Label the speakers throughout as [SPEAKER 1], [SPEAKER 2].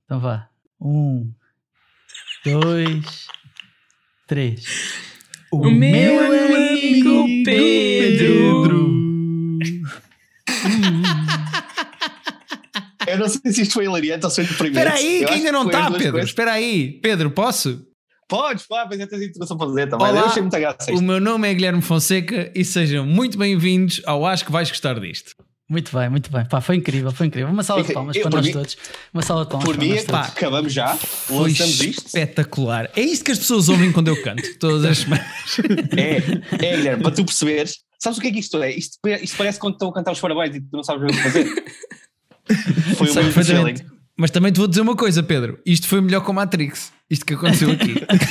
[SPEAKER 1] Então vá. 1, 2, 3.
[SPEAKER 2] O meu amigo Pedro.
[SPEAKER 3] Eu não sei se isto foi hilariante ou se foi deprimente.
[SPEAKER 4] Espera aí, que ainda não está, Pedro. Espera aí. Pedro, posso?
[SPEAKER 3] Podes, mas eu tenho introdução para fazer também.
[SPEAKER 4] Olá,
[SPEAKER 3] eu achei muita graça isto.
[SPEAKER 4] O meu nome é Guilherme Fonseca e sejam muito bem-vindos ao Acho que vais gostar disto.
[SPEAKER 1] Muito bem, muito bem. Pá, foi incrível, foi incrível. Uma salva de palmas para nós todos. Uma salva de palmas
[SPEAKER 3] por
[SPEAKER 1] para
[SPEAKER 3] mim,
[SPEAKER 1] nós todos.
[SPEAKER 3] acabamos já.
[SPEAKER 4] Foi
[SPEAKER 3] Lançamos isto.
[SPEAKER 4] espetacular. É isto que as pessoas ouvem quando eu canto, todas as semanas.
[SPEAKER 3] É, Guilherme, para tu perceberes. Sabes o que é que isto é? Isto parece quando estão a cantar os parabéns e tu não sabes o que fazer. Foi o
[SPEAKER 4] Sei
[SPEAKER 3] meu
[SPEAKER 4] perfeitamente.
[SPEAKER 3] feeling.
[SPEAKER 4] Mas também te vou dizer uma coisa, Pedro. Isto foi melhor com Matrix. Isto que aconteceu aqui.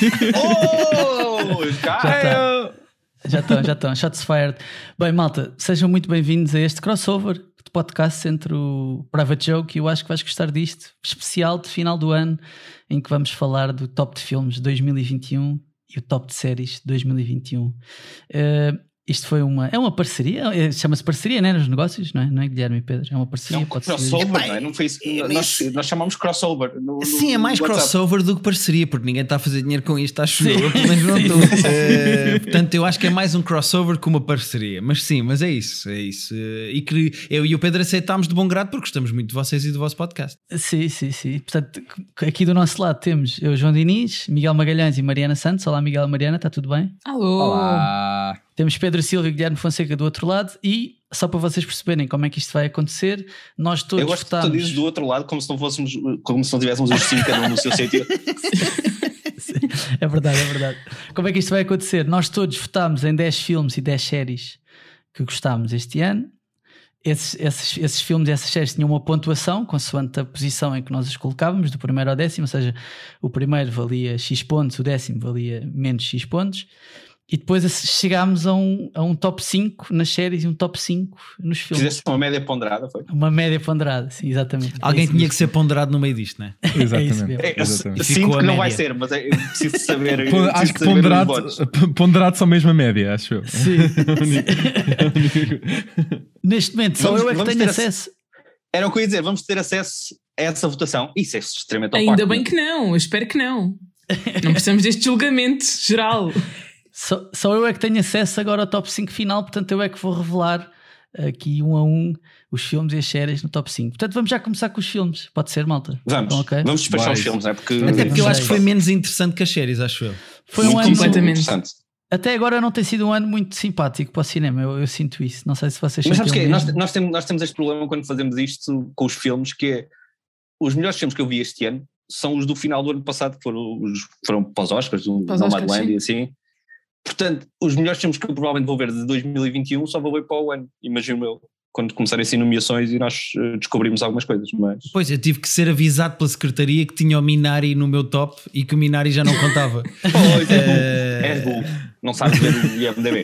[SPEAKER 1] Já estão. Shots fired. Bem, malta, sejam muito bem-vindos a este crossover de podcast entre o Private Joke e eu acho que vais gostar disto. Especial de final do ano, em que vamos falar do top de filmes de 2021 e o top de séries de 2021. Isto foi uma parceria, chama-se parceria, né, nos negócios, não é Guilherme e Pedro? É uma parceria.
[SPEAKER 3] É um crossover, não é? Não foi isso. Nós chamamos crossover.
[SPEAKER 4] Sim, é mais
[SPEAKER 3] WhatsApp.
[SPEAKER 4] crossover do que parceria, porque ninguém está a fazer dinheiro com isto, acho eu. Pelo menos não estou. Portanto, eu acho que é mais um crossover que uma parceria. Mas é isso. E que eu e o Pedro aceitámos de bom grado porque gostamos muito de vocês e do vosso podcast.
[SPEAKER 1] Sim. Portanto, aqui do nosso lado temos eu, João Diniz, Miguel Magalhães e Mariana Santos. Olá, Miguel e Mariana, está tudo bem?
[SPEAKER 2] Alô.
[SPEAKER 5] Olá.
[SPEAKER 1] Temos Pedro Silva e Guilherme Fonseca do outro lado e, só para vocês perceberem como é que isto vai acontecer, nós todos
[SPEAKER 3] Eu gosto
[SPEAKER 1] votámos...
[SPEAKER 3] que tu dizes do outro lado como se não tivéssemos os 5 cada um no seu sítio.
[SPEAKER 1] É verdade. Como é que isto vai acontecer? Nós todos votámos em 10 filmes e 10 séries que gostámos este ano. Esses filmes e essas séries tinham uma pontuação consoante a posição em que nós os colocávamos, do primeiro ao décimo, ou seja, o primeiro valia X pontos, o décimo valia menos X pontos. E depois chegámos a um top 5 nas séries e um top 5 nos filmes.
[SPEAKER 3] Fizeste uma média ponderada, foi?
[SPEAKER 1] Uma média ponderada, sim, exatamente.
[SPEAKER 4] Alguém tinha que ser ponderado no meio disto, não é?
[SPEAKER 5] Exatamente.
[SPEAKER 3] Sinto que não vai ser, mas eu preciso saber.
[SPEAKER 5] Acho que ponderado são mesmo a média, acho eu.
[SPEAKER 1] Sim. Neste momento, só eu é que tenho acesso.
[SPEAKER 3] Era o que eu ia dizer, vamos ter acesso a essa votação. Isso é extremamente opaco.
[SPEAKER 2] Ainda bem que não, eu espero que não. Não precisamos deste julgamento geral.
[SPEAKER 1] Só eu é que tenho acesso agora ao top 5 final, portanto eu é que vou revelar aqui um a um os filmes e as séries no top 5. Portanto vamos já começar com os filmes, pode ser, malta?
[SPEAKER 3] Vamos,
[SPEAKER 1] então, okay?
[SPEAKER 3] Vamos despachar os filmes, não é?
[SPEAKER 4] Até porque eu acho que foi menos interessante que as séries, acho eu.
[SPEAKER 1] Foi
[SPEAKER 3] muito
[SPEAKER 1] um ano
[SPEAKER 2] completamente
[SPEAKER 3] interessante.
[SPEAKER 1] Até agora não tem sido um ano muito simpático para o cinema, eu sinto isso, não sei se vocês
[SPEAKER 3] Mas sabes que
[SPEAKER 1] mesmo.
[SPEAKER 3] nós temos este problema quando fazemos isto com os filmes, que é os melhores filmes que eu vi este ano são os do final do ano passado, que foram para os Oscars, do Nomadland e assim. Portanto, os melhores filmes que eu provavelmente vou ver de 2021 só vou ver para o ano, imagino eu, quando começarem assim nomeações e nós descobrimos algumas coisas. Mas...
[SPEAKER 4] Pois, eu tive que ser avisado pela secretaria que tinha o Minari no meu top e que o Minari já não contava.
[SPEAKER 3] Pois, és burro, não sabes ver o IMDb.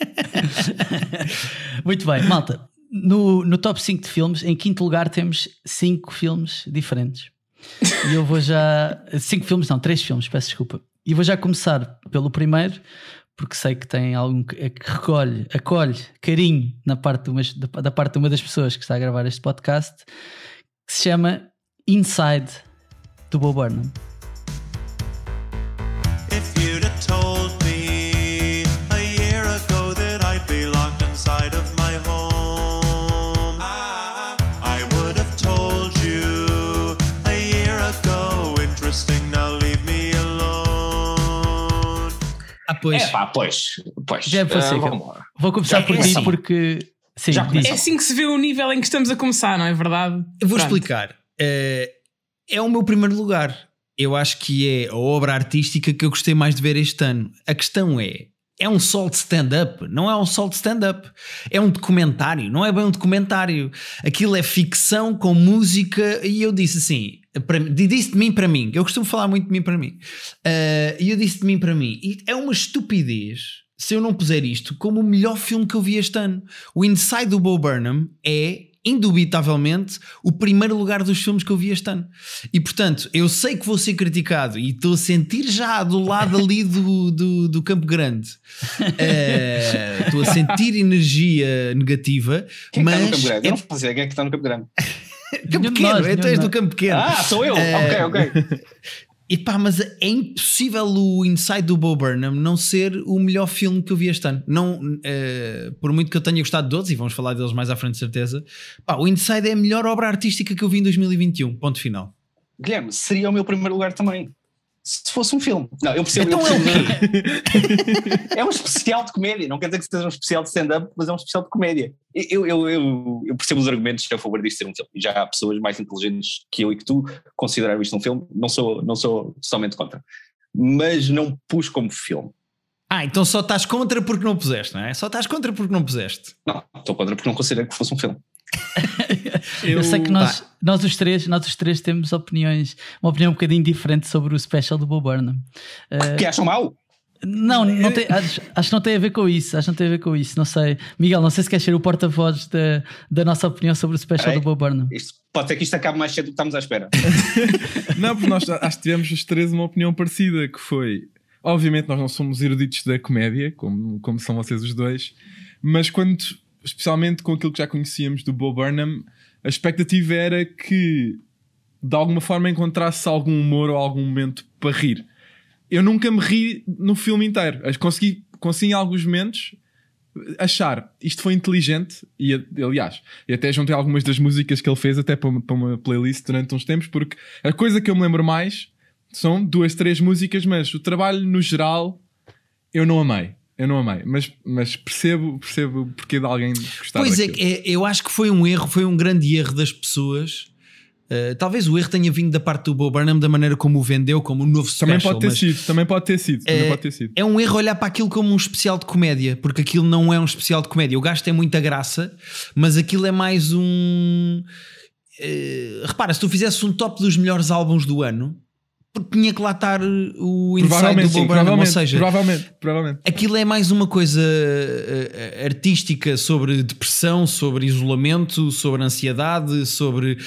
[SPEAKER 1] Muito bem, malta, no top 5 de filmes, em quinto lugar temos 5 filmes diferentes. E eu vou já... 5 filmes não, 3 filmes, peço desculpa. E vou já começar pelo primeiro, porque sei que tem algum que acolhe carinho da parte de uma das pessoas que está a gravar este podcast, que se chama Inside, do Bo Burnham.
[SPEAKER 6] If you'd have told me a year ago that I'd be locked inside of my home, I would have told you a year ago. Interesting, now leave me alone.
[SPEAKER 4] Pois.
[SPEAKER 3] Pois.
[SPEAKER 1] Já vou começar por ti porque... Sim,
[SPEAKER 2] é assim que se vê o nível em que estamos a começar, não é verdade?
[SPEAKER 4] Eu vou explicar. É o meu primeiro lugar. Eu acho que é a obra artística que eu gostei mais de ver este ano. A questão é um solo de stand-up? Não é um solo de stand-up. É um documentário. Não é bem um documentário. Aquilo é ficção com música. E eu disse assim... disse de mim para mim. Eu costumo falar muito de mim para mim. E eu disse de mim para mim. E é uma estupidez se eu não puser isto como o melhor filme que eu vi este ano. O Inside do Bo Burnham é... indubitavelmente o primeiro lugar dos filmes que eu vi este ano. E portanto, eu sei que vou ser criticado e estou a sentir já do lado ali do Campo Grande. Estou a sentir energia negativa.
[SPEAKER 3] Quem
[SPEAKER 4] mas
[SPEAKER 3] está no Campo Grande? Eu não faço ideia quem é que está no Campo Grande.
[SPEAKER 4] Campo Pequeno, tu és do Campo Pequeno.
[SPEAKER 3] Sou eu. Ok.
[SPEAKER 4] E pá, mas é impossível o Inside do Bo Burnham não ser o melhor filme que eu vi este ano. Não, por muito que eu tenha gostado de todos, e vamos falar deles mais à frente de certeza, pá, o Inside é a melhor obra artística que eu vi em 2021, ponto final.
[SPEAKER 3] Guilherme, seria o meu primeiro lugar também, se fosse um filme. Não, eu percebo.
[SPEAKER 4] Então
[SPEAKER 3] É um especial de comédia, não quer dizer que seja um especial de stand-up, mas é um especial de comédia. Eu percebo os argumentos a favor disto ser um filme, e já há pessoas mais inteligentes que eu e que tu considerar isto um filme, não sou somente contra, mas não pus como filme.
[SPEAKER 4] Então só estás contra porque não puseste, não é? Só estás contra porque não puseste.
[SPEAKER 3] Não, estou contra porque não considero que fosse um filme.
[SPEAKER 1] Eu sei que nós os três temos uma opinião um bocadinho diferente sobre o special do Bo Burnham.
[SPEAKER 3] Que acham mau?
[SPEAKER 1] Não tem, acho que não tem a ver com isso. Não sei, Miguel, não sei se queres ser o porta-voz da nossa opinião sobre o special do Bo Burnham.
[SPEAKER 3] Pode ser que isto acabe mais cedo do que estamos à espera.
[SPEAKER 5] Não, porque nós acho que tivemos os três uma opinião parecida, que foi, obviamente nós não somos eruditos da comédia, como são vocês os dois, mas especialmente com aquilo que já conhecíamos do Bo Burnham, a expectativa era que de alguma forma encontrasse algum humor ou algum momento para rir. Eu nunca me ri no filme inteiro. Consegui em alguns momentos achar isto foi inteligente, e aliás, e até juntei algumas das músicas que ele fez até para uma playlist durante uns tempos, porque a coisa que eu me lembro mais são 2, 3 músicas, mas o trabalho no geral eu não amei, mas percebo o porquê de alguém gostar
[SPEAKER 4] daquilo.
[SPEAKER 5] Pois
[SPEAKER 4] eu acho que foi um grande erro das pessoas. Talvez o erro tenha vindo da parte do Bo Burnham, da maneira como o vendeu, como um novo special.
[SPEAKER 5] Também pode ter sido.
[SPEAKER 4] É um erro olhar para aquilo como um especial de comédia, porque aquilo não é um especial de comédia. O gajo tem muita graça, mas aquilo é mais um... repara, se tu fizesse um top dos melhores álbuns do ano, tinha que lá estar o Inside do Bo Burnham, ou seja,
[SPEAKER 5] provavelmente.
[SPEAKER 4] Aquilo é mais uma coisa artística sobre depressão, sobre isolamento, sobre ansiedade, sobre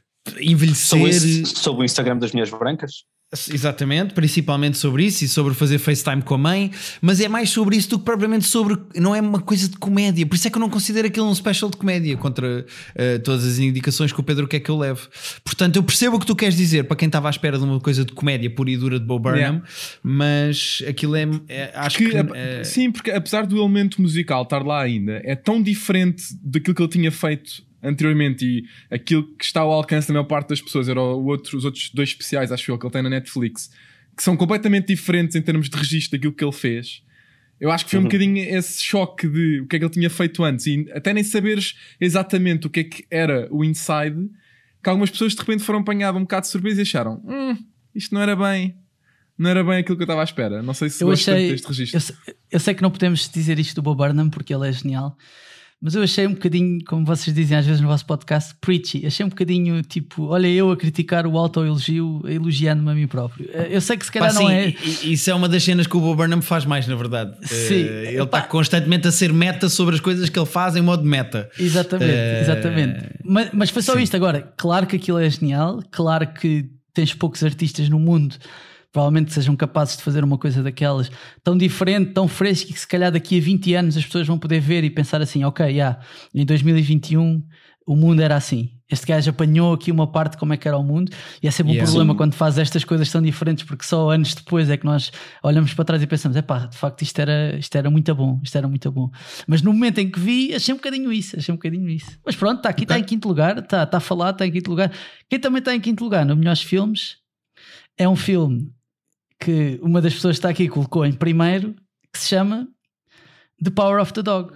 [SPEAKER 4] envelhecer.
[SPEAKER 3] Sobre o Instagram das mulheres brancas?
[SPEAKER 4] Exatamente, principalmente sobre isso e sobre fazer FaceTime com a mãe, mas é mais sobre isso do que propriamente sobre, não é uma coisa de comédia, por isso é que eu não considero aquilo um special de comédia, contra todas as indicações que o Pedro quer que eu leve. Portanto, eu percebo o que tu queres dizer para quem estava à espera de uma coisa de comédia pura e dura de Bo Burnham, mas aquilo acho que
[SPEAKER 5] sim, porque apesar do elemento musical estar lá ainda, é tão diferente daquilo que ele tinha feito anteriormente, e aquilo que está ao alcance da maior parte das pessoas era os outros 2 especiais, acho eu, que ele tem na Netflix, que são completamente diferentes em termos de registro daquilo que ele fez. Eu acho que foi um bocadinho esse choque de o que é que ele tinha feito antes, e até nem saberes exatamente o que é que era o Inside, que algumas pessoas de repente foram apanhadas um bocado de surpresa e acharam isto não era bem aquilo que eu estava à espera. Não sei se gostei deste registro.
[SPEAKER 1] Eu sei que não podemos dizer isto do Bo Burnham porque ele é genial, mas eu achei um bocadinho, como vocês dizem às vezes no vosso podcast, preachy. Achei um bocadinho tipo, olha, eu a criticar o autoelogio, elogiando-me a mim próprio. Eu sei que se calhar não é.
[SPEAKER 4] Isso é uma das cenas que o Bo Burnham faz mais, na verdade.
[SPEAKER 1] Sim.
[SPEAKER 4] Ele está constantemente a ser meta sobre as coisas que ele faz em modo meta.
[SPEAKER 1] Exatamente. Mas foi só isto. Agora, claro que aquilo é genial, claro que tens poucos artistas no mundo provavelmente sejam capazes de fazer uma coisa daquelas tão diferente, tão fresca, que se calhar daqui a 20 anos as pessoas vão poder ver e pensar assim, ok, em 2021 o mundo era assim, este gajo apanhou aqui uma parte de como é que era o mundo, e é sempre um problema quando faz estas coisas tão diferentes, porque só anos depois é que nós olhamos para trás e pensamos, de facto isto era muito bom, mas no momento em que vi achei um bocadinho isso, mas pronto, está aqui, está em quinto lugar, está a falar, está em quinto lugar. Quem também está em quinto lugar no Melhores Filmes é um filme que uma das pessoas que está aqui colocou em primeiro, que se chama The Power of the Dog.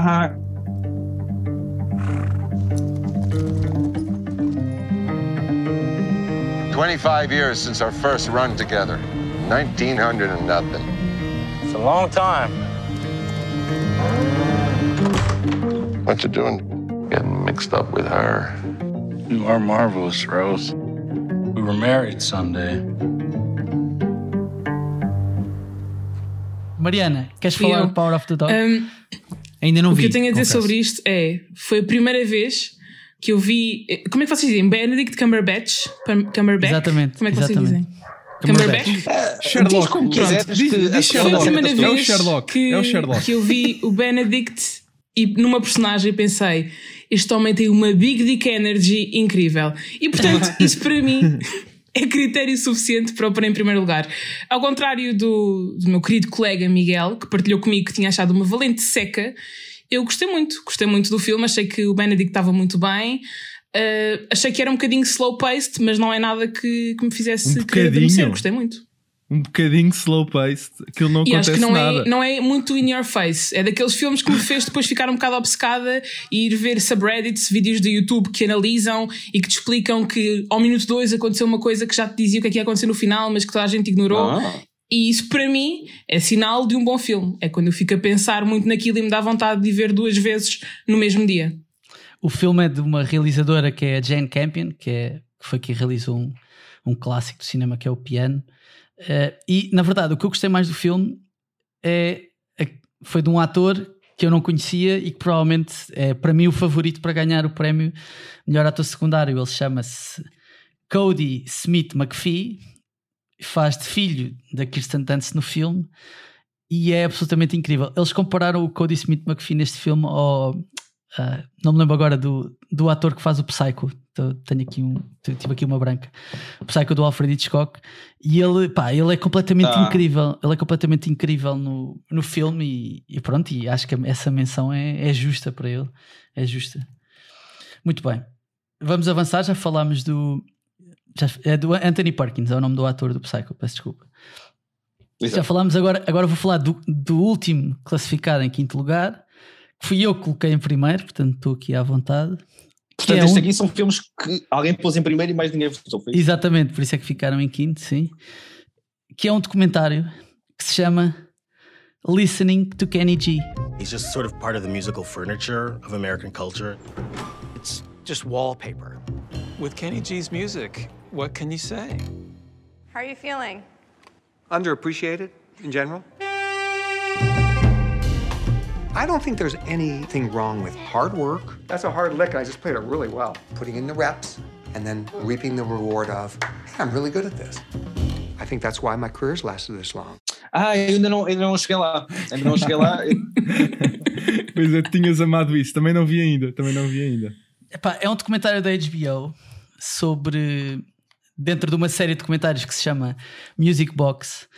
[SPEAKER 7] 25 years since our first run together. 1900 and nothing.
[SPEAKER 8] It's a long time.
[SPEAKER 7] What you doing? Getting mixed up with her.
[SPEAKER 8] You are marvelous, Rose. We were married Sunday.
[SPEAKER 1] Mariana, queres falar do Power of the Dog?
[SPEAKER 4] Ainda não vi.
[SPEAKER 2] O que eu tenho a dizer sobre isto foi a primeira vez que eu vi. Como é que vocês dizem? Benedict Cumberbatch?
[SPEAKER 1] Exatamente.
[SPEAKER 2] Como é que vocês dizem?
[SPEAKER 3] Cumberbatch?
[SPEAKER 5] Sherlock.
[SPEAKER 2] Diz Sherlock. Foi a primeira vez
[SPEAKER 5] é o Sherlock.
[SPEAKER 2] que eu vi o Benedict e numa personagem pensei, este homem tem uma big dick energy incrível. E portanto, isso para mim é critério suficiente para o pôr em primeiro lugar. Ao contrário do meu querido colega Miguel, que partilhou comigo que tinha achado uma valente seca, eu gostei muito do filme, achei que o Benedict estava muito bem. Achei que era um bocadinho slow-paced, mas não é nada que me fizesse querer adormecer. Gostei muito.
[SPEAKER 5] Um bocadinho slow-paced, aquilo não acontece
[SPEAKER 2] acho que
[SPEAKER 5] nada.
[SPEAKER 2] Não é muito in your face. É daqueles filmes que me fez depois ficar um bocado obcecada e ir ver subreddits, vídeos do YouTube que analisam e que te explicam que ao minuto 2 aconteceu uma coisa que já te dizia o que é que ia acontecer no final, mas que toda a gente ignorou. E isso para mim é sinal de um bom filme. É quando eu fico a pensar muito naquilo e me dá vontade de ver 2 vezes no mesmo dia.
[SPEAKER 1] O filme é de uma realizadora que é a Jane Campion, que foi quem realizou um clássico do cinema que é o Piano. E na verdade o que eu gostei mais do filme foi de um ator que eu não conhecia e que provavelmente é para mim o favorito para ganhar o prémio melhor ator secundário. Ele chama-se Cody Smith McPhee, faz de filho da Kirsten Dunst no filme e é absolutamente incrível. Eles compararam o Cody Smith McPhee neste filme ao não me lembro agora do ator que faz o Psycho. Tive aqui uma branca. O Psycho do Alfred Hitchcock. E ele é completamente incrível. Ele é completamente incrível no filme e pronto, e acho que essa menção é justa para ele. É justa. Muito bem. Vamos avançar, já falámos do Anthony Perkins, é o nome do ator do Psycho, peço desculpa. Exato. Já falámos, agora vou falar do último classificado em quinto lugar. Fui eu que coloquei em primeiro, portanto estou aqui à vontade.
[SPEAKER 3] Portanto, estes aqui são filmes que alguém pôs em primeiro e mais ninguém votou.
[SPEAKER 1] Exatamente, por isso é que ficaram em quinto, sim. Que é um documentário que se chama Listening to Kenny G.
[SPEAKER 9] He's just sort of part of the musical furniture of American culture. It's just wallpaper.
[SPEAKER 10] With Kenny G's music, what can you say?
[SPEAKER 11] How are you feeling?
[SPEAKER 12] Underappreciated in general. I don't think there's anything wrong with hard work.
[SPEAKER 13] That's a hard lick, and I just played it really well.
[SPEAKER 12] Putting in the reps, and then reaping the reward of, hey, I'm really good at this. I think that's why my career's lasted this long.
[SPEAKER 3] Eu ainda não cheguei lá.
[SPEAKER 5] Pois é, tinhas amado isso. Também não vi ainda.
[SPEAKER 1] Epá, é um documentário da HBO sobre... dentro de uma série de documentários que se chama Music Box.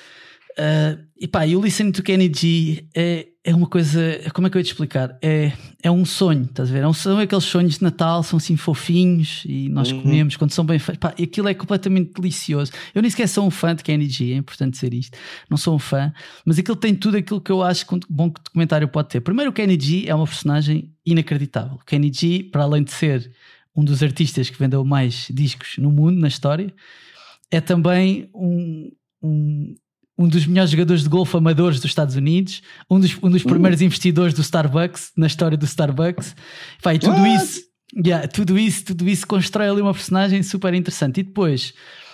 [SPEAKER 1] E o Listening to Kenny G é uma coisa, como é que eu ia te explicar? É um sonho, estás a ver? São aqueles sonhos de Natal, são assim fofinhos e nós comemos quando são bem feitos. E aquilo é completamente delicioso. Eu nem sequer sou um fã de Kenny G, é importante dizer isto. Não sou um fã, mas aquilo tem tudo aquilo que eu acho que um bom documentário pode ter. Primeiro, o Kenny G é uma personagem inacreditável. O Kenny G, para além de ser um dos artistas que vendeu mais discos no mundo, na história, é também um dos melhores jogadores de golfe amadores dos Estados Unidos, um dos primeiros investidores do Starbucks, na história do Starbucks. E tudo isso constrói ali uma personagem super interessante. E depois,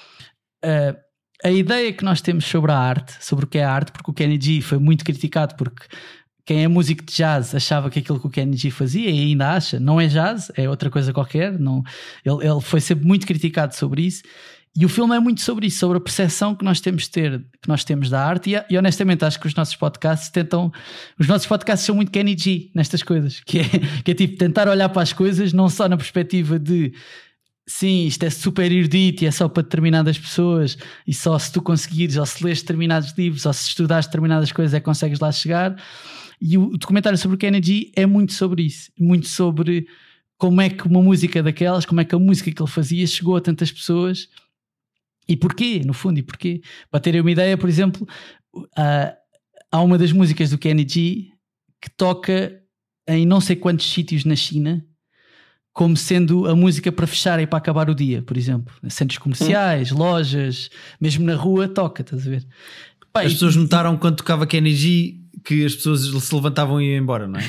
[SPEAKER 1] a ideia que nós temos sobre a arte, sobre o que é a arte, porque o Kenny G foi muito criticado, porque quem é músico de jazz achava que aquilo que o Kenny G fazia, e ainda acha, não é jazz, é outra coisa qualquer. Ele foi sempre muito criticado sobre isso. E o filme é muito sobre isso, sobre a percepção que nós temos da arte, e honestamente acho que os nossos podcasts são muito Kenny G nestas coisas, que é tipo tentar olhar para as coisas não só na perspectiva de sim, isto é super erudito e é só para determinadas pessoas, e só se tu conseguires, ou se lês determinados livros, ou se estudares determinadas coisas é que consegues lá chegar. E o documentário sobre o Kenny G é muito sobre isso, muito sobre como é que uma música daquelas, como é que a música que ele fazia chegou a tantas pessoas. E porquê, no fundo, Para terem uma ideia, por exemplo, há uma das músicas do Kenny G que toca em não sei quantos sítios na China, como sendo a música para fechar e para acabar o dia, por exemplo. Centros comerciais, lojas, mesmo na rua toca, estás a ver?
[SPEAKER 4] As pessoas notaram quando tocava Kenny G que as pessoas se levantavam e iam embora, não é?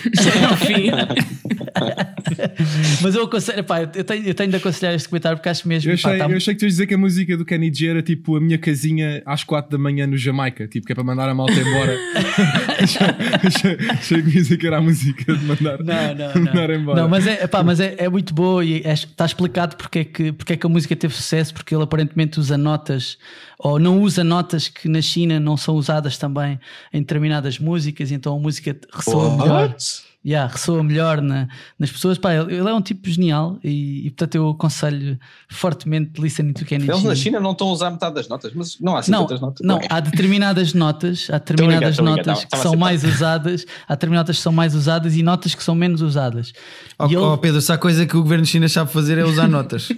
[SPEAKER 1] Mas eu aconselho, eu tenho de aconselhar este comentário porque acho mesmo.
[SPEAKER 5] Eu achei que tu ias dizer que a música do Kenny G era tipo a minha casinha às 4 da manhã no Jamaica, tipo que é para mandar a malta embora. achei que ia que era a música de mandar embora.
[SPEAKER 1] Não, mas é muito boa e está explicado porque é que a música teve sucesso, porque ele aparentemente usa notas, ou não usa notas que na China não são usadas também em determinadas músicas, então a música ressoa melhor. ressoa melhor nas pessoas. Pá, ele é um tipo genial e portanto eu aconselho fortemente Listening to Kenny G.
[SPEAKER 3] Eles na China não estão a usar metade das notas, mas não há assim tantas notas.
[SPEAKER 1] Não, há determinadas notas, que são mais usadas, há determinadas que são mais usadas e notas que são menos usadas.
[SPEAKER 4] Pedro, se há coisa que o governo chinês sabe fazer é usar notas.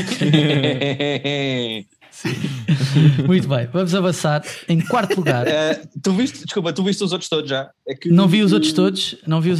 [SPEAKER 1] Sim. Muito bem, vamos avançar. Em quarto lugar,
[SPEAKER 3] tu viste os outros todos já?
[SPEAKER 1] Não vi os outros todos.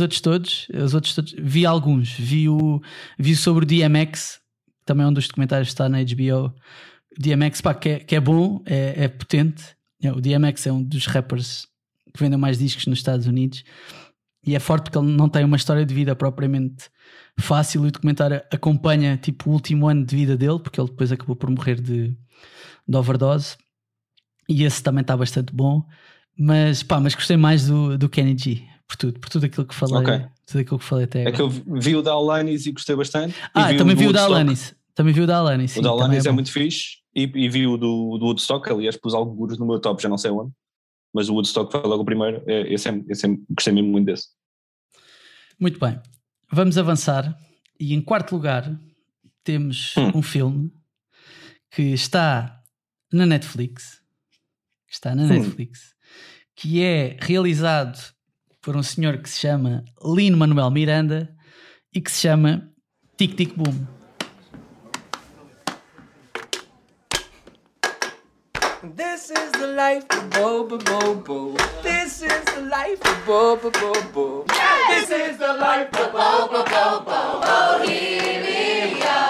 [SPEAKER 1] Vi alguns. Vi sobre o DMX, também é um dos documentários que está na HBO. DMX, pá, que é bom, é potente. O DMX é um dos rappers que vendem mais discos nos Estados Unidos e é forte porque ele não tem uma história de vida propriamente fácil e o documentário acompanha tipo o último ano de vida dele, porque ele depois acabou por morrer de overdose, e esse também está bastante bom, mas gostei mais do Kenny G, por tudo aquilo que falei, tudo aquilo que falei até agora.
[SPEAKER 3] É que eu vi o da Alanis e gostei bastante.
[SPEAKER 1] Também vi o da Alanis. O
[SPEAKER 3] da Alanis é muito fixe e vi o do Woodstock, aliás pus alguns no meu top, já não sei onde, mas o Woodstock foi logo o primeiro, esse gostei mesmo muito desse.
[SPEAKER 1] Muito bem, vamos avançar e em quarto lugar temos um filme que está na Netflix, que é realizado por um senhor que se chama Lin-Manuel Miranda e que se chama Tic Tic Boom.
[SPEAKER 14] This is the life of Boba Bobo. This is the life of Boba Bobo. This is the life of Boba Bobo. Bohemia.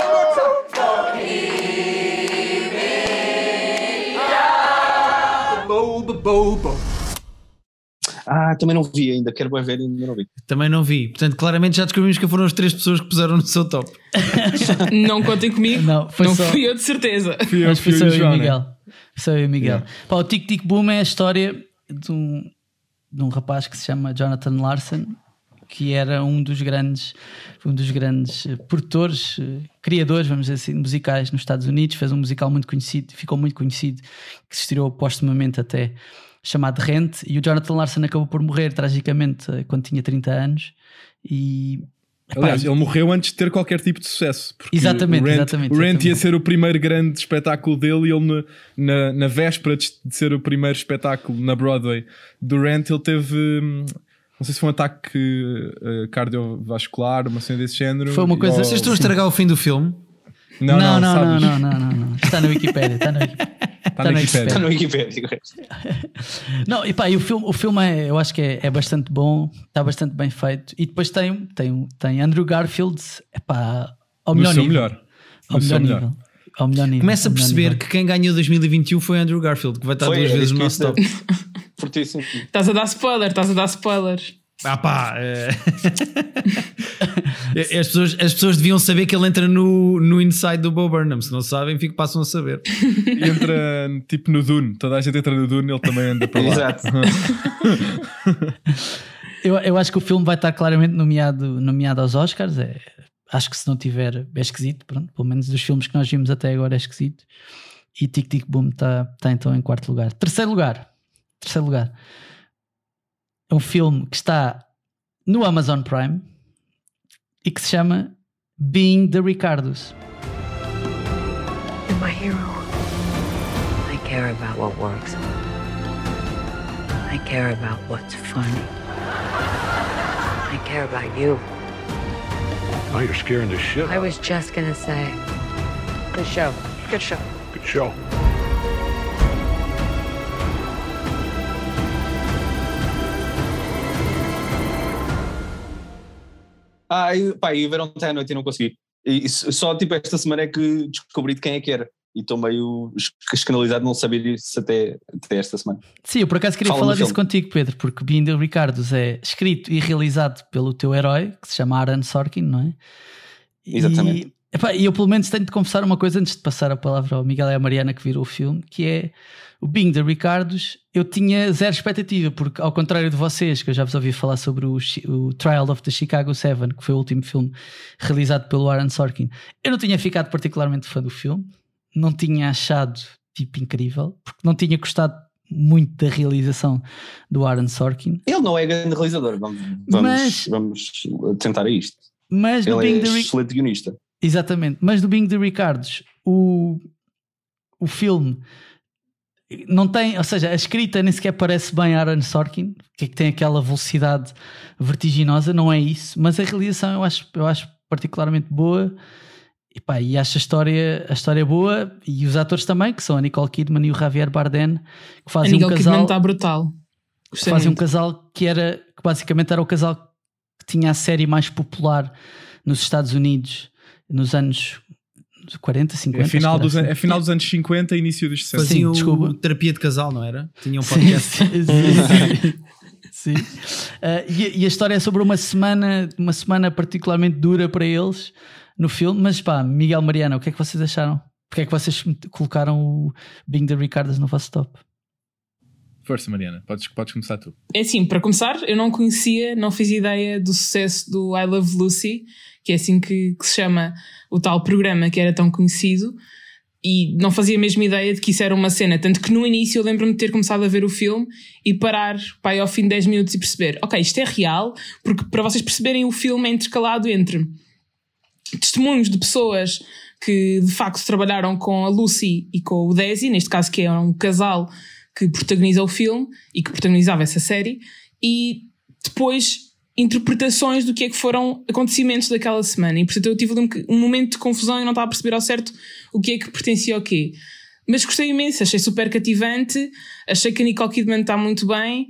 [SPEAKER 14] Boba.
[SPEAKER 3] Também não vi ainda, quero bem ver, ainda não vi.
[SPEAKER 4] Também não vi, portanto claramente já descobrimos que foram as 3 pessoas que puseram no seu top.
[SPEAKER 2] Não contem comigo, não fui eu de certeza.
[SPEAKER 1] Foi só eu e o Miguel. Sou eu e o Miguel. Pá, o Tic Tic Boom é a história de um rapaz que se chama Jonathan Larson, que era um dos grandes produtores, criadores, vamos dizer assim, musicais nos Estados Unidos. Fez um musical muito conhecido, ficou muito conhecido, que se estreou postumamente até, chamado Rent, e o Jonathan Larson acabou por morrer tragicamente quando tinha 30 anos e...
[SPEAKER 5] Aliás, ele morreu antes de ter qualquer tipo de sucesso.
[SPEAKER 1] Exatamente.
[SPEAKER 5] O Rent ia ser o primeiro grande espetáculo dele e ele na véspera de ser o primeiro espetáculo na Broadway do Rent, ele teve... Não sei se foi um ataque cardiovascular, uma cena desse género.
[SPEAKER 1] Foi uma coisa...
[SPEAKER 4] Vocês estão a estragar o fim do filme?
[SPEAKER 1] Não. Está na Wikipédia.
[SPEAKER 3] Está no Wikipédia.
[SPEAKER 1] Não, e pá, e o filme eu acho que é bastante bom, está bastante bem feito. E depois tem Andrew Garfield, ao melhor nível. Ao melhor nível.
[SPEAKER 4] Começa a perceber que quem ganhou 2021 foi Andrew Garfield, que vai estar 2 vezes no nosso top.
[SPEAKER 3] Fortíssimo.
[SPEAKER 2] Estás a dar spoilers.
[SPEAKER 4] As pessoas deviam saber que ele entra no Inside do Bo Burnham. Se não sabem, passam a saber.
[SPEAKER 5] E entra tipo no Dune. Toda a gente entra no Dune, ele também anda para lá.
[SPEAKER 3] Exato.
[SPEAKER 1] Eu acho que o filme vai estar claramente nomeado aos Oscars. Acho que se não tiver, é esquisito. Pronto, pelo menos dos filmes que nós vimos até agora é esquisito. E Tic Tic Boom está então em quarto lugar. Terceiro lugar. É um filme que está no Amazon Prime e que se chama Being the Ricardos.
[SPEAKER 15] You're my hero. I care about what works. I care about what's funny. I care about you.
[SPEAKER 16] Oh, you're scaring the shit.
[SPEAKER 15] I was just gonna say, good show.
[SPEAKER 16] Good show.
[SPEAKER 3] E ver ontem à noite e não consegui. E só tipo esta semana é que descobri de quem é que era. E estou meio escandalizado de não saber isso até esta semana.
[SPEAKER 1] Sim, eu por acaso queria falar disso contigo, Pedro, porque Being the Ricardos é escrito e realizado pelo teu herói, que se chama Aaron Sorkin, não é?
[SPEAKER 3] Exatamente.
[SPEAKER 1] E eu pelo menos tenho de confessar uma coisa antes de passar a palavra ao Miguel e à Mariana que viram o filme, que é o Being the Ricardos. Eu tinha zero expectativa, porque ao contrário de vocês, que eu já vos ouvi falar sobre o Trial of the Chicago 7, que foi o último filme realizado pelo Aaron Sorkin, eu não tinha ficado particularmente fã do filme, não tinha achado tipo incrível, porque não tinha gostado muito da realização do Aaron Sorkin.
[SPEAKER 3] Ele não é grande realizador, vamos tentar a isto.
[SPEAKER 1] Mas
[SPEAKER 3] ele
[SPEAKER 1] é
[SPEAKER 3] excelente guionista.
[SPEAKER 1] Exatamente, mas do Being the Ricardos, o filme não tem, ou seja, a escrita nem sequer parece bem Aaron Sorkin, que tem aquela velocidade vertiginosa, não é isso, mas a realização eu acho particularmente boa. E acho a história boa, e os atores também, que são a Nicole Kidman e o Javier Bardem, que fazem um casal. A Nicole Kidman
[SPEAKER 2] está brutal.
[SPEAKER 1] Fazem um casal que basicamente era o casal que tinha a série mais popular nos Estados Unidos nos anos 40, 50.
[SPEAKER 5] É final dos anos 50 e início dos 60.
[SPEAKER 4] Faziam terapia de casal, não era? Tinham um podcast.
[SPEAKER 1] Sim. E a história é sobre uma semana particularmente dura para eles no filme. Mas pá, Miguel, Mariana, o que é que vocês acharam? Porque é que vocês colocaram o Being the Ricardos no vosso top?
[SPEAKER 5] Força, Mariana, podes começar tu.
[SPEAKER 2] É assim, para começar, eu não fiz ideia do sucesso do I Love Lucy, que é assim que se chama o tal programa que era tão conhecido, e não fazia mesmo ideia de que isso era uma cena, tanto que no início eu lembro-me de ter começado a ver o filme e parar ao fim de 10 minutos e perceber, ok, isto é real, porque para vocês perceberem o filme é intercalado entre testemunhos de pessoas que de facto trabalharam com a Lucy e com o Desi, neste caso que é um casal que protagoniza o filme e que protagonizava essa série, e depois interpretações do que é que foram acontecimentos daquela semana, e portanto eu tive um momento de confusão e não estava a perceber ao certo o que é que pertencia ao quê, mas gostei imenso, achei super cativante, achei que a Nicole Kidman está muito bem,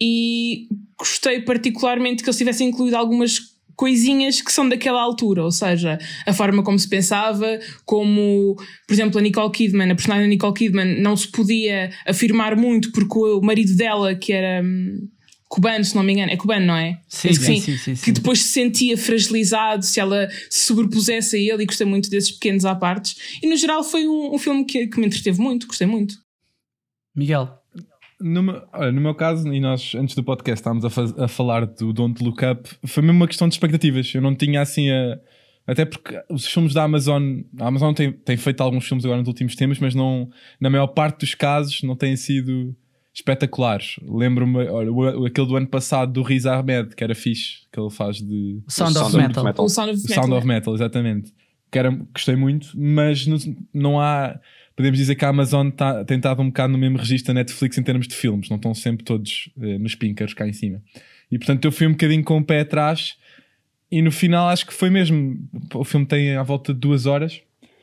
[SPEAKER 2] e gostei particularmente que eles tivessem incluído algumas coisinhas que são daquela altura, ou seja, a forma como se pensava, como, por exemplo, a personagem da Nicole Kidman não se podia afirmar muito porque o marido dela, que era cubano, se não me engano, é cubano, não é?
[SPEAKER 1] Sim.
[SPEAKER 2] Que depois se sentia fragilizado se ela se sobrepusesse a ele, e gostei muito desses pequenos à partes, e no geral foi um filme que me entreteve muito, gostei muito.
[SPEAKER 1] Miguel?
[SPEAKER 5] No meu caso, e nós antes do podcast estávamos a falar do Don't Look Up, foi mesmo uma questão de expectativas. Eu não tinha assim até porque os filmes da Amazon, a Amazon tem feito alguns filmes agora nos últimos tempos, mas não, na maior parte dos casos não têm sido espetaculares. Lembro-me, aquele do ano passado do Riz Ahmed, que era fixe, que ele faz de
[SPEAKER 1] Sound of Metal.
[SPEAKER 2] O Sound
[SPEAKER 5] of Metal, exatamente. Gostei muito, mas não há... Podemos dizer que a Amazon tem estado um bocado no mesmo registro da Netflix em termos de filmes, não estão sempre todos nos pinkers cá em cima. E portanto eu fui um bocadinho com o pé atrás, e no final acho que foi mesmo. O filme tem à volta de 2 horas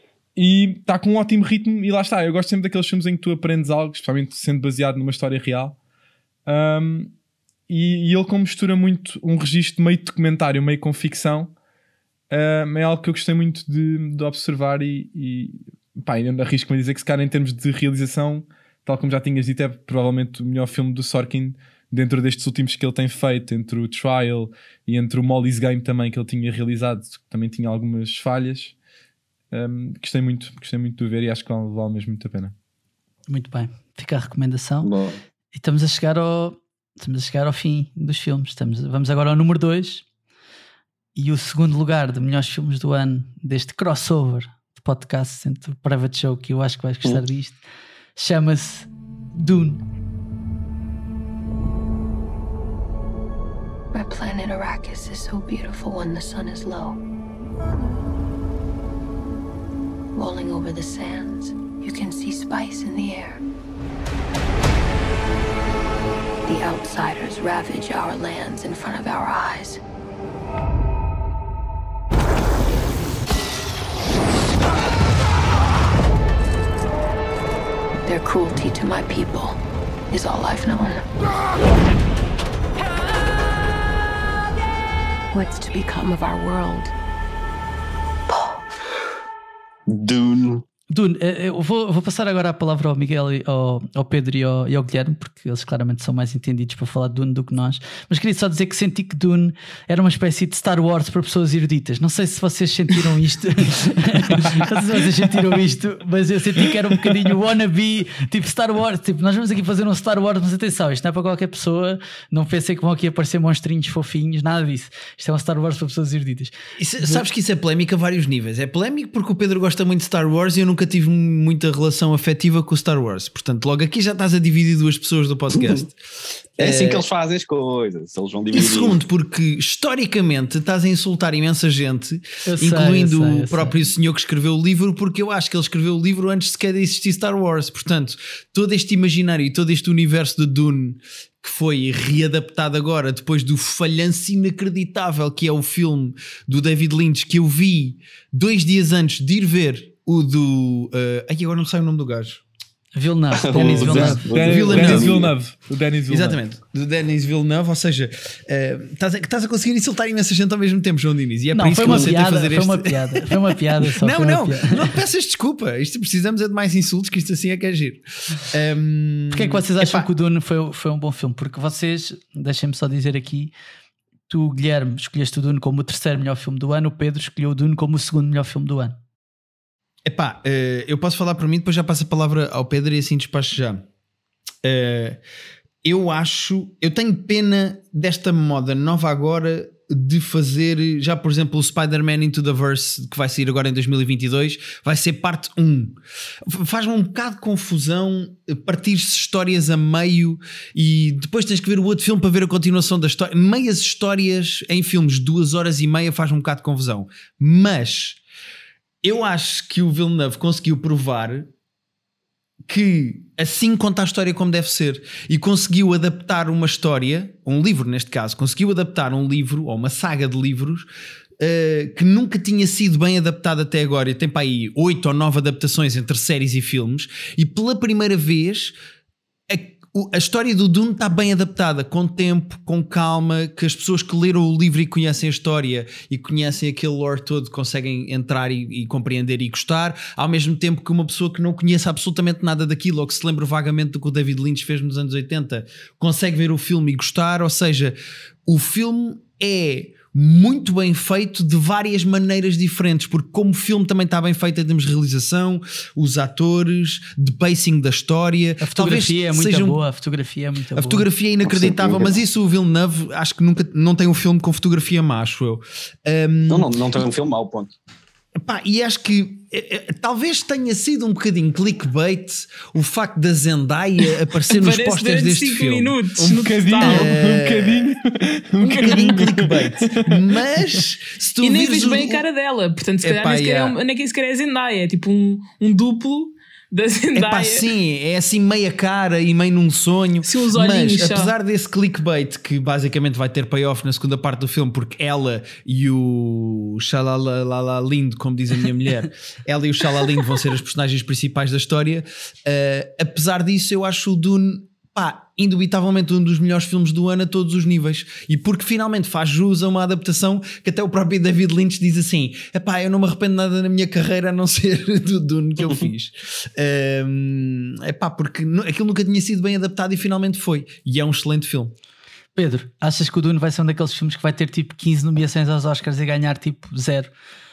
[SPEAKER 5] e está com um ótimo ritmo, e lá está. Eu gosto sempre daqueles filmes em que tu aprendes algo, especialmente sendo baseado numa história real. E ele, como mistura muito um registro meio documentário, meio com ficção, é algo que eu gostei muito de observar, e ainda arrisco-me a dizer que, se calhar, em termos de realização, tal como já tinhas dito, é provavelmente o melhor filme do Sorkin dentro destes últimos que ele tem feito, entre o Trial e entre o Molly's Game também, que ele tinha realizado, que também tinha algumas falhas. Gostei muito de ver, e acho que vale mesmo muito a pena.
[SPEAKER 1] Muito bem, fica a recomendação.
[SPEAKER 3] Bom.
[SPEAKER 1] E estamos a chegar ao fim dos filmes. Vamos agora ao número 2, e o segundo lugar de melhores filmes do ano, deste crossover de podcast entre o Private Show, que eu acho que vais gostar disto, chama-se Dune.
[SPEAKER 17] My planet Arrakis is so beautiful when the sun is low. Rolling over the sands, you can see spice in the air. The outsiders ravage our lands in front of our eyes. Their cruelty to my people is all I've known. What's to become of our world?
[SPEAKER 3] Dune.
[SPEAKER 1] Eu vou passar agora a palavra ao Miguel, ao Pedro e ao Guilherme, porque eles claramente são mais entendidos para falar de Dune do que nós. Mas queria só dizer que senti que Dune era uma espécie de Star Wars para pessoas eruditas. Não sei se vocês sentiram isto. Mas eu senti que era um bocadinho wannabe, tipo Star Wars. Tipo, nós vamos aqui fazer um Star Wars, mas atenção, isto não é para qualquer pessoa. Não pensei que vão aqui aparecer monstrinhos fofinhos, nada disso. Isto é um Star Wars para pessoas eruditas.
[SPEAKER 4] Sabes que isso é polémico a vários níveis. É polémico porque o Pedro gosta muito de Star Wars e eu nunca nunca tive muita relação afetiva com o Star Wars. Portanto, logo aqui já estás a dividir duas pessoas do podcast.
[SPEAKER 3] É assim que eles fazem as coisas. Eles vão dividir.
[SPEAKER 4] E segundo, porque historicamente estás a insultar imensa gente, incluindo o próprio senhor que escreveu o livro, porque eu acho que ele escreveu o livro antes sequer de existir Star Wars. Portanto, todo este imaginário e todo este universo de Dune que foi readaptado agora depois do falhanço inacreditável que é o filme do David Lynch, que eu vi 2 dias antes de ir ver o do... agora não sei o nome do gajo.
[SPEAKER 1] Villeneuve.
[SPEAKER 4] Denis Villeneuve. Exatamente, do Denis Villeneuve, ou seja, estás a conseguir insultar imensa gente ao mesmo tempo, João Diniz, e é para isso que eu aceitei fazer este...
[SPEAKER 1] Foi uma piada só.
[SPEAKER 4] Não peças desculpa, isto precisamos é de mais insultos, que isto assim é que é giro.
[SPEAKER 1] Porquê é que vocês acham que o Dune foi um bom filme? Porque vocês, deixem-me só dizer aqui, tu, Guilherme, escolheste o Dune como o 3º melhor filme do ano, o Pedro escolheu o Dune como o 2º melhor filme do ano.
[SPEAKER 4] Eu posso falar por mim, depois já passo a palavra ao Pedro e assim despacho já. Eu tenho pena desta moda nova agora de fazer, já por exemplo o Spider-Man Into the Verse, que vai sair agora em 2022, vai ser parte 1. Faz-me um bocado de confusão partir-se histórias a meio e depois tens que ver o outro filme para ver a continuação da história. Meias histórias em filmes 2h30 faz-me um bocado de confusão. Mas eu acho que o Villeneuve conseguiu provar que assim conta a história como deve ser e conseguiu adaptar uma história, um livro neste caso, conseguiu adaptar um livro ou uma saga de livros que nunca tinha sido bem adaptada até agora. Tem para aí 8 ou 9 adaptações entre séries e filmes e pela primeira vez a história do Dune está bem adaptada, com tempo, com calma, que as pessoas que leram o livro e conhecem a história e conhecem aquele lore todo conseguem entrar e compreender e gostar, ao mesmo tempo que uma pessoa que não conhece absolutamente nada daquilo ou que se lembra vagamente do que o David Lynch fez nos anos 80 consegue ver o filme e gostar. Ou seja, o filme é muito bem feito de várias maneiras diferentes, porque como o filme também está bem feito em termos de realização, os atores, de pacing da história,
[SPEAKER 1] a fotografia é muito boa, a
[SPEAKER 4] fotografia é inacreditável, mas isso o Villeneuve acho que nunca não tem um filme com fotografia má, acho eu.
[SPEAKER 3] Não tem um filme mau, ponto.
[SPEAKER 4] E acho que talvez tenha sido um bocadinho clickbait o facto da Zendaya aparecer nos pósteres deste filme.
[SPEAKER 5] Um bocadinho
[SPEAKER 4] clickbait. Mas se tu
[SPEAKER 2] e nem vês bem a cara dela, portanto se calhar nem sequer é a Zendaya, é tipo um duplo da Zendaya.
[SPEAKER 4] Sim, é assim meia cara e meio num sonho.
[SPEAKER 2] Sim, os olhinhos,
[SPEAKER 4] mas apesar desse clickbait que basicamente vai ter payoff na segunda parte do filme, porque ela e o Shalala Lindo, como diz a minha mulher, ela e o Shalala Lindo vão ser as personagens principais da história. Apesar disso, eu acho o Dune indubitavelmente um dos melhores filmes do ano a todos os níveis, e porque finalmente faz jus a uma adaptação que até o próprio David Lynch diz assim: eu não me arrependo nada na minha carreira a não ser do Dune que eu fiz. Porque aquilo nunca tinha sido bem adaptado e finalmente foi, e é um excelente filme.
[SPEAKER 1] Pedro, achas que o Dune vai ser um daqueles filmes que vai ter tipo 15 nomeações aos Oscars e ganhar tipo 0?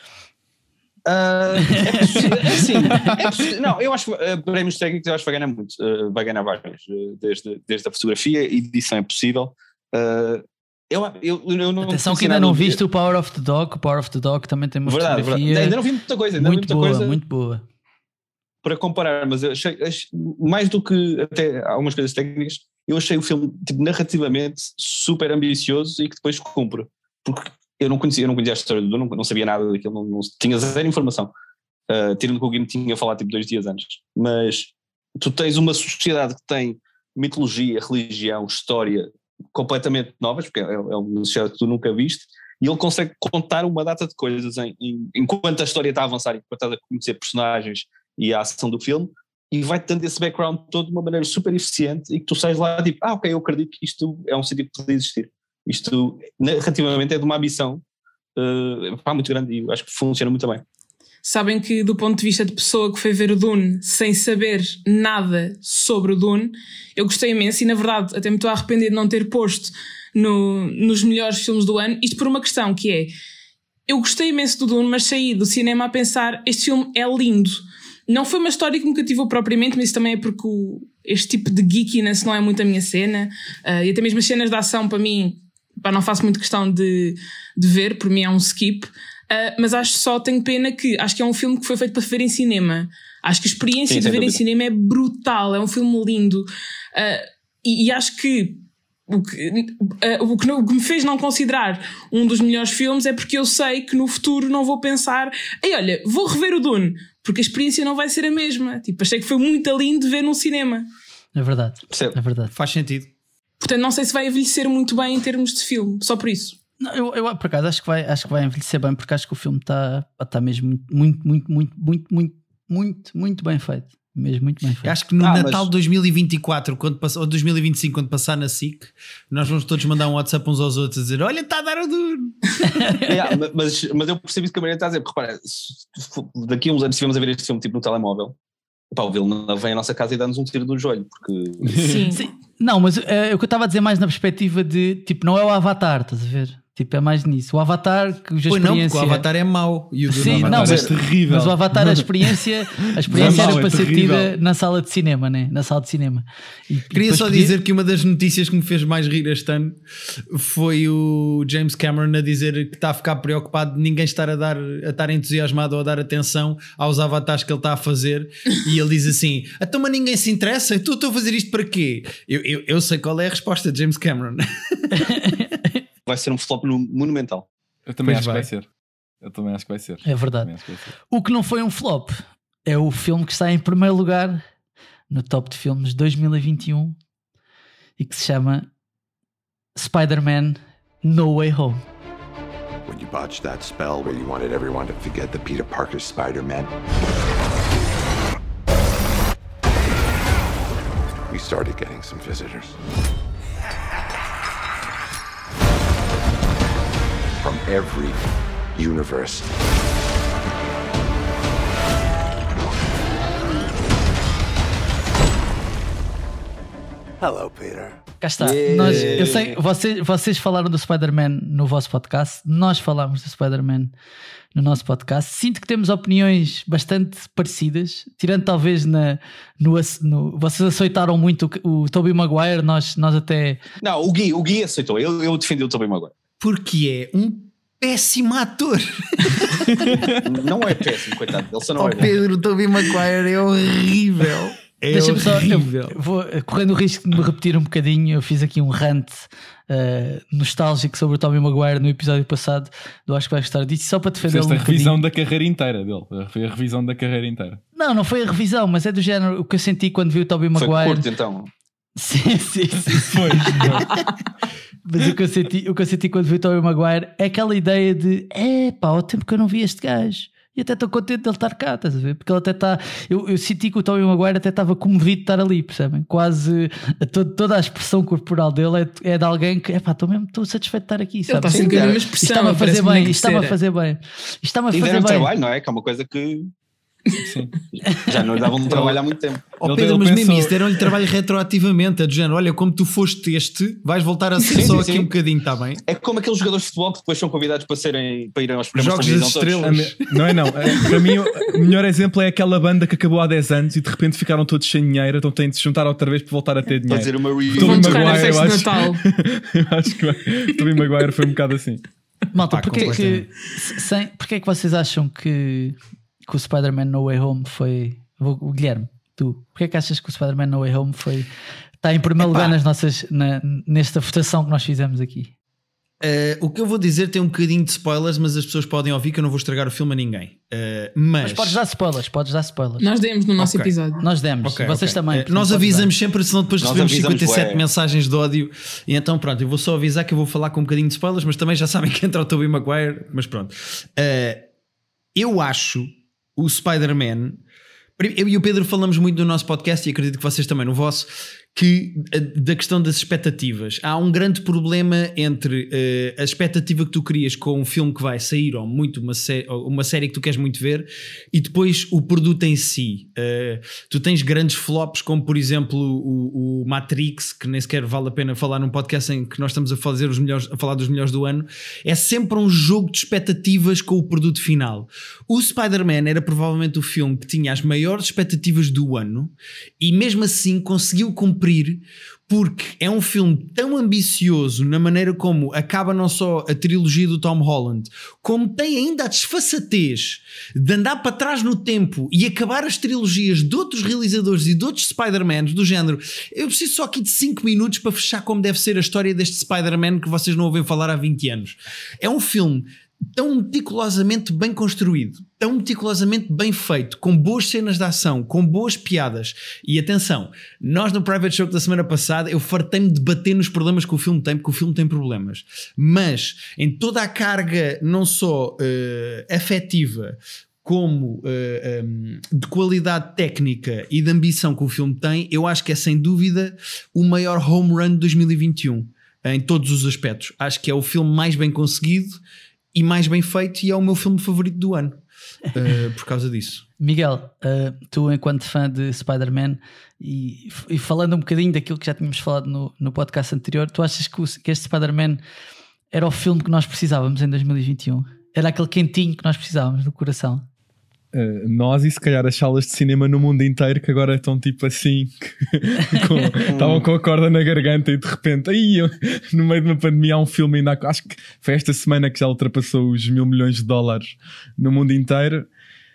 [SPEAKER 3] É possível. Não, eu acho que prémios técnicos eu acho que vai ganhar muito, vai ganhar vários, desde a fotografia e edição é possível. Eu não
[SPEAKER 1] atenção que ainda não viste o Power of the Dog. O Power of the Dog também tem uma fotografia.
[SPEAKER 3] Ainda não vi muita coisa,
[SPEAKER 1] muito boa
[SPEAKER 3] para comparar, mas eu achei mais do que até algumas coisas técnicas, eu achei o filme tipo, narrativamente super ambicioso e que depois cumpre, porque eu não conhecia a história do Dune, não sabia nada daquilo, não tinha zero informação, tirando que o Guilherme tinha falado tipo 2 dias antes. Mas tu tens uma sociedade que tem mitologia, religião, história completamente novas, porque é uma sociedade que tu nunca viste, e ele consegue contar uma data de coisas enquanto a história está a avançar, enquanto estás a conhecer personagens e a ação do filme, e vai-te dando esse background todo de uma maneira super eficiente, e que tu sais lá tipo, ok, eu acredito que isto é um sítio que pode existir. Isto narrativamente é de uma ambição muito grande e acho que funciona muito bem.
[SPEAKER 2] Sabem que do ponto de vista de pessoa que foi ver o Dune sem saber nada sobre o Dune, eu gostei imenso e na verdade até me estou a arrepender de não ter posto nos melhores filmes do ano, isto por uma questão que é, eu gostei imenso do Dune, mas saí do cinema a pensar, este filme é lindo. Não foi uma história que me cativou propriamente, mas isso também é porque este tipo de geekiness não é muito a minha cena, e até mesmo as cenas de ação para mim não faço muito questão de ver, por mim é um skip, mas tenho pena que acho que é um filme que foi feito para ver em cinema. Acho que a experiência de ver em cinema é brutal, é um filme lindo. E acho que o que me fez não considerar um dos melhores filmes é porque eu sei que no futuro não vou pensar olha, vou rever o Dune, porque a experiência não vai ser a mesma. Tipo, achei que foi muito lindo ver num cinema.
[SPEAKER 1] É verdade, é verdade.
[SPEAKER 4] Faz sentido.
[SPEAKER 2] Portanto, não sei se vai envelhecer muito bem em termos de filme, só por isso.
[SPEAKER 1] Não, eu por acaso acho que vai envelhecer bem, porque acho que o filme está mesmo muito bem feito. Mesmo muito bem feito.
[SPEAKER 4] Acho que no Natal de 2024 ou 2025, quando passar na SIC, nós vamos todos mandar um WhatsApp uns aos outros a dizer: olha, está a dar o Dune.
[SPEAKER 3] mas eu percebi isso que a Maria está a dizer, porque repara, daqui a uns anos, se vamos a ver este filme tipo no telemóvel, o Villeneuve vem à nossa casa e dá-nos um tiro do joelho, porque...
[SPEAKER 1] Sim. Não, mas o que eu estava a dizer mais na perspectiva de, tipo, não é o Avatar, estás a ver? Tipo, é mais nisso. O Avatar, que já experiência...
[SPEAKER 4] Pois não, porque o Avatar é mau. E o
[SPEAKER 1] Sim,
[SPEAKER 5] Avatar é terrível.
[SPEAKER 1] Mas o Avatar, a experiência era para ser tida na sala de cinema, né? Na sala de cinema.
[SPEAKER 4] Queria só dizer que uma das notícias que me fez mais rir este ano foi o James Cameron a dizer que está a ficar preocupado de ninguém estar a estar entusiasmado ou a dar atenção aos avatares que ele está a fazer. E ele diz assim: então, mas ninguém se interessa? Tu estou a fazer isto para quê? Eu sei qual é a resposta de James Cameron.
[SPEAKER 3] Vai ser um flop monumental.
[SPEAKER 5] Eu também acho que vai ser.
[SPEAKER 1] É verdade. O que não foi um flop é o filme que está em primeiro lugar no top de filmes de 2021 e que se chama Spider-Man No Way Home.
[SPEAKER 18] When you botched that spell where you wanted everyone to forget that Peter Parker's Spider-Man, we started getting some visitors. From every universe. Hello, Peter.
[SPEAKER 1] Cá está. Eu sei, vocês falaram do Spider-Man no vosso podcast, nós falámos do Spider-Man no nosso podcast. Sinto que temos opiniões bastante parecidas, tirando talvez vocês aceitaram muito o Tobey Maguire, nós até...
[SPEAKER 3] Não, o Gui aceitou, eu defendi o Tobey Maguire.
[SPEAKER 4] Porque é um péssimo ator.
[SPEAKER 3] Não é péssimo, coitado. Ele só não é bom.
[SPEAKER 4] Pedro, o Tobey Maguire é horrível.
[SPEAKER 1] Deixa-me só, eu vou correndo o risco de me repetir um bocadinho. Eu fiz aqui um rant nostálgico sobre o Tobey Maguire no episódio passado do Acho que vai gostar disso, só para defender
[SPEAKER 5] a revisão da carreira inteira dele. Foi a revisão da carreira inteira.
[SPEAKER 1] Não foi a revisão, mas é do género o que eu senti quando vi o Tobey Maguire.
[SPEAKER 3] Foi curto, então.
[SPEAKER 1] Sim. Foi. Mas o que eu senti quando vi o Tobey Maguire é aquela ideia de ao tempo que eu não vi este gajo. E até estou contente de ele estar cá, estás a ver? Porque ele até está... Eu senti que o Tobey Maguire até estava comovido de estar ali, percebem? Quase toda a expressão corporal dele é de alguém que... estou satisfeito de estar aqui, sabe?
[SPEAKER 2] Ele está sempre a mesma expressão.
[SPEAKER 1] Estava a fazer bem, estava a fazer bem.
[SPEAKER 3] E deram trabalho, não é? Que é uma coisa que... Sim. Já não lhe davam um trabalho há muito tempo.
[SPEAKER 4] Pedro, mas mesmo isso, deram-lhe trabalho retroativamente, é do género: olha, como tu foste vais voltar a ser só aqui um bocadinho, está bem?
[SPEAKER 3] É como aqueles jogadores de futebol que depois são convidados para irem aos
[SPEAKER 4] jogos das estrelas.
[SPEAKER 5] Não. Para mim, o melhor exemplo é aquela banda que acabou há 10 anos e de repente ficaram todos sem dinheiro, então têm de se juntar outra vez para voltar a ter dinheiro.
[SPEAKER 3] Fazer uma
[SPEAKER 2] Vão tocar na festa de Natal.
[SPEAKER 5] Eu acho que Tobey Maguire foi um bocado assim.
[SPEAKER 1] Malta, porque é que vocês acham que o Spider-Man No Way Home foi... Guilherme, tu, porque é que achas que o Spider-Man No Way Home está em primeiro lugar nesta votação que nós fizemos aqui?
[SPEAKER 4] O que eu vou dizer tem um bocadinho de spoilers, mas as pessoas podem ouvir que eu não vou estragar o filme a ninguém. Mas
[SPEAKER 1] podes dar spoilers.
[SPEAKER 2] Nós demos no nosso episódio.
[SPEAKER 1] Nós demos, vocês também.
[SPEAKER 4] Nós avisamos sempre, senão depois recebemos 57 mensagens de ódio. E então pronto, eu vou só avisar que eu vou falar com um bocadinho de spoilers, mas também já sabem que entra o Tobey Maguire. Mas pronto, eu acho o Spider-Man... Eu e o Pedro falamos muito no nosso podcast e acredito que vocês também no vosso, que da questão das expectativas. Há um grande problema entre a expectativa que tu crias com um filme que vai sair ou uma série que tu queres muito ver e depois o produto em si. Tu tens grandes flops como por exemplo o Matrix, que nem sequer vale a pena falar num podcast em que nós estamos a falar dos melhores do ano. É sempre um jogo de expectativas com o produto final. O Spider-Man era provavelmente o filme que tinha as maiores expectativas do ano e mesmo assim conseguiu cumprir cumprir, porque é um filme tão ambicioso na maneira como acaba não só a trilogia do Tom Holland, como tem ainda a desfaçatez de andar para trás no tempo e acabar as trilogias de outros realizadores e de outros Spider-Mans do género. Eu preciso só aqui de 5 minutos para fechar como deve ser a história deste Spider-Man que vocês não ouvem falar há 20 anos. É um filme tão meticulosamente bem construído, tão meticulosamente bem feito, com boas cenas de ação, com boas piadas. E atenção, nós no Private Joke da semana passada eu fartei-me de bater nos problemas que o filme tem, porque o filme tem problemas, mas em toda a carga não só afetiva como de qualidade técnica e de ambição que o filme tem, eu acho que é sem dúvida o maior home run de 2021 em todos os aspectos. Acho que é o filme mais bem conseguido e mais bem feito, e é o meu filme favorito do ano por causa disso.
[SPEAKER 1] Miguel, tu enquanto fã de Spider-Man e falando um bocadinho daquilo que já tínhamos falado no podcast anterior, tu achas que este Spider-Man era o filme que nós precisávamos em 2021? Era aquele quentinho que nós precisávamos no coração?
[SPEAKER 5] Nós e se calhar as salas de cinema no mundo inteiro que agora estão tipo assim estavam com a corda na garganta e de repente aí no meio de uma pandemia há um filme ainda, acho que foi esta semana que já ultrapassou os $1.000 milhões no mundo inteiro.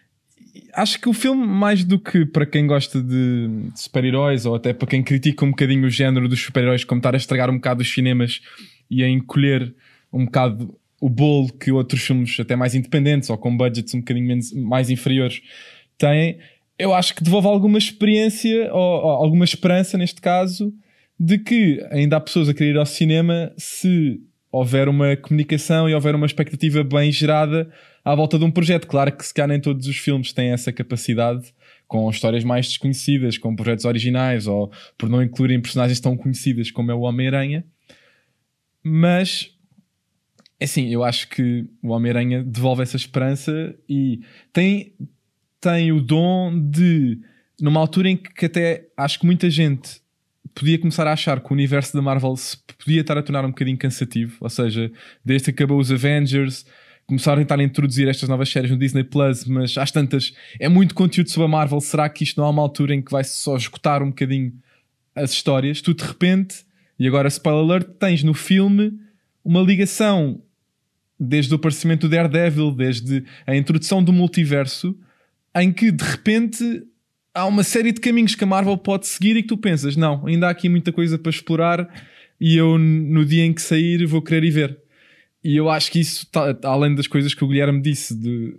[SPEAKER 5] Acho que o filme, mais do que para quem gosta de super-heróis ou até para quem critica um bocadinho o género dos super-heróis, como estar a estragar um bocado os cinemas e a encolher um bocado o bolo que outros filmes até mais independentes ou com budgets um bocadinho mais inferiores têm, eu acho que devolve alguma experiência ou alguma esperança neste caso de que ainda há pessoas a querer ir ao cinema se houver uma comunicação e houver uma expectativa bem gerada à volta de um projeto. Claro que se calhar nem todos os filmes têm essa capacidade, com histórias mais desconhecidas, com projetos originais ou por não incluírem personagens tão conhecidas como é o Homem-Aranha, mas assim, eu acho que o Homem-Aranha devolve essa esperança e tem o dom de, numa altura em que até acho que muita gente podia começar a achar que o universo da Marvel se podia estar a tornar um bocadinho cansativo, ou seja, desde que acabou os Avengers, começaram a tentar introduzir estas novas séries no Disney Plus, mas às tantas é muito conteúdo sobre a Marvel, será que isto não há uma altura em que vai só esgotar um bocadinho as histórias? Tu de repente, e agora spoiler alert, tens no filme uma ligação desde o aparecimento do Daredevil, desde a introdução do multiverso, em que de repente há uma série de caminhos que a Marvel pode seguir e que tu pensas, não, ainda há aqui muita coisa para explorar e eu no dia em que sair vou querer ir ver. E eu acho que isso, além das coisas que o Guilherme disse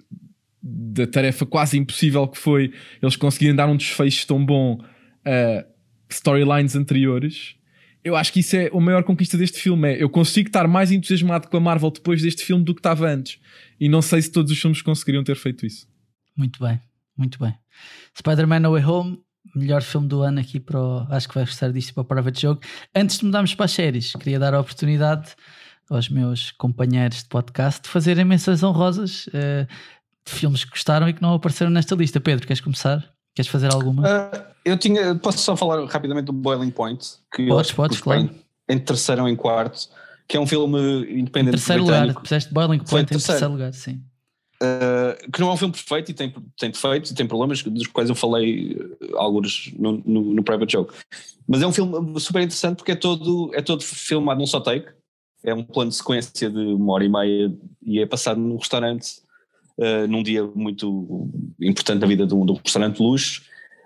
[SPEAKER 5] da tarefa quase impossível que foi eles conseguirem dar um desfecho tão bom a storylines anteriores, eu acho que isso é a maior conquista deste filme. Eu consigo estar mais entusiasmado com a Marvel depois deste filme do que estava antes. E não sei se todos os filmes conseguiriam ter feito isso.
[SPEAKER 1] Muito bem, muito bem. Spider-Man No Way Home, melhor filme do ano aqui acho que vai gostar disto para o Private Joke. Antes de mudarmos para as séries, queria dar a oportunidade aos meus companheiros de podcast de fazerem menções honrosas de filmes que gostaram e que não apareceram nesta lista. Pedro, queres começar? Queres fazer alguma?
[SPEAKER 3] Posso só falar rapidamente do Boiling Point, que
[SPEAKER 1] podes, claro.
[SPEAKER 3] Em terceiro ou em quarto, que é um filme independente.
[SPEAKER 1] Em terceiro lugar, puseste Boiling Point em terceiro lugar, sim.
[SPEAKER 3] Que não é um filme perfeito e tem defeitos e tem problemas dos quais eu falei alguns no Private Joke, mas é um filme super interessante porque é todo filmado num só take, é um plano de sequência de 1h30 e é passado num restaurante num dia muito importante na vida de um restaurante de luxo.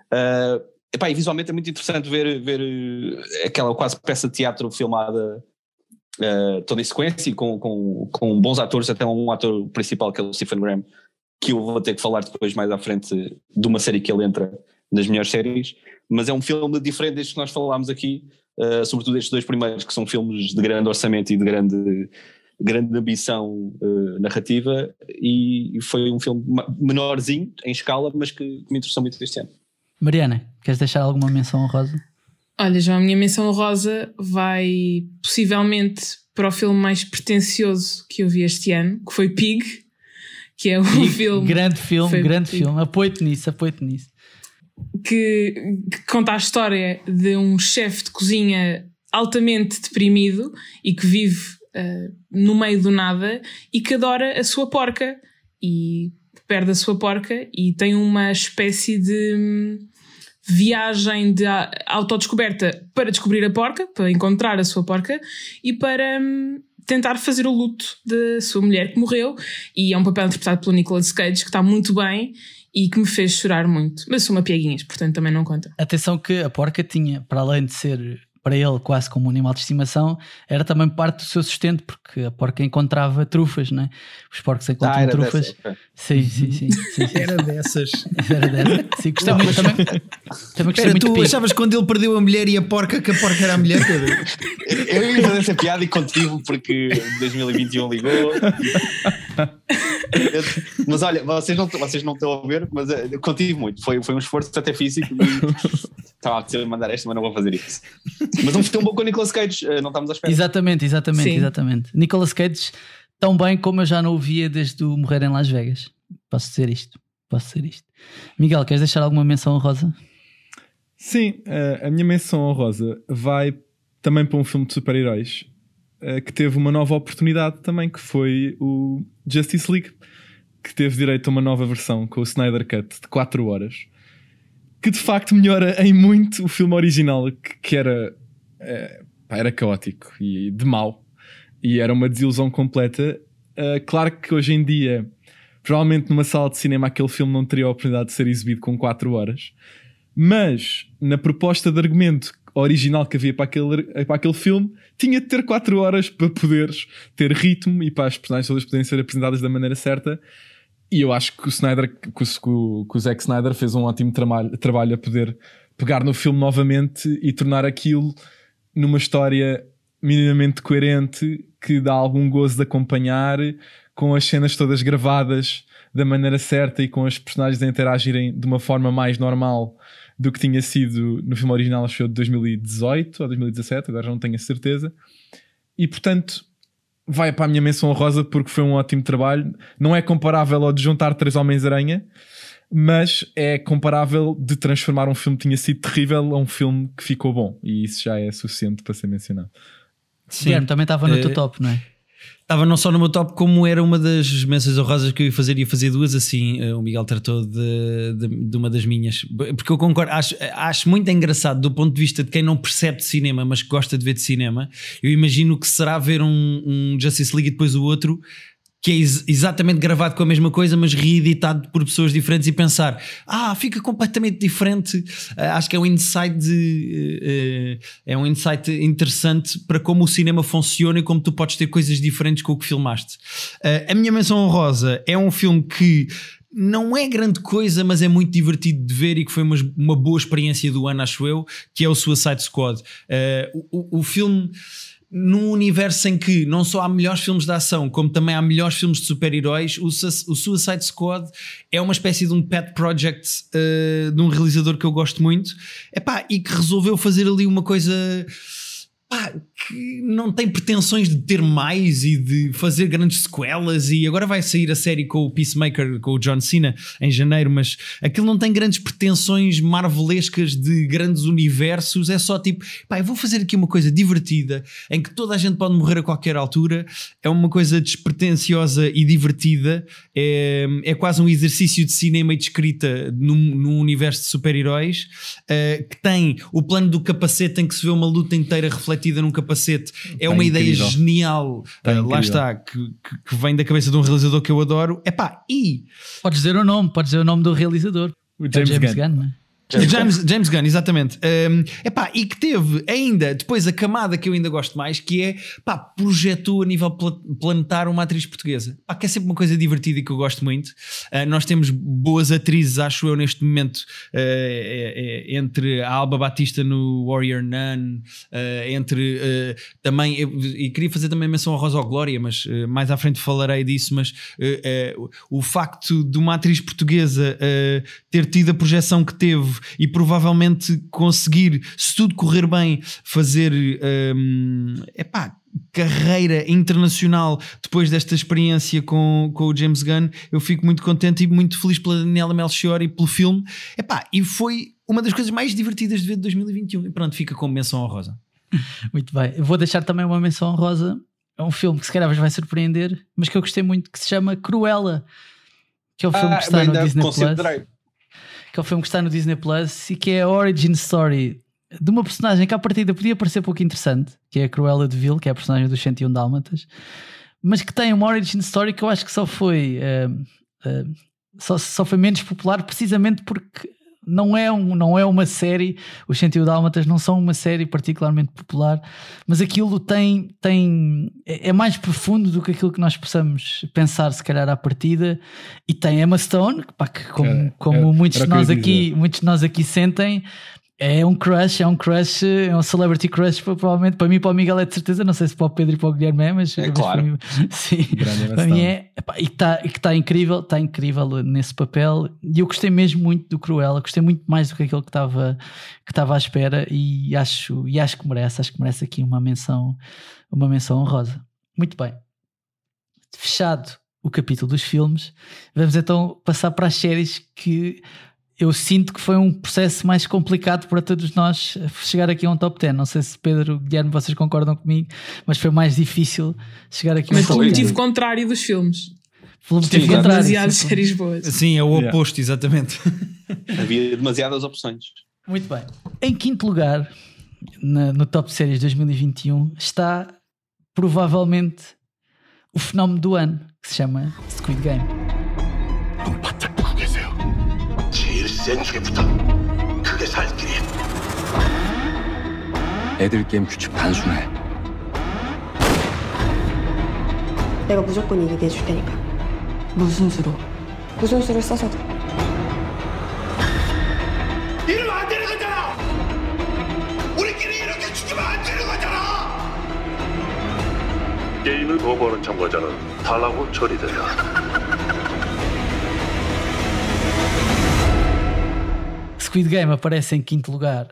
[SPEAKER 3] E visualmente é muito interessante ver aquela quase peça de teatro filmada toda em sequência e com bons atores, até um ator principal que é o Stephen Graham, que eu vou ter que falar depois mais à frente de uma série que ele entra nas melhores séries, mas é um filme diferente destes que nós falámos aqui, sobretudo estes dois primeiros que são filmes de grande orçamento e de grande ambição narrativa, e foi um filme menorzinho em escala, mas que me interessou muito este ano.
[SPEAKER 1] Mariana, queres deixar alguma menção honrosa?
[SPEAKER 2] Olha, João, a minha menção honrosa vai possivelmente para o filme mais pretencioso que eu vi este ano, que foi Pig, que é um filme...
[SPEAKER 1] Grande filme, apoio-te nisso.
[SPEAKER 2] Que conta a história de um chefe de cozinha altamente deprimido e que vive no meio do nada e que adora a sua porca e perde a sua porca e tem uma espécie de viagem de autodescoberta para descobrir a porca, para encontrar a sua porca e para tentar fazer o luto da sua mulher que morreu, e é um papel interpretado pelo Nicolas Cage que está muito bem e que me fez chorar muito, mas sou uma pieguinhas, portanto também não conta.
[SPEAKER 1] Atenção que a porca tinha, para além de ser para ele quase como um animal de estimação, era também parte do seu sustento, porque a porca encontrava trufas, não é? Os porcos encontram trufas.
[SPEAKER 3] Dessa,
[SPEAKER 1] sim.
[SPEAKER 4] Era dessas.
[SPEAKER 1] Sim, gostei muito também. Gostei muito.
[SPEAKER 4] Tu achavas quando ele perdeu a mulher e a porca, que a porca era a mulher?
[SPEAKER 3] Eu ia fazer essa piada e contigo porque 2021 ligou. Mas olha, vocês não estão a ver, mas contive muito. Foi um esforço até físico. Estava a dizer mandar esta, mas não vou fazer isso. Mas um filme bom com o Nicolas Cage, não estamos à espera.
[SPEAKER 1] Exatamente. Nicolas Cage, tão bem como eu já não o via desde o Morrer em Las Vegas. Posso dizer isto. Miguel, queres deixar alguma menção honrosa?
[SPEAKER 5] Sim, a minha menção honrosa vai também para um filme de super-heróis que teve uma nova oportunidade também, que foi o Justice League, que teve direito a uma nova versão com o Snyder Cut de 4 horas, que de facto melhora em muito o filme original, que era caótico e de mau, e era uma desilusão completa. Claro que hoje em dia, provavelmente numa sala de cinema, aquele filme não teria a oportunidade de ser exibido com 4 horas, mas na proposta de argumento original que havia para aquele filme, tinha de ter 4 horas para poderes ter ritmo e para as personagens todas poderem ser apresentadas da maneira certa. E eu acho que o Zack Snyder fez um ótimo trabalho a poder pegar no filme novamente e tornar aquilo numa história minimamente coerente, que dá algum gozo de acompanhar, com as cenas todas gravadas da maneira certa e com as personagens a interagirem de uma forma mais normal do que tinha sido no filme original, acho que foi de 2018 ou 2017, agora já não tenho a certeza. E portanto vai para a minha menção honrosa porque foi um ótimo trabalho. Não é comparável ao de juntar 3 Homens-Aranha, mas é comparável de transformar um filme que tinha sido terrível a um filme que ficou bom, e isso já é suficiente para ser mencionado.
[SPEAKER 1] Sim, Guilherme, também estava no teu top, não é?
[SPEAKER 4] Estava não só no meu top, como era uma das menções honrosas que eu ia fazer 2, assim o Miguel tratou de uma das minhas, porque eu concordo, acho muito engraçado do ponto de vista de quem não percebe de cinema, mas que gosta de ver de cinema. Eu imagino que será ver um Justice League e depois o outro, que é exatamente gravado com a mesma coisa, mas reeditado por pessoas diferentes, e pensar, fica completamente diferente. Acho que é um insight interessante para como o cinema funciona e como tu podes ter coisas diferentes com o que filmaste. A minha menção honrosa é um filme que não é grande coisa, mas é muito divertido de ver e que foi uma boa experiência do ano, acho eu, que é o Suicide Squad. O filme, num universo em que não só há melhores filmes de ação, como também há melhores filmes de super-heróis, o Suicide Squad é uma espécie de um pet project de um realizador que eu gosto muito, e que resolveu fazer ali uma coisa que não tem pretensões de ter mais e de fazer grandes sequelas, e agora vai sair a série com o Peacemaker, com o John Cena em janeiro, mas aquilo não tem grandes pretensões marvelescas de grandes universos, é só tipo, eu vou fazer aqui uma coisa divertida em que toda a gente pode morrer a qualquer altura. É uma coisa despretensiosa e divertida, é quase um exercício de cinema e de escrita num universo de super-heróis, que tem o plano do capacete em que se vê uma luta inteira refletida num capacete. É uma ideia genial, lá está, que vem da cabeça de um realizador que eu adoro. E
[SPEAKER 1] podes dizer o nome do realizador,
[SPEAKER 5] o James Gunn,
[SPEAKER 1] não é?
[SPEAKER 4] James Gunn, exatamente. E que teve ainda depois a camada que eu ainda gosto mais, que é projetou a nível planetário uma atriz portuguesa, que é sempre uma coisa divertida e que eu gosto muito. Nós temos boas atrizes, acho eu, neste momento, entre a Alba Batista no Warrior Nun, também, e queria fazer também menção a Rosa Glória, mas mais à frente falarei disso. Mas o facto de uma atriz portuguesa ter tido a projeção que teve e provavelmente conseguir, se tudo correr bem, fazer carreira internacional depois desta experiência com o James Gunn, eu fico muito contente e muito feliz pela Daniela Melchior e pelo filme. E foi uma das coisas mais divertidas de ver de 2021, e pronto, fica como menção honrosa.
[SPEAKER 1] Muito bem, eu vou deixar também uma menção honrosa. É um filme que se calhar vos vai surpreender, mas que eu gostei muito, que se chama Cruella, que é o filme que está no Disney Plus. Que é o filme que está no Disney Plus e que é a origin story de uma personagem que à partida podia parecer pouco interessante, que é a Cruella de Vil, que é a personagem dos 101 Dálmatas, mas que tem uma origin story que eu acho que só foi menos popular precisamente porque não é uma série, os 101 Dálmatas não são uma série particularmente popular, mas aquilo é mais profundo do que aquilo que nós possamos pensar se calhar à partida, e tem Emma Stone, pá, que como muitos de nós aqui sentem, é um celebrity crush, provavelmente para mim, para o Miguel é de certeza, não sei se para o Pedro e para o Guilherme é, mas
[SPEAKER 3] é claro.
[SPEAKER 1] Para mim, sim, para mim é, e que está incrível nesse papel, e eu gostei mesmo muito do Cruella, gostei muito mais do que aquilo que estava à espera, e acho que merece aqui uma menção honrosa. Muito bem, fechado o capítulo dos filmes, vamos então passar para as séries, que eu sinto que foi um processo mais complicado para todos nós chegar aqui a um top 10. Não sei se Pedro, Guilherme, vocês concordam comigo, mas foi mais difícil chegar aqui a um top 10.
[SPEAKER 2] Mas pelo motivo contrário dos filmes.
[SPEAKER 1] Pelo motivo contrário.
[SPEAKER 2] Demasiadas séries boas.
[SPEAKER 4] Sim, é o oposto, exatamente.
[SPEAKER 3] Havia demasiadas opções.
[SPEAKER 1] Muito bem. Em quinto lugar, no top de séries 2021, está provavelmente o fenómeno do ano, que se chama Squid Game.
[SPEAKER 8] 애들 게임 규칙 단순해.
[SPEAKER 19] 내가 무조건 이기게 해줄 테니까. 무슨 수로? 무슨 수를 써서도.
[SPEAKER 14] 이러면 안 되는 거잖아. 우리끼리 이렇게 죽이면 안 되는 거잖아.
[SPEAKER 16] 게임을 거부하는 참가자는 탈락 후 처리된다.
[SPEAKER 1] Squid Game aparece em quinto lugar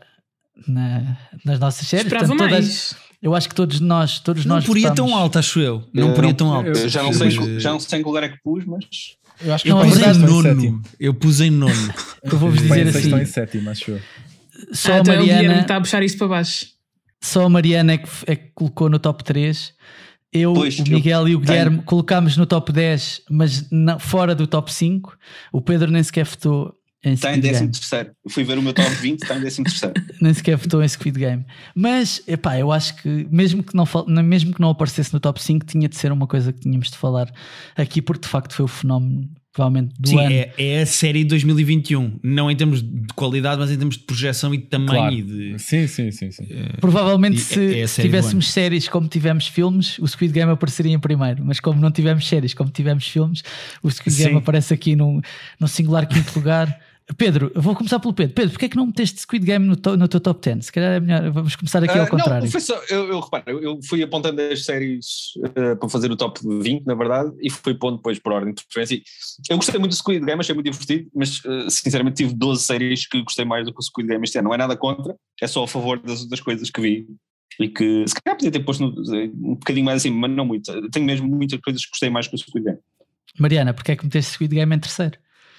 [SPEAKER 1] nas nossas séries.
[SPEAKER 2] Esperava mais.
[SPEAKER 1] Eu acho que todos nós
[SPEAKER 4] não poria tão alto, acho eu. Não poria tão alto.
[SPEAKER 3] Já não sei em que lugar é que pus, mas
[SPEAKER 1] eu acho que
[SPEAKER 4] eu
[SPEAKER 1] não,
[SPEAKER 4] pus em nono. Eu pus em nono.
[SPEAKER 1] Eu vou-vos dizer assim.
[SPEAKER 5] Estão em sétimo, acho eu.
[SPEAKER 1] Só a Mariana
[SPEAKER 2] está a puxar isto para baixo.
[SPEAKER 1] Só a Mariana é que colocou no top 3. O Miguel e o Guilherme colocámos no top 10, mas fora do top 5. O Pedro nem sequer votou.
[SPEAKER 3] Está em 13º. Fui ver o meu top 20, está em 13º.
[SPEAKER 1] Nem sequer votou em Squid Game. Mas, eu acho que mesmo que não aparecesse no top 5, tinha de ser uma coisa que tínhamos de falar aqui, porque de facto foi o fenómeno, provavelmente, do ano.
[SPEAKER 4] Sim, é a série de 2021. Não em termos de qualidade, mas em termos de projeção e de tamanho.
[SPEAKER 5] Claro.
[SPEAKER 4] E de...
[SPEAKER 5] Sim.
[SPEAKER 1] Provavelmente se tivéssemos séries como tivemos filmes, o Squid Game apareceria em primeiro. Mas como não tivemos séries como tivemos filmes, o Squid Game aparece aqui no singular quinto lugar. Pedro, eu vou começar pelo Pedro. Pedro, porquê é que não meteste Squid Game no teu top 10? Se calhar é melhor, vamos começar aqui ao contrário.
[SPEAKER 3] Não, foi só, eu fui apontando as séries para fazer o top 20, na verdade, e fui pondo depois por ordem de preferência. Eu gostei muito do Squid Game, achei muito divertido, mas sinceramente tive 12 séries que gostei mais do que o Squid Game este ano. Não é nada contra, é só a favor das coisas que vi e que se calhar podia ter posto um bocadinho mais assim, mas não muito. Tenho mesmo muitas coisas que gostei mais que o Squid Game.
[SPEAKER 1] Mariana, porquê é que meteste Squid Game em terceiro?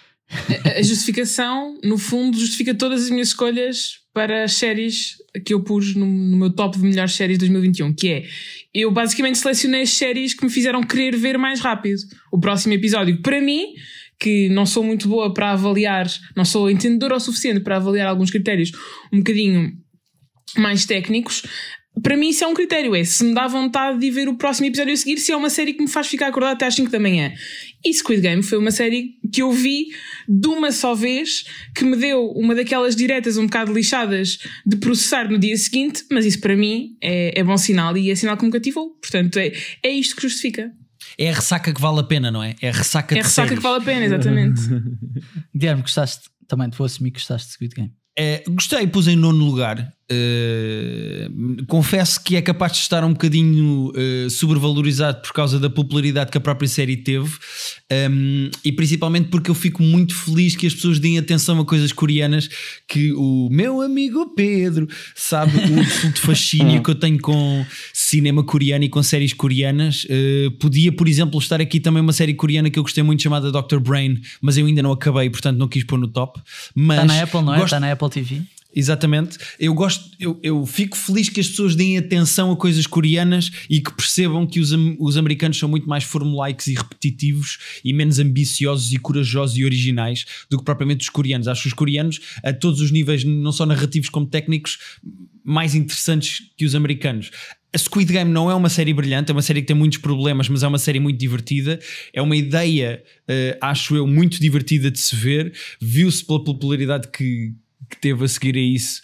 [SPEAKER 2] A justificação, no fundo, justifica todas as minhas escolhas para as séries que eu pus no meu top de melhores séries de 2021, que é, eu basicamente selecionei as séries que me fizeram querer ver mais rápido o próximo episódio. Para mim, que não sou muito boa para avaliar, não sou entendedora o suficiente para avaliar alguns critérios um bocadinho mais técnicos, para mim isso é um critério, se me dá vontade de ver o próximo episódio a seguir, se é uma série que me faz ficar acordado até às 5 da manhã. E Squid Game foi uma série que eu vi de uma só vez, que me deu uma daquelas diretas um bocado lixadas de processar no dia seguinte, mas isso para mim é bom sinal e é sinal que me cativou. Portanto, é isto que justifica.
[SPEAKER 4] É a ressaca que vale a pena, não é? É a ressaca de séries.
[SPEAKER 2] Que vale a pena, exatamente.
[SPEAKER 1] Guilherme, gostaste? Também te vou assumir que gostaste de Squid Game.
[SPEAKER 4] Gostei, pus em nono lugar. Confesso que é capaz de estar um bocadinho sobrevalorizado por causa da popularidade que a própria série teve, e principalmente porque eu fico muito feliz que as pessoas deem atenção a coisas coreanas, que o meu amigo Pedro sabe o absoluto fascínio que eu tenho com cinema coreano e com séries coreanas. Podia, por exemplo, estar aqui também uma série coreana que eu gostei muito chamada Dr. Brain, mas eu ainda não acabei, portanto não quis pôr no top. Mas
[SPEAKER 1] está na Apple, não é? Está na Apple TV.
[SPEAKER 4] Exatamente. Eu fico feliz que as pessoas deem atenção a coisas coreanas e que percebam que os americanos são muito mais formulaicos e repetitivos e menos ambiciosos e corajosos e originais do que propriamente os coreanos. Acho os coreanos, a todos os níveis, não só narrativos como técnicos, mais interessantes que os americanos. A Squid Game não é uma série brilhante, é uma série que tem muitos problemas, mas é uma série muito divertida. É uma ideia, acho eu, muito divertida de se ver. Viu-se pela popularidade que teve a seguir a isso,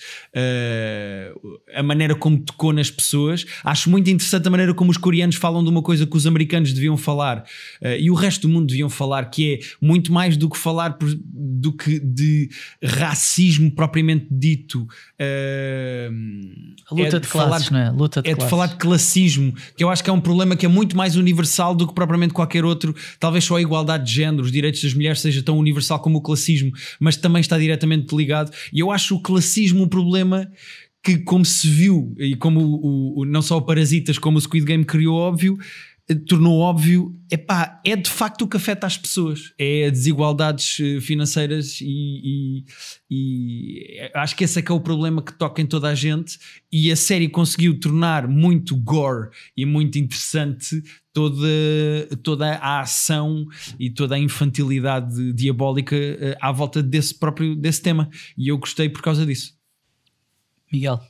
[SPEAKER 4] a maneira como tocou nas pessoas. Acho muito interessante a maneira como os coreanos falam de uma coisa que os americanos deviam falar e o resto do mundo deviam falar, que é muito mais do que falar do que de racismo propriamente dito.
[SPEAKER 1] A luta de classes, não é? Luta de
[SPEAKER 4] classes. De falar de classismo, que eu acho que é um problema que é muito mais universal do que propriamente qualquer outro. Talvez só a igualdade de género, os direitos das mulheres seja tão universal como o classismo, mas também está diretamente ligado. E eu acho o classismo um problema que, como se viu, e como não só o Parasitas, como o Squid Game criou óbvio, tornou óbvio, é de facto o que afeta as pessoas, é desigualdades financeiras e acho que esse é que é o problema que toca em toda a gente, e a série conseguiu tornar muito gore e muito interessante toda a ação e toda a infantilidade diabólica à volta desse tema, e eu gostei por causa disso.
[SPEAKER 1] Miguel?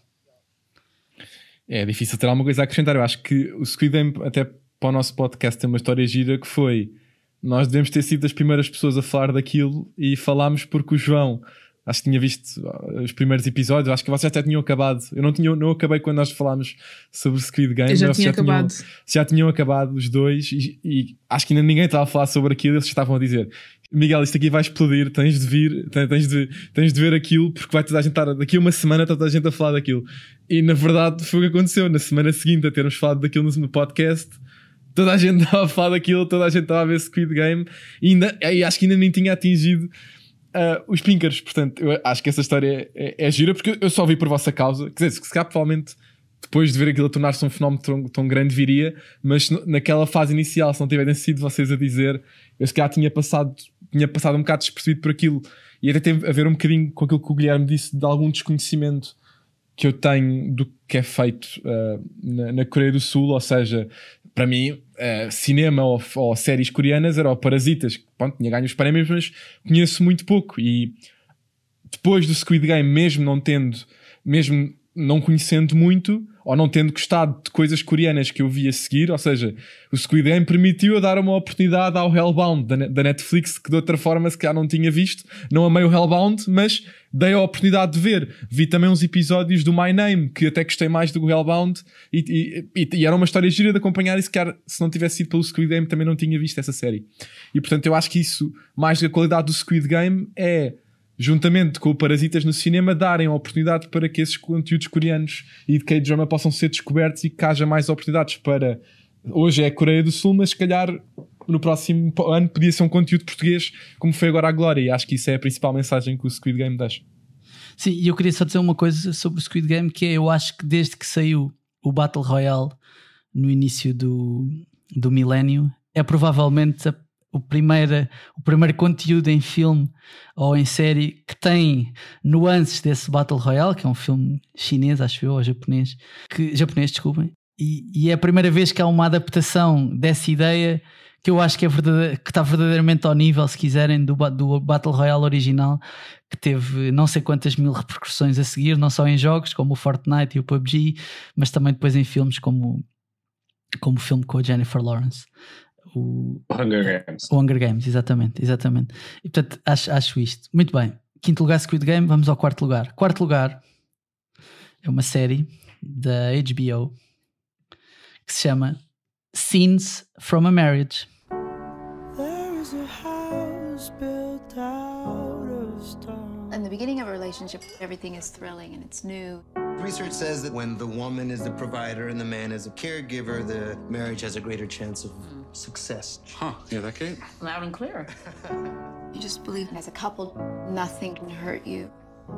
[SPEAKER 5] É difícil ter alguma coisa a acrescentar. Eu acho que o Squid Game, até para o nosso podcast, tem uma história gira que foi: nós devemos ter sido as primeiras pessoas a falar daquilo, e falámos porque o João, acho que tinha visto os primeiros episódios, acho que vocês até tinham acabado. Eu não acabei quando nós falámos sobre o Squid Game.
[SPEAKER 2] Eu já tinha acabado.
[SPEAKER 5] Já tinham acabado os dois, e acho que ainda ninguém estava a falar sobre aquilo. Eles estavam a dizer: Miguel, isto aqui vai explodir, tens de vir, tens de ver aquilo, porque vai toda a gente estar, daqui a uma semana toda a gente a falar daquilo. E na verdade foi o que aconteceu. Na semana seguinte a termos falado daquilo no podcast, toda a gente estava a falar daquilo, toda a gente estava a ver Squid Game, e acho que ainda nem tinha atingido os píncaros. Portanto, eu acho que essa história é gira, porque eu só vi por vossa causa. Quer dizer, se calhar provavelmente depois de ver aquilo a tornar-se um fenómeno tão grande viria, mas naquela fase inicial, se não tivessem sido vocês a dizer, eu se calhar tinha passado um bocado despercebido por aquilo, e até teve a ver um bocadinho com aquilo que o Guilherme disse, de algum desconhecimento que eu tenho do que é feito na Coreia do Sul. Ou seja, para mim, cinema ou séries coreanas era o Parasitas, que pronto, tinha ganho os prémios, mas conheço muito pouco. E depois do Squid Game, mesmo não conhecendo muito, ou não tendo gostado de coisas coreanas que eu vi a seguir, ou seja, o Squid Game permitiu eu dar uma oportunidade ao Hellbound da Netflix, que de outra forma se calhar não tinha visto. Não amei o Hellbound, mas dei a oportunidade de ver. Vi também uns episódios do My Name, que até gostei mais do Hellbound, e era uma história gira de acompanhar, e se não tivesse sido pelo Squid Game também não tinha visto essa série. E portanto eu acho que isso, mais da qualidade do Squid Game, é, juntamente com o Parasitas no cinema, darem a oportunidade para que esses conteúdos coreanos e de K-drama possam ser descobertos, e que haja mais oportunidades para... Hoje é a Coreia do Sul, mas se calhar no próximo ano podia ser um conteúdo português, como foi agora a Glória, e acho que isso é a principal mensagem que o Squid Game deixa.
[SPEAKER 1] Sim, e eu queria só dizer uma coisa sobre o Squid Game, que é, eu acho que desde que saiu o Battle Royale no início do milénio, é provavelmente o primeiro conteúdo em filme ou em série que tem nuances desse Battle Royale, que é um filme chinês, acho eu, ou japonês, desculpem, e é a primeira vez que há uma adaptação dessa ideia que eu acho que está verdadeiramente ao nível, se quiserem, do Battle Royale original, que teve não sei quantas mil repercussões a seguir, não só em jogos como o Fortnite e o PUBG, mas também depois em filmes como o filme com a Jennifer Lawrence. O Hunger Games, exatamente. E portanto acho isto. Muito bem, quinto lugar Squid Game, vamos ao quarto lugar. Quarto lugar é uma série da HBO que se chama Scenes from a Marriage.
[SPEAKER 14] There is a house built out of stone.
[SPEAKER 17] In the beginning of a relationship, everything is thrilling and it's new.
[SPEAKER 9] Research says that when the woman is the provider and the man is a caregiver, the marriage has a greater chance of success.
[SPEAKER 8] Huh, yeah, that Kate?
[SPEAKER 17] Loud and clear. You just believe as a couple, nothing can hurt you.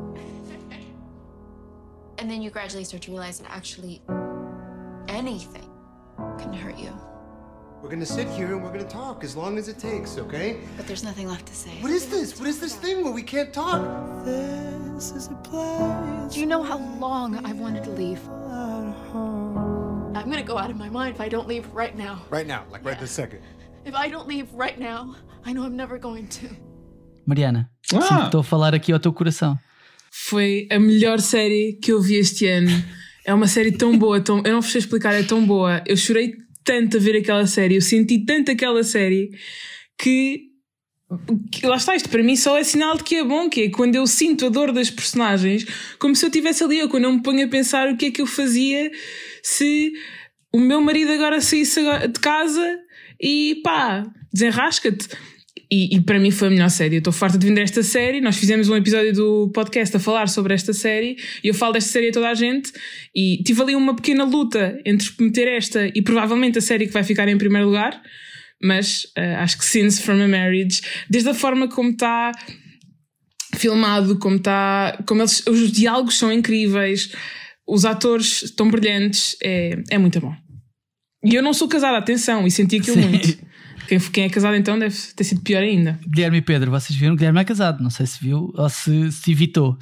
[SPEAKER 17] And then you gradually start to realize that actually anything can hurt you.
[SPEAKER 9] We're gonna sit here and we're gonna talk as long as it takes, okay?
[SPEAKER 17] But there's nothing left to say.
[SPEAKER 9] What is this? What is this thing where we can't talk?
[SPEAKER 20] Do you know how long I've wanted to leave? I'm gonna go out of my mind if I don't leave right now.
[SPEAKER 9] Right now, like right this second.
[SPEAKER 20] If I don't leave right now, I know I'm never going to.
[SPEAKER 1] Mariana, sinto que estou a falar aqui ao teu coração.
[SPEAKER 2] Foi a melhor série que eu vi este ano. É uma série tão boa, eu não vos sei explicar, é tão boa. Eu chorei tanto a ver aquela série, eu senti tanto aquela série que lá está, isto para mim só é sinal de que é bom, que é quando eu sinto a dor das personagens, como se eu estivesse ali, ou quando eu me ponho a pensar o que é que eu fazia se o meu marido agora saísse de casa e pá, desenrasca-te. E para mim foi a melhor série. Eu estou farta de vender esta série. Nós fizemos um episódio do podcast a falar sobre esta série e eu falo desta série a toda a gente e tive ali uma pequena luta entre meter esta e provavelmente a série que vai ficar em primeiro lugar, mas acho que Scenes from a Marriage, desde a forma como está filmado, os diálogos são incríveis, os atores estão brilhantes, é muito bom. E eu não sou casada, atenção, e senti aquilo muito. Quem é casado então deve ter sido pior ainda.
[SPEAKER 1] Guilherme e Pedro, vocês viram? Guilherme é casado, não sei se viu ou se evitou.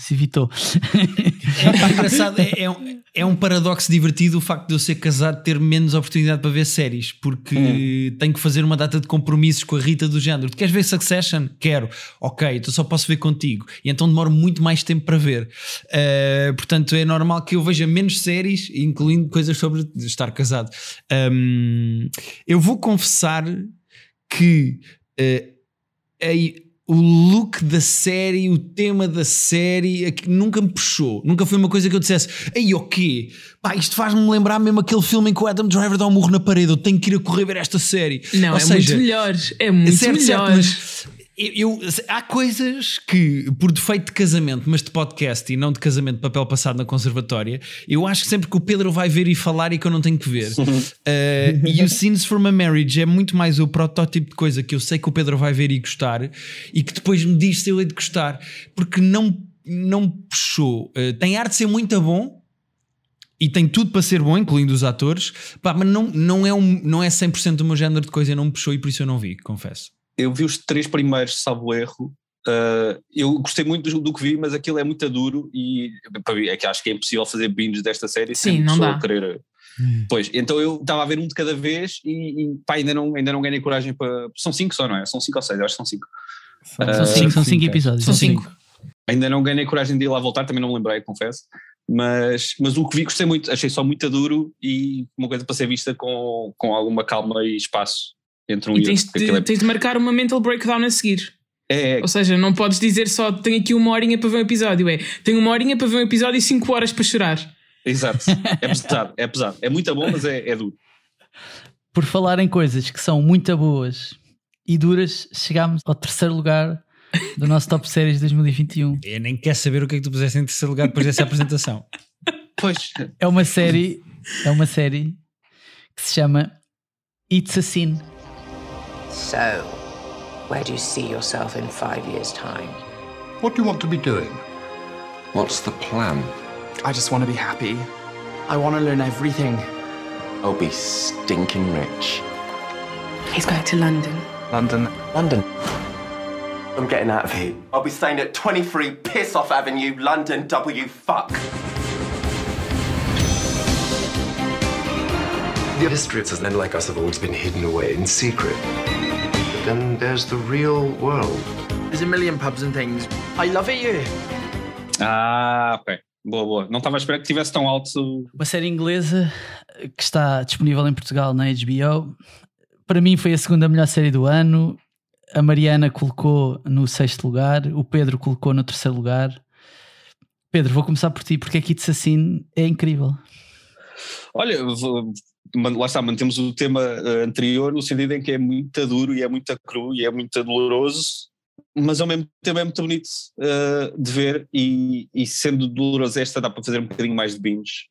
[SPEAKER 4] É engraçado, é um paradoxo divertido o facto de eu ser casado ter menos oportunidade para ver séries, porque tenho que fazer uma data de compromissos com a Rita do género. Tu queres ver Succession? Quero. Ok, então só posso ver contigo. E então demoro muito mais tempo para ver. Portanto, é normal que eu veja menos séries, incluindo coisas sobre estar casado. Eu vou confessar que o look da série, o tema da série nunca me puxou, nunca foi uma coisa que eu dissesse ei, o quê? Pá, isto faz-me lembrar mesmo aquele filme em que o Adam Driver dá um murro na parede, eu tenho que ir a correr ver esta série.
[SPEAKER 2] Não, ou seja, muito melhor, é muito
[SPEAKER 4] certo,
[SPEAKER 2] melhor.
[SPEAKER 4] Mas há coisas que, por defeito de casamento, mas de podcast e não de casamento de papel passado na conservatória, eu acho que sempre que o Pedro vai ver e falar e que eu não tenho que ver. E o Scenes from a Marriage é muito mais o protótipo de coisa que eu sei que o Pedro vai ver e gostar e que depois me diz se eu hei de gostar, porque não puxou. Tem arte de ser muito bom e tem tudo para ser bom, incluindo os atores, pá, mas não é 100% do meu género de coisa, não me puxou e por isso eu não vi, confesso.
[SPEAKER 3] Eu vi os 3 primeiros, salvo erro. Eu gostei muito do que vi, mas aquilo é muito duro e é que acho que é impossível fazer binges desta série.
[SPEAKER 2] Sim, não dá.
[SPEAKER 3] Querer. Pois, então eu estava a ver um de cada vez e pá, ainda não ganhei coragem para... São 5 só, não é? São 5 ou 6, eu acho que são 5.
[SPEAKER 1] São 5 episódios.
[SPEAKER 2] São 5.
[SPEAKER 3] Ainda não ganhei coragem de ir lá voltar, também não me lembrei, confesso. Mas o que vi gostei muito, achei só muito duro e uma coisa para ser vista com alguma calma e espaço. Entre
[SPEAKER 2] e tens de marcar uma mental breakdown a seguir. Ou seja, não podes dizer só tenho aqui 1 horinha para ver um episódio. Tenho 1 horinha para ver um episódio e 5 horas para chorar.
[SPEAKER 3] Exato, é pesado. É muito bom, mas é duro.
[SPEAKER 1] Por falar em coisas que são muito boas e duras, chegámos ao 3º lugar do nosso Top Séries de 2021.
[SPEAKER 4] Eu nem quero saber o que é que tu puseste em 3º lugar depois dessa apresentação.
[SPEAKER 3] Pois.
[SPEAKER 1] É uma série que se chama It's a Sin.
[SPEAKER 15] So, where do you see yourself in 5 years' time?
[SPEAKER 18] What do you want to be doing? What's the plan?
[SPEAKER 10] I just want to be happy. I want to learn everything.
[SPEAKER 18] I'll be stinking rich.
[SPEAKER 20] He's going to London.
[SPEAKER 10] London.
[SPEAKER 21] I'm getting out of here. I'll be staying at 23 Piss Off Avenue, London, W fuck.
[SPEAKER 18] The history of men like us have always been hidden away in secret. But then there's the real world.
[SPEAKER 10] There's a million pubs and things. I love it here.
[SPEAKER 3] Ok. Boa. Não estava a esperar que tivesse tão alto.
[SPEAKER 1] Uma série inglesa que está disponível em Portugal na HBO. Para mim foi a 2ª melhor série do ano. A Mariana colocou no 6º lugar. O Pedro colocou no 3º lugar. Pedro, vou começar por ti. Porque é que It's a Sin é incrível?
[SPEAKER 3] Olha, lá está, mantemos o tema anterior no sentido em que é muito duro e é muito cru e é muito doloroso, mas ao mesmo tempo é muito bonito de ver e sendo doloroso esta dá para fazer um bocadinho mais de binge.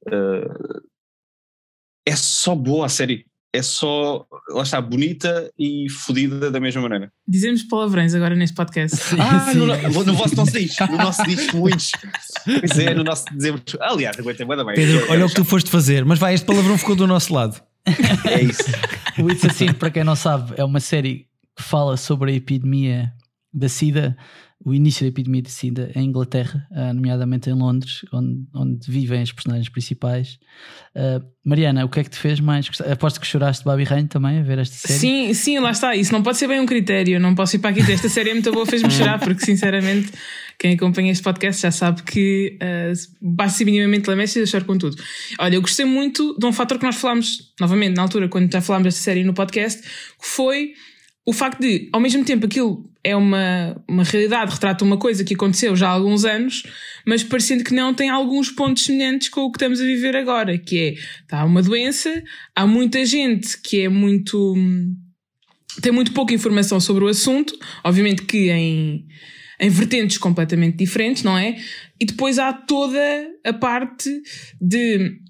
[SPEAKER 3] É só boa a série, é só, lá está, bonita e fodida da mesma maneira.
[SPEAKER 2] Dizemos palavrões agora neste podcast.
[SPEAKER 3] No vosso não se diz, no nosso diz muitos. Pois é, no nosso dizemos. Aliás, aguentei bem.
[SPEAKER 4] Pedro, olha o que tu foste fazer, mas vai, este palavrão ficou do nosso lado.
[SPEAKER 3] É isso.
[SPEAKER 1] O It's a Sin, para quem não sabe, é uma série que fala sobre a epidemia da SIDA o início da epidemia de SIDA em Inglaterra, nomeadamente em Londres, onde vivem as personagens principais. Mariana, o que é que te fez mais gostar? Aposto que choraste de Babi Rain também a ver esta série.
[SPEAKER 2] Sim, lá está. Isso não pode ser bem um critério. Não posso ir para aqui. Esta série é muito boa, fez-me chorar, porque sinceramente quem acompanha este podcast já sabe que basta minimamente lamechas e choro com tudo. Olha, eu gostei muito de um fator que nós falámos novamente na altura, quando já falámos desta série no podcast, que foi o facto de, ao mesmo tempo, aquilo é uma realidade, retrata uma coisa que aconteceu já há alguns anos, mas parecendo que não, tem alguns pontos semelhantes com o que estamos a viver agora, que é, há uma doença, há muita gente que é tem muito pouca informação sobre o assunto, obviamente que em vertentes completamente diferentes, não é? E depois há toda a parte de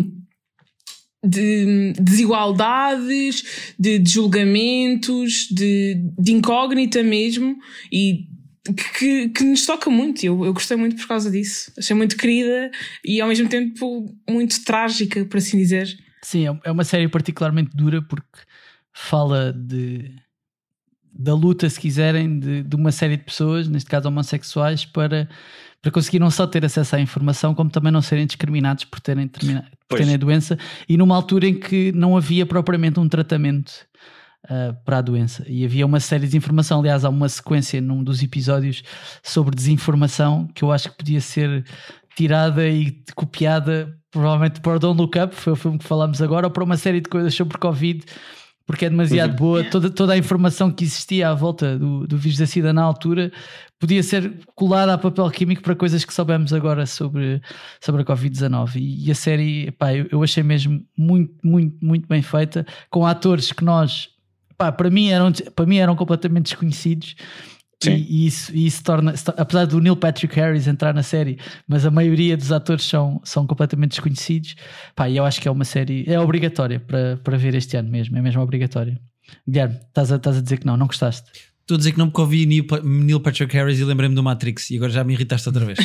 [SPEAKER 2] desigualdades, de julgamentos, de incógnita mesmo, e que nos toca muito. Eu gostei muito por causa disso. Achei muito querida e ao mesmo tempo muito trágica, por assim dizer.
[SPEAKER 1] Sim, é uma série particularmente dura porque fala da luta, se quiserem, de uma série de pessoas, neste caso homossexuais, para conseguir não só ter acesso à informação, como também não serem discriminados por terem a doença, e numa altura em que não havia propriamente um tratamento para a doença, e havia uma série de informação. Aliás, há uma sequência num dos episódios sobre desinformação que eu acho que podia ser tirada e copiada provavelmente para o Don't Look Up, foi o filme que falámos agora, ou para uma série de coisas sobre Covid, porque é demasiado boa. Toda a informação que existia à volta do vírus da SIDA na altura podia ser colada a papel químico para coisas que soubemos agora sobre a Covid-19. E a série, eu achei mesmo muito, muito, muito bem feita, com atores que para mim eram completamente desconhecidos. E isso torna, apesar do Neil Patrick Harris entrar na série, mas a maioria dos atores são completamente desconhecidos. E eu acho que é uma série, é obrigatória para ver este ano mesmo, é mesmo obrigatória. Guilherme, estás a dizer que não gostaste?
[SPEAKER 4] Estou a dizer que não, porque ouvi Neil Patrick Harris e lembrei-me do Matrix, e agora já me irritaste outra vez.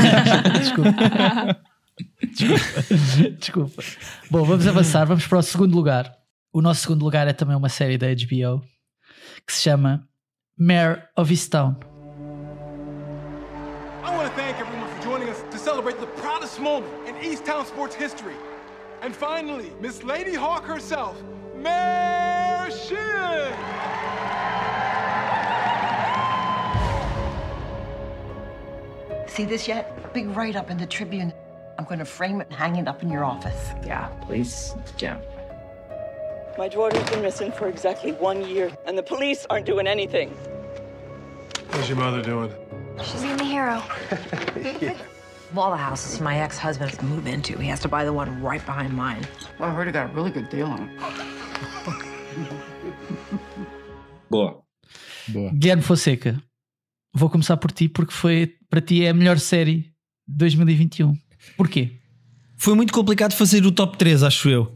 [SPEAKER 1] Desculpa. Bom, vamos avançar, vamos para o segundo lugar. O nosso segundo lugar é também uma série da HBO que se chama Mare of Easttown.
[SPEAKER 6] I want to thank everyone for joining us to celebrate the proudest moment in Easttown sports history. And finally, Miss Lady Hawk herself, Mare Sheehan!
[SPEAKER 22] See this yet? Big write-up in the Tribune. I'm going to frame it and hang it up in your office.
[SPEAKER 15] Yeah, please do.
[SPEAKER 23] My daughter's been missing for exactly 1 year, and the police aren't doing anything.
[SPEAKER 6] How's your mother doing?
[SPEAKER 17] She's being the hero.
[SPEAKER 22] Of all the houses my ex-husband has to move into, he has to buy the one right behind mine.
[SPEAKER 15] Well, I heard he got a really good deal on it.
[SPEAKER 3] Boa.
[SPEAKER 1] Guilherme Fonseca, vou começar por ti, porque para ti é a melhor série de 2021. Porquê?
[SPEAKER 4] Foi muito complicado fazer o top 3, acho eu.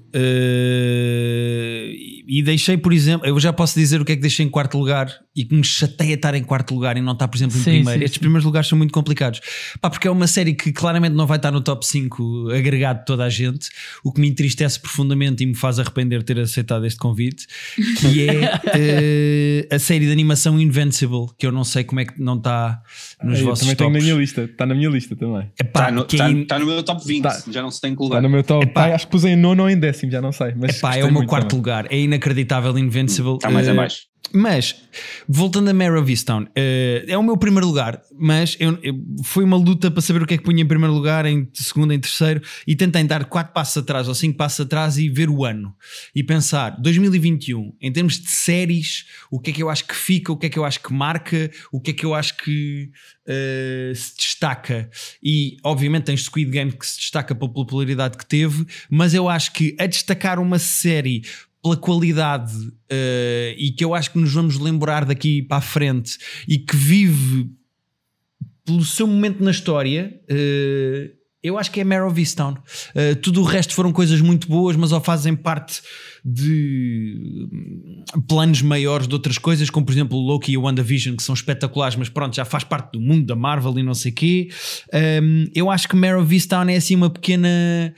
[SPEAKER 4] E deixei, por exemplo, eu já posso dizer o que é que deixei em quarto lugar e que me chateia estar em quarto lugar e não estar, por exemplo, em primeiro. Estes primeiros lugares são muito complicados. Porque é uma série que claramente não vai estar no top 5 agregado de toda a gente, o que me entristece profundamente e me faz arrepender de ter aceitado este convite, que é a série de animação Invincible, que eu não sei como é que não está nos vossos
[SPEAKER 5] também
[SPEAKER 4] tops.
[SPEAKER 5] Tenho na minha lista, está na minha lista também.
[SPEAKER 3] Está no meu top 20, já não se tem que lugar.
[SPEAKER 5] Está no meu top, acho que pus em nono ou em décimo, já não sei. Mas
[SPEAKER 4] é o meu quarto lugar, é inacreditável. Invincible.
[SPEAKER 3] Está mais abaixo.
[SPEAKER 4] Mas, voltando a Mare of Easttown, é o meu primeiro lugar, mas foi uma luta para saber o que é que punha em primeiro lugar, em segundo, em terceiro, e tentei dar 4 passos atrás ou 5 passos atrás e ver o ano e pensar, 2021, em termos de séries, o que é que eu acho que fica, o que é que eu acho que marca, o que é que eu acho que se destaca. E obviamente tens Squid Game, que se destaca pela popularidade que teve, mas eu acho que a destacar uma série pela qualidade e que eu acho que nos vamos lembrar daqui para a frente e que vive pelo seu momento na história, Eu acho que é Mare of Easttown. Tudo o resto foram coisas muito boas, mas ou fazem parte de planos maiores de outras coisas, como por exemplo o Loki e o WandaVision, que são espetaculares, mas pronto, já faz parte do mundo da Marvel e não sei o quê. Eu acho que Mare of Easttown é assim uma pequena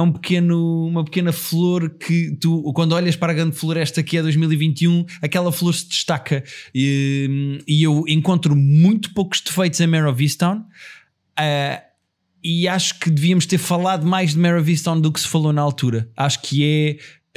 [SPEAKER 4] flor que tu, quando olhas para a grande floresta que é 2021, aquela flor se destaca, e eu encontro muito poucos defeitos em Mare of Easttown. E acho que devíamos ter falado mais de Mare of Easttown do que se falou na altura. Acho que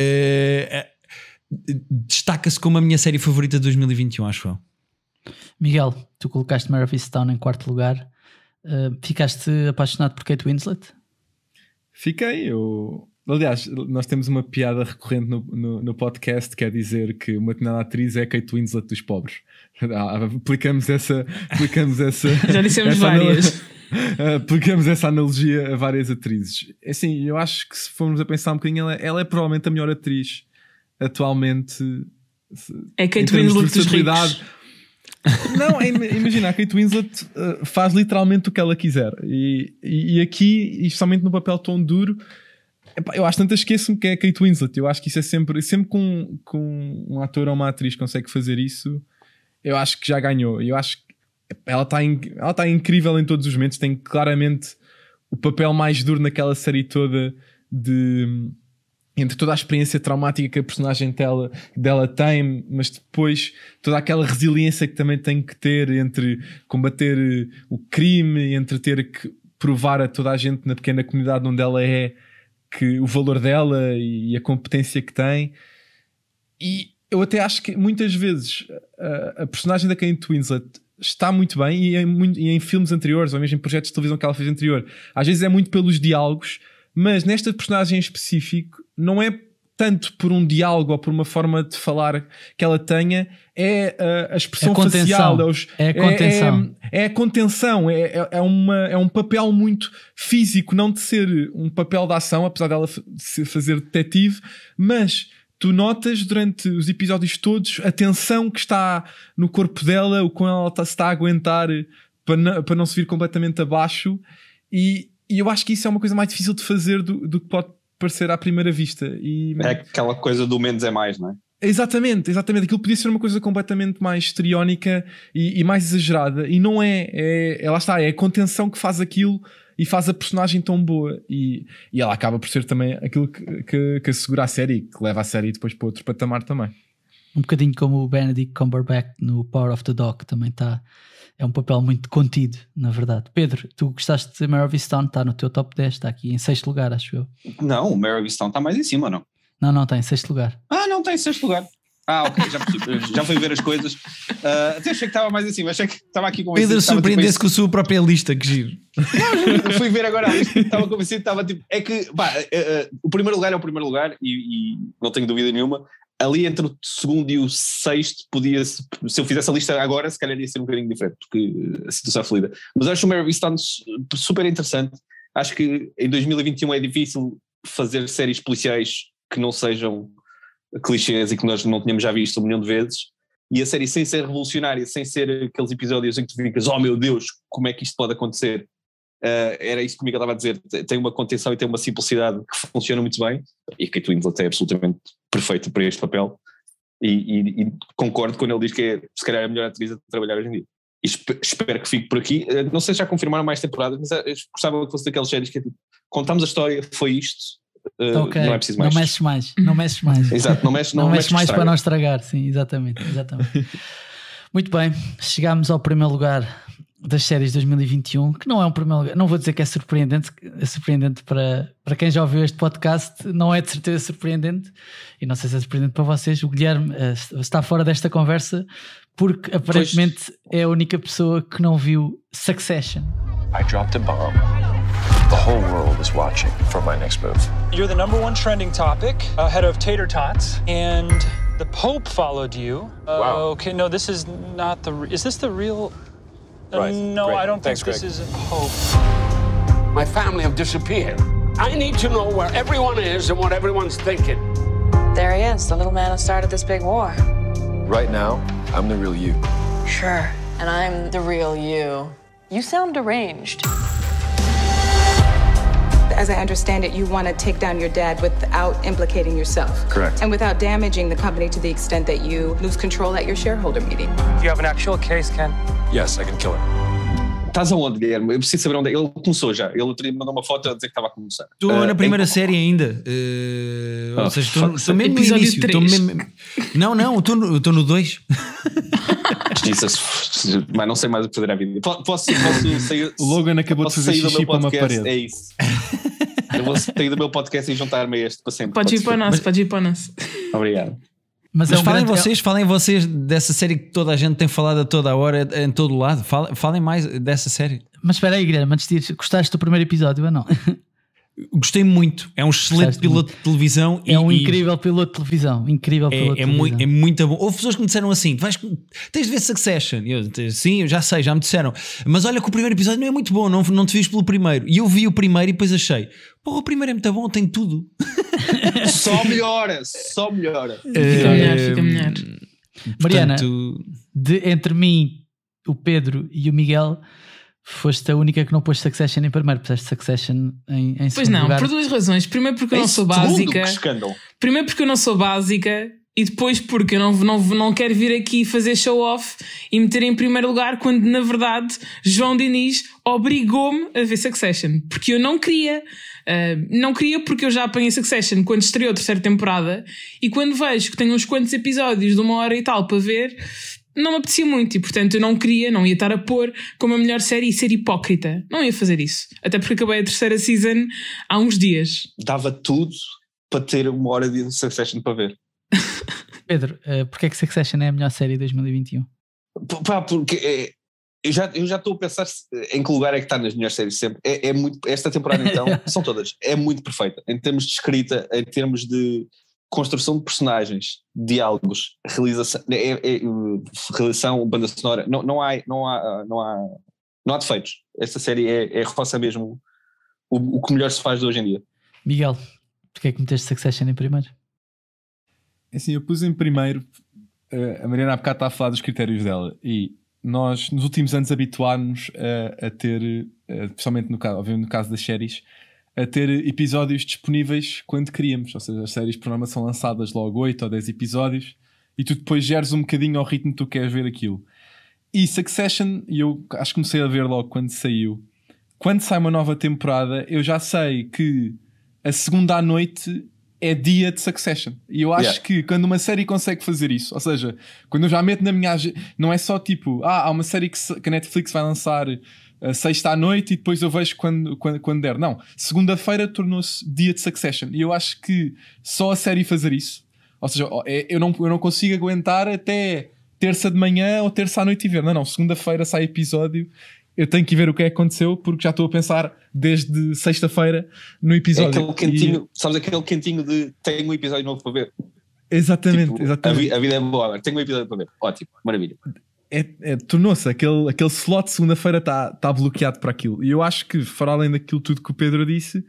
[SPEAKER 4] destaca-se como a minha série favorita de 2021, acho eu.
[SPEAKER 1] Miguel, tu colocaste Mare of Easttown em quarto lugar. Ficaste apaixonado por Kate Winslet?
[SPEAKER 5] Fiquei. Aliás, nós temos uma piada recorrente no podcast, que é dizer que uma determinada atriz é a Kate Winslet dos pobres. Aplicamos essa
[SPEAKER 2] já dissemos várias.
[SPEAKER 5] Aplicamos essa analogia a várias atrizes. Assim, eu acho que se formos a pensar um bocadinho, ela é provavelmente a melhor atriz atualmente.
[SPEAKER 2] É Kate Winslet dos ricos.
[SPEAKER 5] Não, imagina, a Kate Winslet faz literalmente o que ela quiser. E aqui, especialmente no papel tão duro, eu acho tanto esqueço-me que é a Kate Winslet. Eu acho que isso é sempre com um ator ou uma atriz consegue fazer isso, eu acho que já ganhou. Eu acho que ela está incrível em todos os momentos. Tem claramente o papel mais duro naquela série toda, entre toda a experiência traumática que a personagem dela tem, mas depois toda aquela resiliência que também tem que ter entre combater o crime, entre ter que provar a toda a gente na pequena comunidade onde ela é que o valor dela e a competência que tem. E eu até acho que muitas vezes a personagem da Kate Winslet está muito bem, e em filmes anteriores ou mesmo em projetos de televisão que ela fez anterior, às vezes é muito pelos diálogos, mas nesta personagem em específico não é tanto por um diálogo ou por uma forma de falar que ela tenha, é a expressão facial, é a contenção, é um papel muito físico, não de ser um papel de ação, apesar dela fazer detetive, mas tu notas durante os episódios todos a tensão que está no corpo dela, o quão ela se está a aguentar para não se vir completamente abaixo, e eu acho que isso é uma coisa mais difícil de fazer do que pode parecer à primeira vista.
[SPEAKER 3] É aquela coisa do menos é mais, não é?
[SPEAKER 5] Exatamente. Aquilo podia ser uma coisa completamente mais histriónica e mais exagerada, e não é. Lá está, é a contenção que faz aquilo e faz a personagem tão boa, e ela acaba por ser também aquilo que assegura a série e que leva a série depois para outro patamar também.
[SPEAKER 1] Um bocadinho como o Benedict Cumberbatch no Power of the Dog, também está. É um papel muito contido, na verdade. Pedro, tu gostaste de Mare of Easttown? Está no teu top 10, está aqui em 6º lugar, acho eu.
[SPEAKER 3] Não, o Mare of Easttown está mais em cima, não?
[SPEAKER 1] Não, está em 6º lugar.
[SPEAKER 3] Não, está em 6º lugar. Ok, já fui ver as coisas. Até achei que estava mais em cima, achei que estava aqui com
[SPEAKER 4] Pedro surpreendesse com a sua própria lista, que giro.
[SPEAKER 3] Não, fui ver agora a lista, estava convencido, estava tipo. É que, o primeiro lugar é o primeiro lugar, e não tenho dúvida nenhuma. Ali entre o segundo e o sexto podia-se, se eu fizesse a lista agora, se calhar ia ser um bocadinho diferente, porque a situação é fluida. Mas acho o Mare of Easttown super interessante. Acho que em 2021 é difícil fazer séries policiais que não sejam clichês e que nós não tínhamos já visto 1 milhão de vezes. E a série, sem ser revolucionária, sem ser aqueles episódios em que tu ficas, oh meu Deus, como é que isto pode acontecer? Era isso que o Miguel estava a dizer, tem uma contenção e tem uma simplicidade que funciona muito bem, e a Kate Winslet é absolutamente perfeita para este papel, e concordo quando ele diz que é se calhar a melhor atriz a trabalhar hoje em dia, e espero que fique por aqui. Não sei se já confirmaram mais temporadas, mas eu gostava que fosse daquelas séries que é tipo, contamos a história, foi isto,
[SPEAKER 1] okay.
[SPEAKER 3] Não é preciso mais.
[SPEAKER 1] Não mexes mais.
[SPEAKER 3] Exato, não mexes
[SPEAKER 1] mais para não estragar, sim, exatamente. Muito bem, chegámos ao primeiro lugar das séries de 2021, que não é um primeiro lugar, não vou dizer que é surpreendente para quem já ouviu este podcast, não é de certeza surpreendente, e não sei se é surpreendente para vocês. O Guilherme está fora desta conversa porque aparentemente é a única pessoa que não viu Succession.
[SPEAKER 8] I dropped a bomb. The whole world is watching for my next move.
[SPEAKER 10] You're the #1 trending topic, ahead of tater tots, and the Pope followed you.
[SPEAKER 8] Wow.
[SPEAKER 10] Okay, no, this is not is this the real...
[SPEAKER 8] Right.
[SPEAKER 10] No,
[SPEAKER 8] Greg.
[SPEAKER 10] I don't think
[SPEAKER 8] Thanks,
[SPEAKER 10] this
[SPEAKER 8] Greg.
[SPEAKER 10] is a Pope.
[SPEAKER 7] My family have disappeared. I need to know where everyone is and what everyone's thinking.
[SPEAKER 11] There he is, the little man who started this big war.
[SPEAKER 8] Right now, I'm the real you.
[SPEAKER 11] Sure. And I'm the real you. You sound deranged.
[SPEAKER 15] As I understand it, you want to take down your dad without implicating yourself.
[SPEAKER 8] Correct.
[SPEAKER 15] And without damaging the company to the extent that you lose control at your shareholder meeting.
[SPEAKER 10] Do you have an actual case, Ken?
[SPEAKER 8] Yes, I can kill her.
[SPEAKER 3] Estás aonde, Guilherme? Eu preciso saber onde é. Ele começou já. Ele mandou uma foto a dizer que estava a começar.
[SPEAKER 4] Estou na primeira série ainda. Ou seja, estou mesmo no início. Não, estou no 2.
[SPEAKER 3] Mas não sei mais o que fazer à vida. Posso sair.
[SPEAKER 5] O Logan acabou de fazer xixi para uma parede.
[SPEAKER 3] É isso. Eu vou sair do meu podcast e juntar-me a este para sempre.
[SPEAKER 2] Pode ir para o nosso.
[SPEAKER 3] Obrigado.
[SPEAKER 4] Mas falem vocês dessa série que toda a gente tem falado a toda a hora, em todo o lado. Falem mais dessa série.
[SPEAKER 1] Mas espera aí, Guilherme, antes de ir, gostaste do primeiro episódio ou não?
[SPEAKER 4] Gostei muito. É um excelente piloto de televisão.
[SPEAKER 1] É um incrível piloto de televisão.
[SPEAKER 4] É muito bom. Houve pessoas que me disseram assim: tens de ver Succession. Sim, eu já sei, já me disseram. Mas olha que o primeiro episódio não é muito bom, não te fiz pelo primeiro. E eu vi o primeiro e depois achei: porra, o primeiro é muito bom, tem tudo.
[SPEAKER 3] Só melhora.
[SPEAKER 2] Fica melhor.
[SPEAKER 1] Mariana, entre mim, o Pedro e o Miguel, foste a única que não pôs Succession em primeiro, puseste Succession em segundo
[SPEAKER 2] Pois não,
[SPEAKER 1] lugar.
[SPEAKER 2] por duas razões. Primeiro porque eu não sou básica. Primeiro porque eu não sou básica. E depois porque eu não quero vir aqui fazer show-off e meter em primeiro lugar quando na verdade João Diniz obrigou-me a ver Succession. Porque eu não queria. Não queria porque eu já apanhei Succession quando estreou a terceira temporada e quando vejo que tenho uns quantos episódios de 1 hora e tal para ver, não me apetecia muito e portanto eu não ia estar a pôr como a melhor série e ser hipócrita. Não ia fazer isso. Até porque acabei a terceira season há uns dias.
[SPEAKER 3] Dava tudo para ter 1 hora de Succession para ver.
[SPEAKER 1] Pedro, porque é que Succession é a melhor série de 2021?
[SPEAKER 3] Porque eu já estou a pensar em que lugar é que está nas melhores séries sempre. É muito, esta temporada então, são todas, é muito perfeita em termos de escrita, em termos de construção de personagens, diálogos, realização, banda sonora, não há defeitos. Esta série reforça mesmo o que melhor se faz de hoje em dia.
[SPEAKER 1] Miguel, porque é que meteste Succession em primeiro?
[SPEAKER 5] Assim, eu pus em primeiro, a Mariana há bocado está a falar dos critérios dela e nós nos últimos anos habituámos a ter, especialmente no caso das séries, a ter episódios disponíveis quando queríamos, ou seja, as séries por norma são lançadas logo 8 ou 10 episódios e tu depois geres um bocadinho ao ritmo que tu queres ver aquilo. E Succession, eu acho que comecei a ver logo quando saiu. Quando sai uma nova temporada, eu já sei que a segunda à noite é dia de Succession. E eu acho que quando uma série consegue fazer isso, ou seja, quando eu já meto na minha... Não é só tipo, há uma série que a Netflix vai lançar sexta à noite e depois eu vejo quando der. Não, segunda-feira tornou-se dia de Succession. E eu acho que só a série fazer isso, ou seja, eu não consigo aguentar até terça de manhã ou terça à noite e ver. Não, segunda-feira sai episódio. Eu tenho que ver o que é que aconteceu porque já estou a pensar desde sexta-feira no episódio.
[SPEAKER 3] É aquele quentinho, sabes aquele quentinho de tenho um episódio novo para ver.
[SPEAKER 5] Exatamente,
[SPEAKER 3] tipo,
[SPEAKER 5] exatamente.
[SPEAKER 3] A vida é boa, tenho um episódio para ver. Ótimo, maravilha.
[SPEAKER 5] Tornou-se aquele slot de segunda-feira está bloqueado para aquilo. E eu acho que, fora além daquilo tudo que o Pedro disse,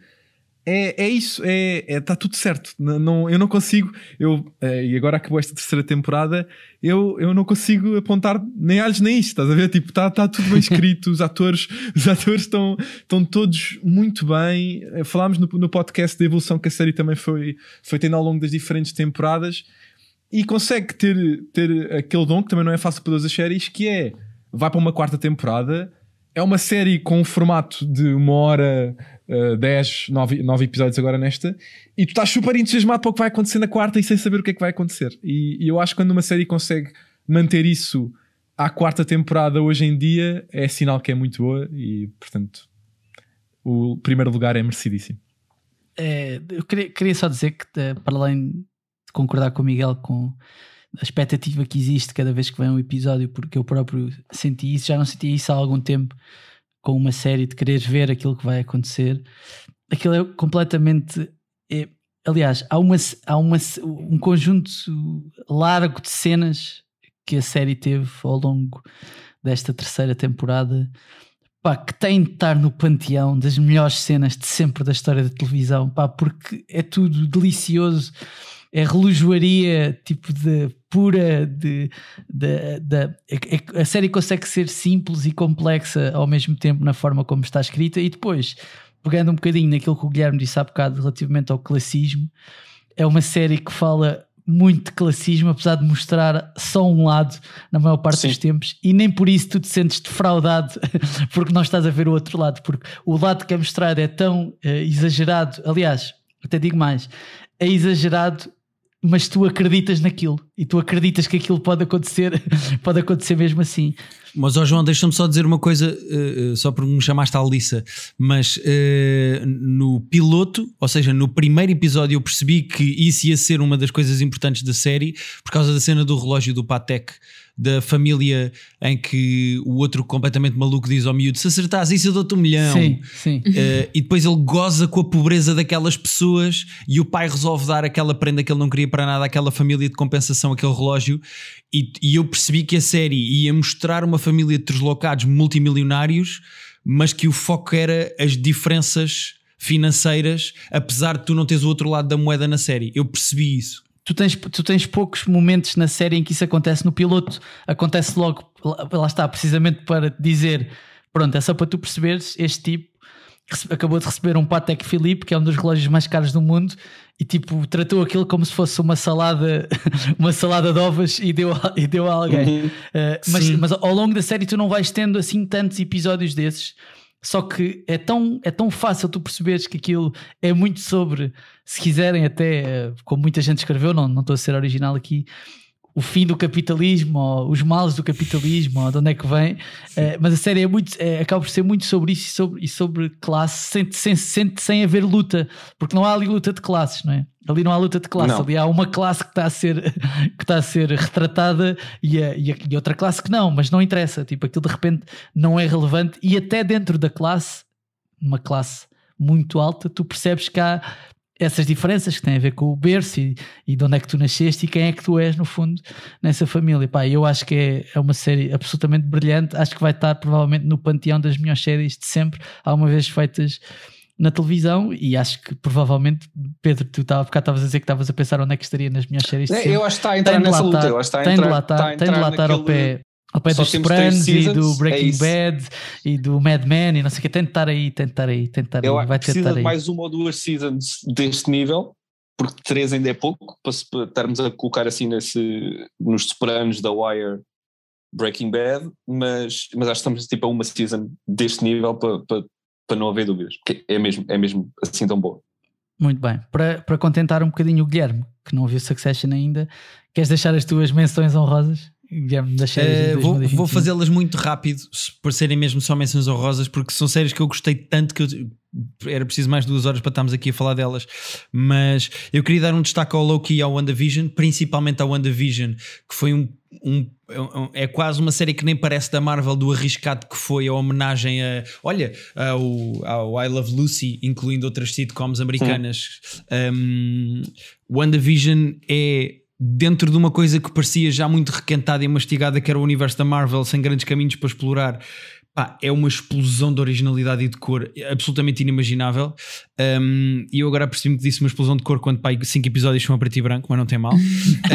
[SPEAKER 5] é isso, está tudo certo. Eu não consigo, e agora acabou esta terceira temporada, eu não consigo apontar nem alhos nem isto, estás a ver? Tipo, está tudo bem escrito, os atores estão todos muito bem. Falámos no podcast da evolução que a série também foi tendo ao longo das diferentes temporadas e consegue ter aquele dom que também não é fácil para todas as séries, que vai para uma quarta temporada. É uma série com um formato de 1 hora, 10, 9 episódios agora nesta, e tu estás super entusiasmado para o que vai acontecer na quarta e sem saber o que é que vai acontecer. E eu acho que quando uma série consegue manter isso à quarta temporada hoje em dia, é sinal que é muito boa e, portanto, o primeiro lugar é merecidíssimo.
[SPEAKER 1] Eu queria só dizer que, para além de concordar com o Miguel, com a expectativa que existe cada vez que vem um episódio, porque eu próprio senti isso, já não sentia isso há algum tempo com uma série, de querer ver aquilo que vai acontecer. Aquilo é completamente... aliás, há um conjunto largo de cenas que a série teve ao longo desta terceira temporada, que tem de estar no panteão das melhores cenas de sempre da história da televisão, porque é tudo delicioso. É relojoaria tipo de pura a série consegue ser simples e complexa ao mesmo tempo na forma como está escrita, e depois pegando um bocadinho naquilo que o Guilherme disse há bocado relativamente ao classismo, é uma série que fala muito de classismo, apesar de mostrar só um lado na maior parte dos tempos, e nem por isso tu te sentes defraudado porque não estás a ver o outro lado, porque o lado que é mostrado é tão exagerado. Aliás, até digo mais, é exagerado, mas tu acreditas naquilo e tu acreditas que aquilo pode acontecer mesmo assim.
[SPEAKER 4] Mas João, deixa-me só dizer uma coisa, só porque me chamaste a Alissa, mas no piloto, ou seja, no primeiro episódio eu percebi que isso ia ser uma das coisas importantes da série, por causa da cena do relógio do Patek, da família em que o outro completamente maluco diz ao miúdo: se acertares isso eu dou-te $1 milhão.
[SPEAKER 1] Sim.
[SPEAKER 4] E depois ele goza com a pobreza daquelas pessoas e o pai resolve dar aquela prenda que ele não queria para nada àquela família de compensação, aquele relógio, e eu percebi que a série ia mostrar uma família de deslocados multimilionários, mas que o foco era as diferenças financeiras, apesar de tu não teres o outro lado da moeda na série. Eu percebi isso.
[SPEAKER 1] Tu tens poucos momentos na série em que isso acontece. No piloto acontece logo, lá está, precisamente para te dizer, pronto, é só para tu perceberes, este tipo acabou de receber um Patek Philippe, que é um dos relógios mais caros do mundo, e tipo, tratou aquilo como se fosse uma salada de ovos e deu a alguém. Mas ao longo da série tu não vais tendo assim tantos episódios desses. Só que é tão fácil tu perceberes que aquilo é muito sobre, se quiserem até, como muita gente escreveu, não estou a ser original aqui, o fim do capitalismo, ou os males do capitalismo, ou de onde é que vem, mas a série acaba por ser muito sobre isso e sobre classe, sem haver luta, porque não há ali luta de classes, não é? Ali não há luta de classe, não. Ali há uma classe que está a ser retratada e outra classe que não, mas não interessa, tipo, aquilo de repente não é relevante, e até dentro da classe, uma classe muito alta, tu percebes que há essas diferenças que têm a ver com o berço e de onde é que tu nasceste e quem é que tu és no fundo nessa família. Pá, eu acho que é uma série absolutamente brilhante, acho que vai estar provavelmente no panteão das melhores séries de sempre, alguma vez feitas na televisão, e acho que provavelmente, Pedro, tu estavas a dizer que estavas a pensar onde é que estaria nas melhores séries de sempre.
[SPEAKER 3] Eu acho que está a entrar nessa luta, eu acho que
[SPEAKER 1] tem de lá estar ao pé dos Sopranos e do Breaking Bad e do Mad Men e não sei o que. Tem de estar aí.
[SPEAKER 3] Eu acho que precisa de mais uma ou duas seasons deste nível, porque 3 ainda é pouco para estarmos a colocar assim nos Sopranos, da Wire, Breaking Bad, mas acho que estamos tipo a uma season deste nível para não haver dúvidas, porque é mesmo assim tão boa.
[SPEAKER 1] Muito bem. Para contentar um bocadinho o Guilherme, que não viu Succession ainda, queres deixar as tuas menções honrosas?
[SPEAKER 4] Vou fazê-las muito rápido, por serem mesmo só menções honrosas, porque são séries que eu gostei tanto que era preciso mais 2 horas para estarmos aqui a falar delas. Mas eu queria dar um destaque ao Loki e ao WandaVision, principalmente ao WandaVision, que foi é quase uma série que nem parece da Marvel, do arriscado que foi a homenagem ao I Love Lucy, incluindo outras sitcoms americanas. WandaVision é dentro de uma coisa que parecia já muito requentada e mastigada, que era o universo da Marvel, sem grandes caminhos para explorar. É uma explosão de originalidade e de cor absolutamente inimaginável. E eu agora percebi-me que disse uma explosão de cor quando 5 episódios são a preto e branco, mas não tem mal.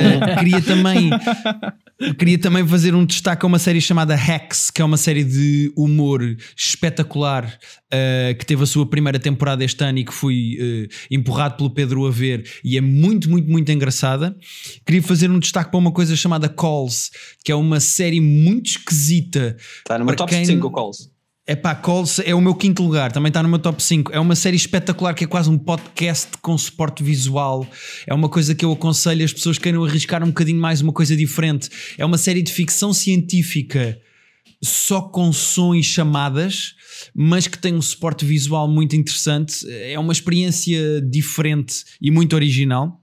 [SPEAKER 4] Queria também fazer um destaque a uma série chamada Hacks, que é uma série de humor espetacular, que teve a sua primeira temporada este ano e que fui empurrado pelo Pedro a ver, e é muito, muito, muito engraçada. Queria fazer um destaque para uma coisa chamada Calls, que é uma série muito esquisita.
[SPEAKER 3] Está numa top 5 o Calls.
[SPEAKER 4] Calls é o meu 5º lugar, também está no meu top 5. É uma série espetacular que é quase um podcast com suporte visual. É uma coisa que eu aconselho as pessoas que queiram arriscar um bocadinho mais, uma coisa diferente. É uma série de ficção científica só com som e chamadas, mas que tem um suporte visual muito interessante. É uma experiência diferente e muito original.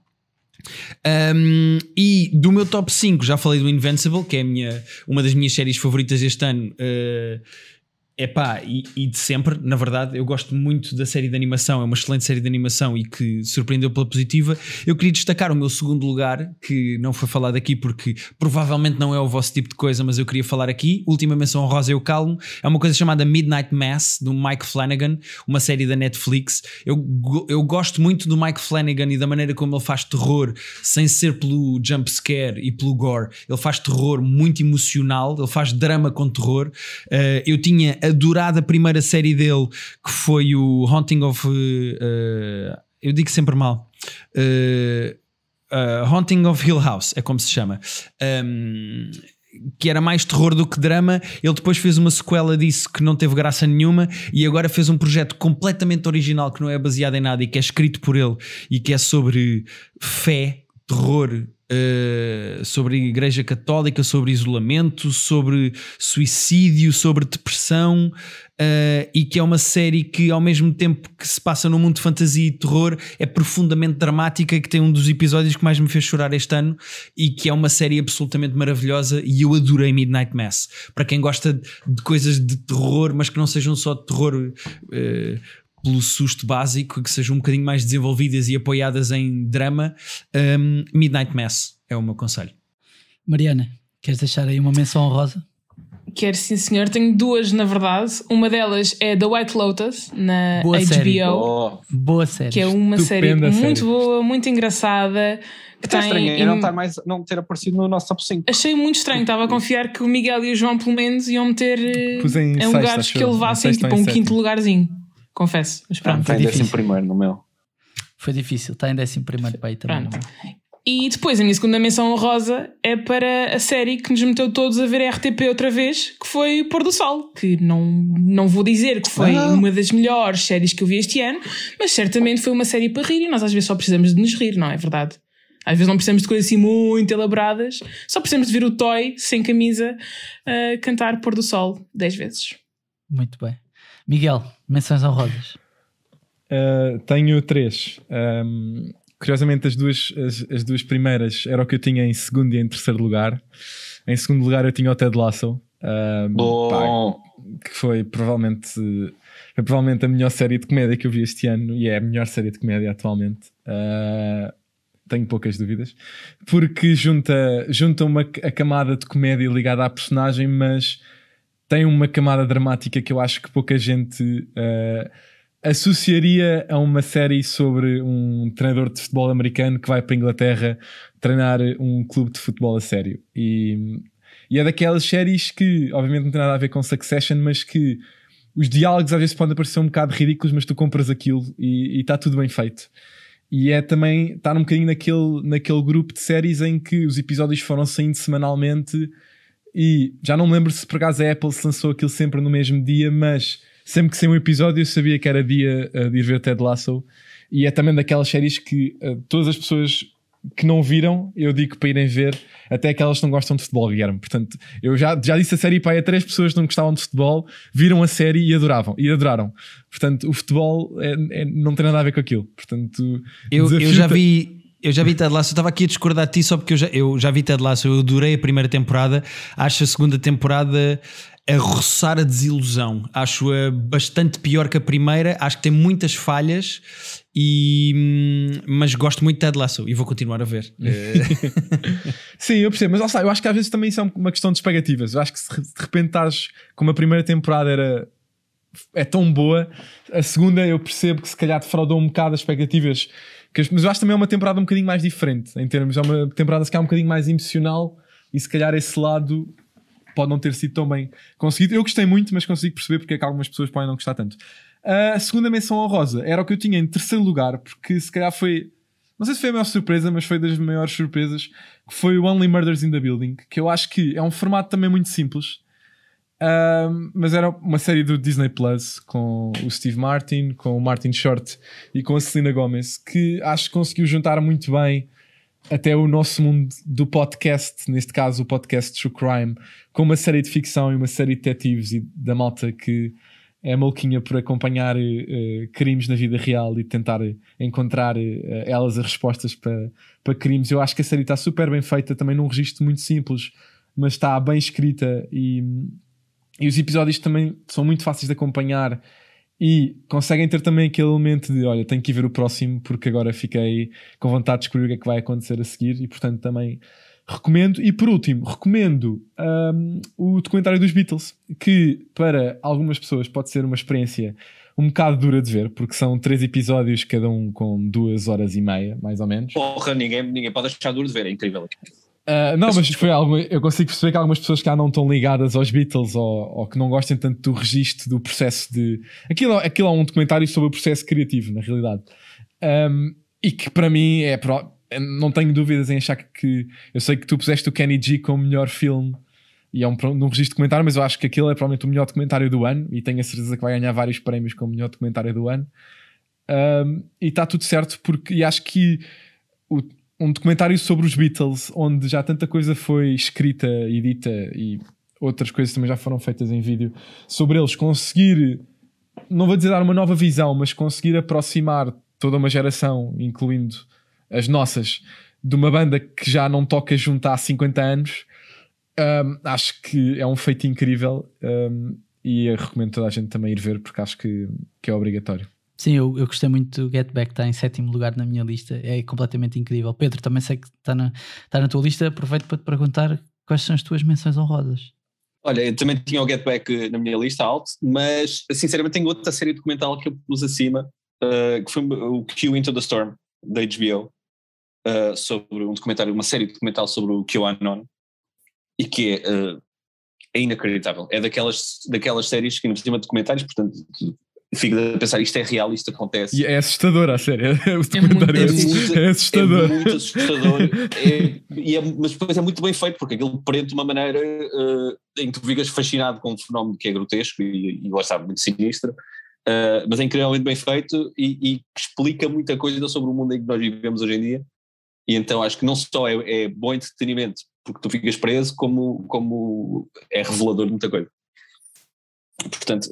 [SPEAKER 4] E do meu top 5 já falei do Invincible, que é uma das minhas séries favoritas este ano. E de sempre, na verdade, eu gosto muito da série de animação, é uma excelente série de animação e que surpreendeu pela positiva. Eu queria destacar o meu 2º lugar, que não foi falado aqui porque provavelmente não é o vosso tipo de coisa, mas eu queria falar aqui. Última menção honrosa, eu calmo. É uma coisa chamada Midnight Mass, do Mike Flanagan, uma série da Netflix. Eu gosto muito do Mike Flanagan e da maneira como ele faz terror, sem ser pelo jump scare e pelo gore. Ele faz terror muito emocional, ele faz drama com terror. Eu tinha adorado a primeira série dele, que foi o Haunting of... eu digo sempre mal. Haunting of Hill House, é como se chama. Que era mais terror do que drama. Ele depois fez uma sequela disso que não teve graça nenhuma, e agora fez um projeto completamente original que não é baseado em nada e que é escrito por ele e que é sobre fé, terror, sobre a Igreja Católica, sobre isolamento, sobre suicídio, sobre depressão, e que é uma série que, ao mesmo tempo que se passa num mundo de fantasia e terror, é profundamente dramática, que tem um dos episódios que mais me fez chorar este ano, e que é uma série absolutamente maravilhosa. E eu adorei Midnight Mass. Para quem gosta de coisas de terror, mas que não sejam só de terror pelo susto básico, que sejam um bocadinho mais desenvolvidas e apoiadas em drama, Midnight Mass é o meu conselho.
[SPEAKER 1] Mariana, queres deixar aí uma menção honrosa?
[SPEAKER 2] Quero, sim senhor, tenho duas na verdade. Uma delas é The White Lotus na
[SPEAKER 1] boa
[SPEAKER 2] HBO
[SPEAKER 1] série. Boa série.
[SPEAKER 2] Que é uma série muito boa, muito engraçada.
[SPEAKER 3] Até estranhei não ter aparecido no nosso top 5.
[SPEAKER 2] Achei muito estranho, estava a confiar que o Miguel e o João pelo menos iam meter em lugares que levassem tipo a um quinto lugarzinho. Confesso, mas pronto.
[SPEAKER 3] Está em 11º no meu.
[SPEAKER 1] Foi difícil, está em 11º para aí também.
[SPEAKER 2] E depois a minha segunda menção honrosa é para a série que nos meteu todos a ver a RTP outra vez, que foi Pôr do Sol, que não vou dizer que foi uma das melhores séries que eu vi este ano, mas certamente foi uma série para rir, e nós às vezes só precisamos de nos rir, não é verdade? Às vezes não precisamos de coisas assim muito elaboradas, só precisamos de ver o Toy sem camisa cantar Pôr do Sol 10 vezes.
[SPEAKER 1] Muito bem. Miguel, menções honrosas.
[SPEAKER 5] Tenho 3. Curiosamente as duas primeiras era o que eu tinha em segundo e em terceiro lugar. Em segundo lugar eu tinha o Ted Lasso, que foi provavelmente a melhor série de comédia que eu vi este ano, e é a melhor série de comédia atualmente. Tenho poucas dúvidas, porque junta a camada de comédia ligada à personagem, mas tem uma camada dramática que eu acho que pouca gente associaria a uma série sobre um treinador de futebol americano que vai para a Inglaterra treinar um clube de futebol a sério. E é daquelas séries que obviamente não tem nada a ver com Succession, mas que os diálogos às vezes podem parecer um bocado ridículos, mas tu compras aquilo e está tudo bem feito. E é também estar um bocadinho naquele grupo de séries em que os episódios foram saindo semanalmente, e já não me lembro se por acaso a Apple se lançou aquilo sempre no mesmo dia, mas sempre que saiu um episódio eu sabia que era dia de ir ver Ted Lasso. E é também daquelas séries que todas as pessoas que não viram, eu digo para irem ver, até aquelas que não gostam de futebol, Guilherme. Portanto, eu já disse a série para aí a 3 pessoas que não gostavam de futebol, viram a série e adoraram. Portanto, o futebol não tem nada a ver com aquilo. Portanto,
[SPEAKER 4] eu já vi Ted Lasso. Eu estava aqui a discordar de ti só porque eu já vi Ted Lasso. Eu adorei a primeira temporada. Acho a segunda temporada a roçar a desilusão. Acho-a bastante pior que a primeira. Acho que tem muitas falhas, mas gosto muito de Ted Lasso e vou continuar a ver.
[SPEAKER 5] Sim, eu percebo, mas eu acho que às vezes também isso é uma questão de expectativas. Eu acho que se de repente estás como a primeira temporada é tão boa, a segunda eu percebo que se calhar defraudou um bocado as expectativas, mas eu acho que também é uma temporada um bocadinho mais diferente, em termos, é uma temporada se calhar um bocadinho mais emocional, e se calhar esse lado pode não ter sido tão bem conseguido. Eu gostei muito, mas consigo perceber porque é que algumas pessoas podem não gostar tanto. A segunda menção honrosa era o que eu tinha em terceiro lugar, porque se calhar foi, não sei se foi a maior surpresa, mas foi das maiores surpresas, que foi o Only Murders in the Building, que eu acho que é um formato também muito simples, mas era uma série do Disney Plus com o Steve Martin, com o Martin Short e com a Selena Gomez, que acho que conseguiu juntar muito bem até o nosso mundo do podcast, neste caso o podcast True Crime, com uma série de ficção e uma série de detetives e da malta que é maluquinha por acompanhar crimes na vida real e tentar encontrar elas as respostas para crimes. Eu acho que a série está super bem feita, também num registro muito simples, mas está bem escrita, e os episódios também são muito fáceis de acompanhar e conseguem ter também aquele elemento de olha, tenho que ir ver o próximo porque agora fiquei com vontade de descobrir o que é que vai acontecer a seguir, e portanto também recomendo. E por último, recomendo o documentário dos Beatles, que para algumas pessoas pode ser uma experiência um bocado dura de ver, porque são 3 episódios, cada um com 2 horas e meia, mais ou menos.
[SPEAKER 3] Porra, ninguém pode achar duro de ver, é incrível.
[SPEAKER 5] Não, mas foi algo. Eu consigo perceber que algumas pessoas que não estão ligadas aos Beatles ou que não gostem tanto do registro do processo de. Aquilo é um documentário sobre o processo criativo, na realidade. E que para mim não tenho dúvidas em achar que. Eu sei que tu puseste o Kenny G como melhor filme e é um registro de documentário, mas eu acho que aquilo é provavelmente o melhor documentário do ano e tenho a certeza que vai ganhar vários prémios como melhor documentário do ano. E está tudo certo e acho que um documentário sobre os Beatles, onde já tanta coisa foi escrita e dita e outras coisas também já foram feitas em vídeo, sobre eles conseguir, não vou dizer dar uma nova visão, mas conseguir aproximar toda uma geração, incluindo as nossas, de uma banda que já não toca junto há 50 anos, acho que é um feito incrível e eu recomendo toda a gente também ir ver, porque acho que é obrigatório.
[SPEAKER 1] Sim, eu gostei muito do Get Back, está em 7º lugar na minha lista, é completamente incrível. Pedro, também sei que está na tua lista, aproveito para te perguntar quais são as tuas menções honrosas.
[SPEAKER 3] Olha, eu também tinha o Get Back na minha lista alto, mas sinceramente tenho outra série documental que eu pus acima, que foi o Q Into the Storm, da HBO, sobre um documentário, uma série documental sobre o QAnon, e que é inacreditável. É daquelas séries que ainda por cima de documentários, portanto fico a pensar, isto é real, isto acontece.
[SPEAKER 5] E é assustador a série. O documentário é assustador.
[SPEAKER 3] É muito assustador. Mas depois é muito bem feito, porque aquilo prende de uma maneira em que tu ficas fascinado com um fenómeno que é grotesco e lá está, muito sinistro, mas é incrivelmente bem feito e explica muita coisa sobre o mundo em que nós vivemos hoje em dia. E então acho que não só é bom entretenimento, porque tu ficas preso, como é revelador de muita coisa. Portanto,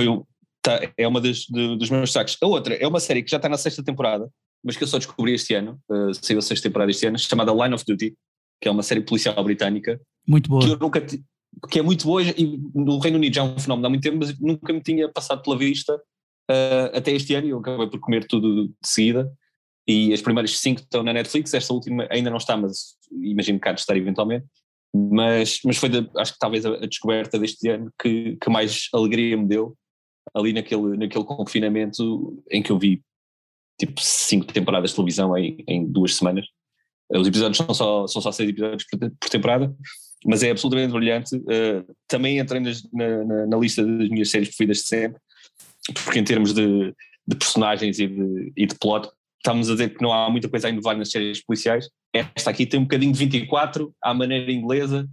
[SPEAKER 3] é uma dos meus destaques. A outra é uma série que já está na 6ª temporada, mas que eu só descobri este ano, saiu a 6ª temporada este ano, chamada Line of Duty, que é uma série policial britânica.
[SPEAKER 1] Muito boa.
[SPEAKER 3] Que é muito boa e no Reino Unido já é um fenómeno há muito tempo, mas nunca me tinha passado pela vista até este ano e eu acabei por comer tudo de seguida. E as primeiras 5 estão na Netflix, esta última ainda não está, mas imagino que há de estar eventualmente. Mas foi acho que talvez a descoberta deste ano que mais alegria me deu, ali naquele confinamento em que eu vi tipo 5 temporadas de televisão em 2 semanas. Os episódios são só 6 episódios por temporada, mas é absolutamente brilhante. Também entrei na lista das minhas séries preferidas de sempre, porque em termos de personagens e de plot, estamos a dizer que não há muita coisa a inovar nas séries policiais. Esta aqui tem um bocadinho de 24 à maneira inglesa,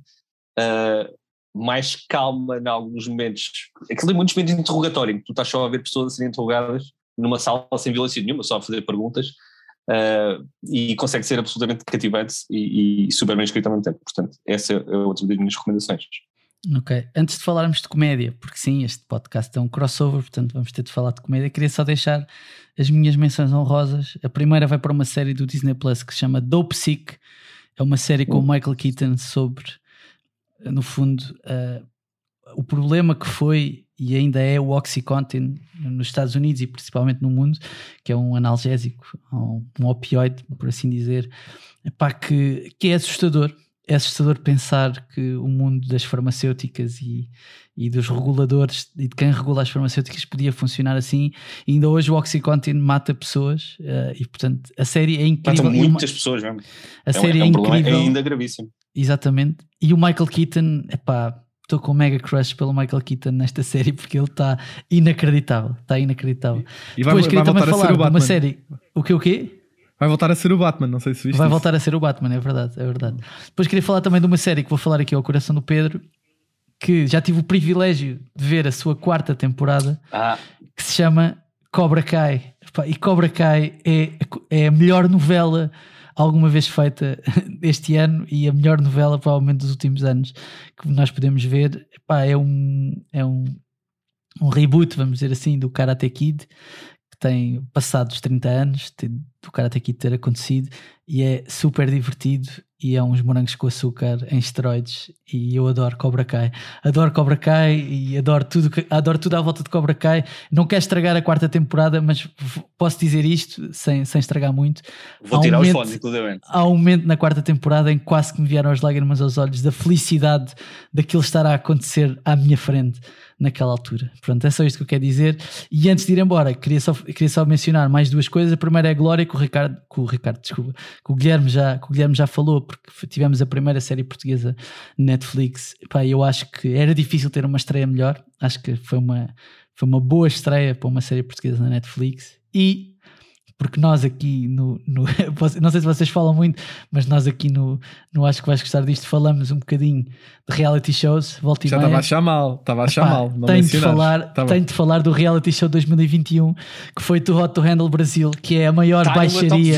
[SPEAKER 3] mais calma em alguns momentos. Aquilo tem muitos momentos de interrogatório, em que tu estás só a ver pessoas a serem interrogadas numa sala sem violência nenhuma, só a fazer perguntas, e consegue ser absolutamente cativante e super bem escrito ao mesmo tempo. Portanto, essa é outra das minhas recomendações.
[SPEAKER 1] Ok, antes de falarmos de comédia, porque sim, este podcast é um crossover, portanto vamos ter de falar de comédia, queria só deixar as minhas menções honrosas. A primeira vai para uma série do Disney Plus que se chama Dopesick. É uma série com o Michael Keaton sobre, no fundo, o problema que foi e ainda é o Oxycontin nos Estados Unidos e principalmente no mundo, que é um analgésico, um opioide, por assim dizer, que é assustador. É assustador pensar que o mundo das farmacêuticas e dos reguladores e de quem regula as farmacêuticas podia funcionar assim. E ainda hoje o Oxycontin mata pessoas e, portanto, a série é incrível.
[SPEAKER 3] Matam muitas pessoas mesmo.
[SPEAKER 1] A série é incrível.
[SPEAKER 3] É ainda gravíssimo.
[SPEAKER 1] Exatamente. E o Michael Keaton, estou com um mega crush pelo Michael Keaton nesta série porque ele está inacreditável. Está inacreditável.
[SPEAKER 5] E depois queria também falar de uma
[SPEAKER 1] série. O quê?
[SPEAKER 5] Vai voltar a ser o Batman, não sei se viste.
[SPEAKER 1] Vai voltar a ser o Batman, é verdade. Depois queria falar também de uma série que vou falar aqui ao coração do Pedro, que já tive o privilégio de ver a sua 4ª temporada, que se chama Cobra Kai. E Cobra Kai é a melhor novela alguma vez feita este ano e a melhor novela provavelmente dos últimos anos que nós podemos ver. É um reboot, vamos dizer assim, do Karate Kid, tem passado dos 30 anos do Karate Kid ter acontecido e é super divertido e é uns morangos com açúcar em esteroides e eu adoro Cobra Kai e adoro tudo à volta de Cobra Kai. Não quero estragar a 4ª temporada, mas posso dizer isto sem estragar muito.
[SPEAKER 3] Vou tirar os fones, inclusive.
[SPEAKER 1] Há um momento na 4ª temporada em que quase que me vieram as lágrimas aos olhos da felicidade daquilo estar a acontecer à minha frente naquela altura. Pronto, é só isto que eu quero dizer. E antes de ir embora, queria só mencionar mais 2 coisas. A primeira é a Glória, que o Guilherme já falou, porque tivemos a primeira série portuguesa Netflix. Pá, eu acho que era difícil ter uma estreia melhor. Acho que foi uma boa estreia para uma série portuguesa na Netflix. E porque nós aqui não sei se vocês falam muito, mas nós aqui no Acho que vais gostar disto, falamos um bocadinho de reality shows. Volta e
[SPEAKER 5] já
[SPEAKER 1] meia.
[SPEAKER 5] Estava a achar mal.
[SPEAKER 1] Tenho de falar do reality show 2021, que foi Too Hot to Handle Brasil, que é a maior baixaria.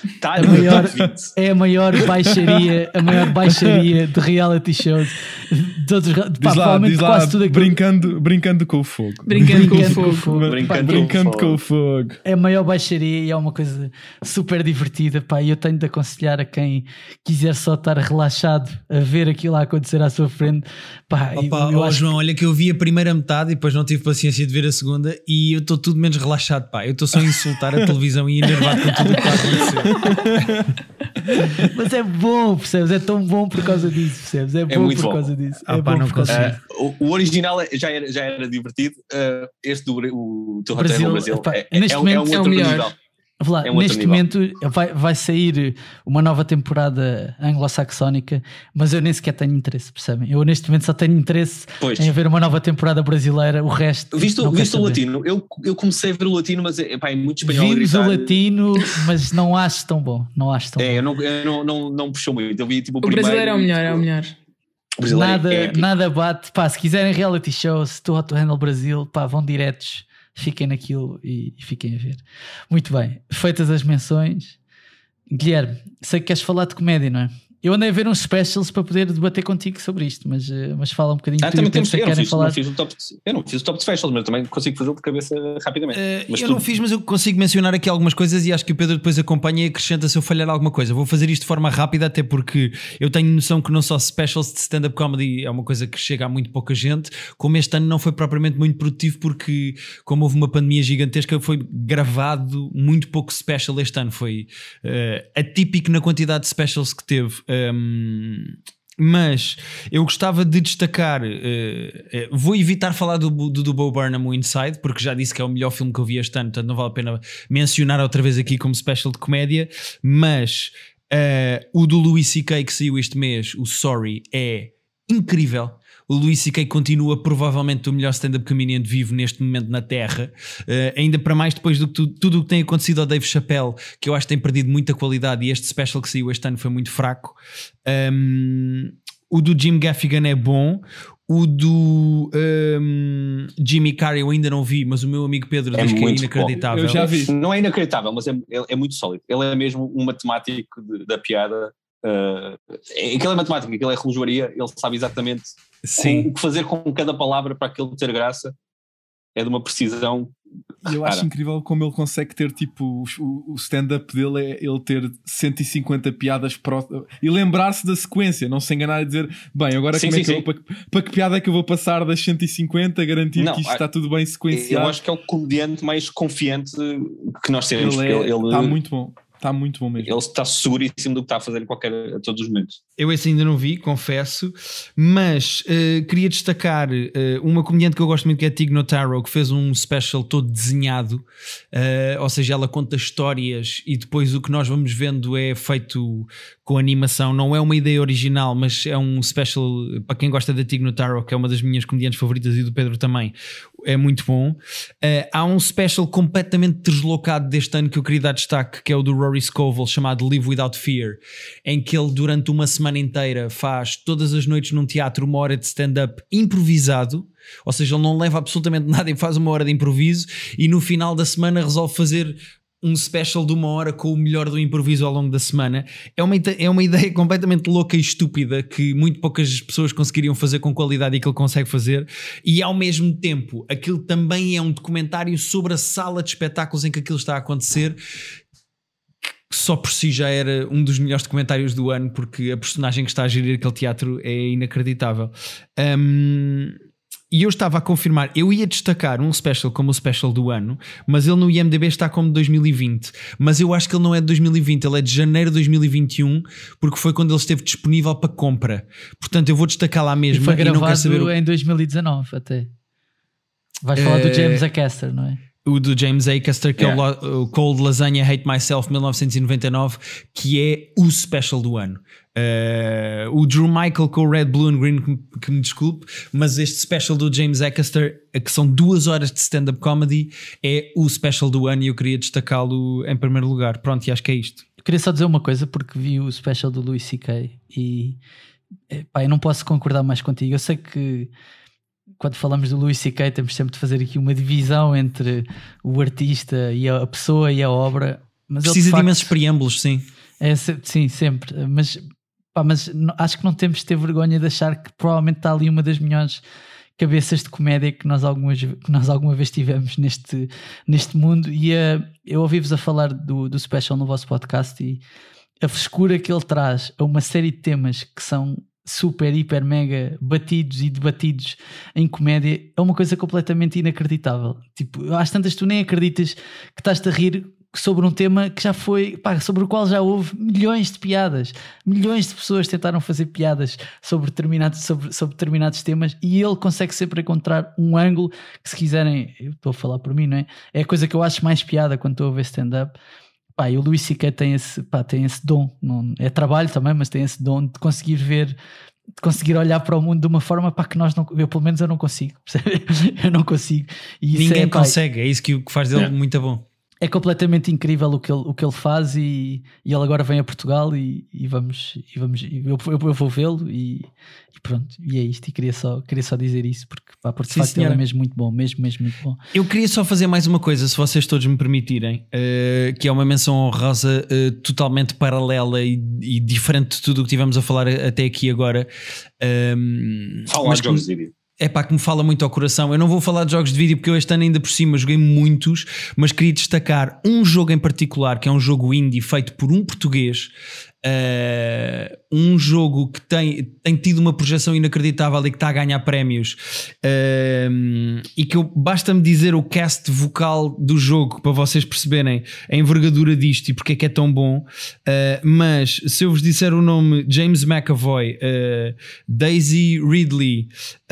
[SPEAKER 1] É a maior baixaria de reality shows.
[SPEAKER 5] Diz lá, brincando com o fogo. Brincando com o fogo.
[SPEAKER 1] É a maior baixaria e é uma coisa super divertida, pá, e eu tenho de aconselhar a quem quiser só estar relaxado a ver aquilo a acontecer à sua frente, pá.
[SPEAKER 4] João, olha que eu vi a primeira metade e depois não tive paciência de ver a segunda e eu estou tudo menos relaxado, pá. Eu estou só a insultar a televisão e enervado com tudo o que está a acontecer.
[SPEAKER 1] Mas é bom, percebes? É tão bom por causa disso, percebes? É bom por causa disso.
[SPEAKER 3] O original já era divertido. Este do Too Hot to Handle Brasil
[SPEAKER 1] neste momento
[SPEAKER 3] é um outro nível.
[SPEAKER 1] Neste momento vai sair uma nova temporada anglo-saxónica, mas eu nem sequer tenho interesse, percebem? Eu neste momento só tenho interesse em ver uma nova temporada brasileira. O resto
[SPEAKER 3] Viste o latino? Eu comecei a ver o latino, mas é muito espanhol.
[SPEAKER 1] Vimos o latino, mas não acho tão bom.
[SPEAKER 3] Eu não puxou muito. Eu vi tipo o
[SPEAKER 2] brasileiro é o melhor.
[SPEAKER 1] Nada bate. Pá, se quiserem reality shows, Too Hot to Handle Brasil, pá, vão diretos. Fiquem naquilo e fiquem a ver. Muito bem, feitas as menções, Guilherme, sei que queres falar de comédia, não é? Eu andei a ver uns specials para poder debater contigo sobre isto, mas fala um bocadinho.
[SPEAKER 3] Eu não fiz o top de specials, mas também consigo fazê-lo de cabeça rapidamente.
[SPEAKER 4] Não fiz, mas eu consigo mencionar aqui algumas coisas e acho que o Pedro depois acompanha e acrescenta se eu falhar alguma coisa. Vou fazer isto de forma rápida, até porque eu tenho noção que não só specials de stand-up comedy é uma coisa que chega a muito pouca gente, como este ano não foi propriamente muito produtivo, porque como houve uma pandemia gigantesca, foi gravado muito pouco special este ano. Foi atípico na quantidade de specials que teve. Mas eu gostava de destacar, vou evitar falar do Bo Burnham, o Inside, porque já disse que é o melhor filme que eu vi este ano, portanto não vale a pena mencionar outra vez aqui como special de comédia, mas o do Louis C.K. que saiu este mês, o Sorry, é incrível. O Louis C.K. continua provavelmente o melhor stand-up comedian vivo neste momento na Terra, ainda para mais depois de tudo o que tem acontecido ao Dave Chappelle, que eu acho que tem perdido muita qualidade, e este special que saiu este ano foi muito fraco. O do Jim Gaffigan é bom. O do Jimmy Carrey eu ainda não vi, mas o meu amigo Pedro diz que é inacreditável.
[SPEAKER 5] Eu já vi.
[SPEAKER 3] Não é inacreditável, mas é muito sólido. Ele é mesmo um matemático da piada. Aquilo é matemática, aquilo é relojoaria. Ele sabe exatamente o que fazer com cada palavra para aquilo ter graça. É de uma precisão.
[SPEAKER 5] Eu acho incrível como ele consegue ter, tipo, o stand-up dele é ele ter 150 piadas e lembrar-se da sequência, não se enganar e dizer, bem, agora para que piada é que eu vou passar das 150, garantir que isto está tudo bem sequenciado.
[SPEAKER 3] Eu acho que é o comediante mais confiante que nós temos.
[SPEAKER 5] Ele está muito bom. Está muito bom mesmo.
[SPEAKER 3] Ele está seguríssimo do que está a fazer a todos os momentos.
[SPEAKER 4] Eu esse ainda não vi, confesso, mas queria destacar uma comediante que eu gosto muito, que é a Tig Notaro, que fez um special todo desenhado, ou seja, ela conta histórias e depois o que nós vamos vendo é feito com animação. Não é uma ideia original, mas é um special para quem gosta da Tig Notaro, que é uma das minhas comediantes favoritas, e do Pedro também. É muito bom. Há um special completamente deslocado deste ano que eu queria dar destaque, que é o do Rory Scovel, chamado Live Without Fear, em que ele durante uma semana inteira faz todas as noites num teatro 1 hora de stand-up improvisado, ou seja, ele não leva absolutamente nada e faz 1 hora de improviso, e no final da semana resolve fazer um special de 1 hora com o melhor do improviso ao longo da semana. É uma ideia completamente louca e estúpida que muito poucas pessoas conseguiriam fazer com qualidade e que ele consegue fazer, e ao mesmo tempo aquilo também é um documentário sobre a sala de espetáculos em que aquilo está a acontecer, que só por si já era um dos melhores documentários do ano, porque a personagem que está a gerir aquele teatro é inacreditável. E eu estava a confirmar, eu ia destacar um special como o special do ano, mas ele no IMDb está como de 2020, mas eu acho que ele não é de 2020, ele é de janeiro de 2021, porque foi quando ele esteve disponível para compra. Portanto eu vou destacar lá mesmo.
[SPEAKER 1] E foi gravado em 2019 até. Vais falar do James Acaster, não é?
[SPEAKER 4] O do James Acaster, que é o Cold Lasagna Hate Myself 1999, que é o special do ano. O Drew Michael com o Red, Blue and Green, que me desculpe, mas este special do James Acaster, que são 2 horas de stand-up comedy, é o special do ano e eu queria destacá-lo em primeiro lugar. Pronto, e acho que é isto.
[SPEAKER 1] Eu queria só dizer uma coisa, porque vi o special do Louis C.K. e eu não posso concordar mais contigo. Eu sei que quando falamos do Louis C.K. temos sempre de fazer aqui uma divisão entre o artista e a pessoa e a obra, mas
[SPEAKER 4] precisa de imensos preâmbulos, sim.
[SPEAKER 1] Sim, sempre, mas acho que não temos de ter vergonha de achar que provavelmente está ali uma das melhores cabeças de comédia que nós alguma vez tivemos neste mundo. E eu ouvi-vos a falar do special no vosso podcast, e a frescura que ele traz a uma série de temas que são super, hiper, mega batidos e debatidos em comédia é uma coisa completamente inacreditável. Tipo, às tantas tu nem acreditas que estás-te a rir sobre um tema que já foi, sobre o qual já houve milhões de piadas, milhões de pessoas tentaram fazer piadas sobre determinados temas, e ele consegue sempre encontrar um ângulo que, se quiserem, eu estou a falar por mim, não é? É a coisa que eu acho mais piada quando estou a ver stand-up. E o Louis C.K. tem esse dom, não, é trabalho também, mas tem esse dom de conseguir ver, de conseguir olhar para o mundo de uma forma que nós não, eu pelo menos eu não consigo, percebe? Eu não consigo. E
[SPEAKER 4] ninguém consegue, é isso que faz dele muito bom.
[SPEAKER 1] É completamente incrível o que ele faz, e ele agora vem a Portugal e eu vou vê-lo e pronto, e é isto. E queria só dizer isso porque de facto ele é mesmo muito bom, mesmo muito bom.
[SPEAKER 4] Eu queria só fazer mais uma coisa, se vocês todos me permitirem, que é uma menção honrosa totalmente paralela e diferente de tudo o que tivemos a falar até aqui agora.
[SPEAKER 3] Mas jogos de vídeo.
[SPEAKER 4] É pá, que me fala muito ao coração. Eu não vou falar de jogos de vídeo porque eu este ano ainda por cima joguei muitos, mas queria destacar um jogo em particular, que é um jogo indie feito por um português, um jogo que tem tido uma projeção inacreditável e que está a ganhar prémios, e que basta-me dizer o cast vocal do jogo para vocês perceberem a envergadura disto e porque é que é tão bom. Mas se eu vos disser o nome James McAvoy, Daisy Ridley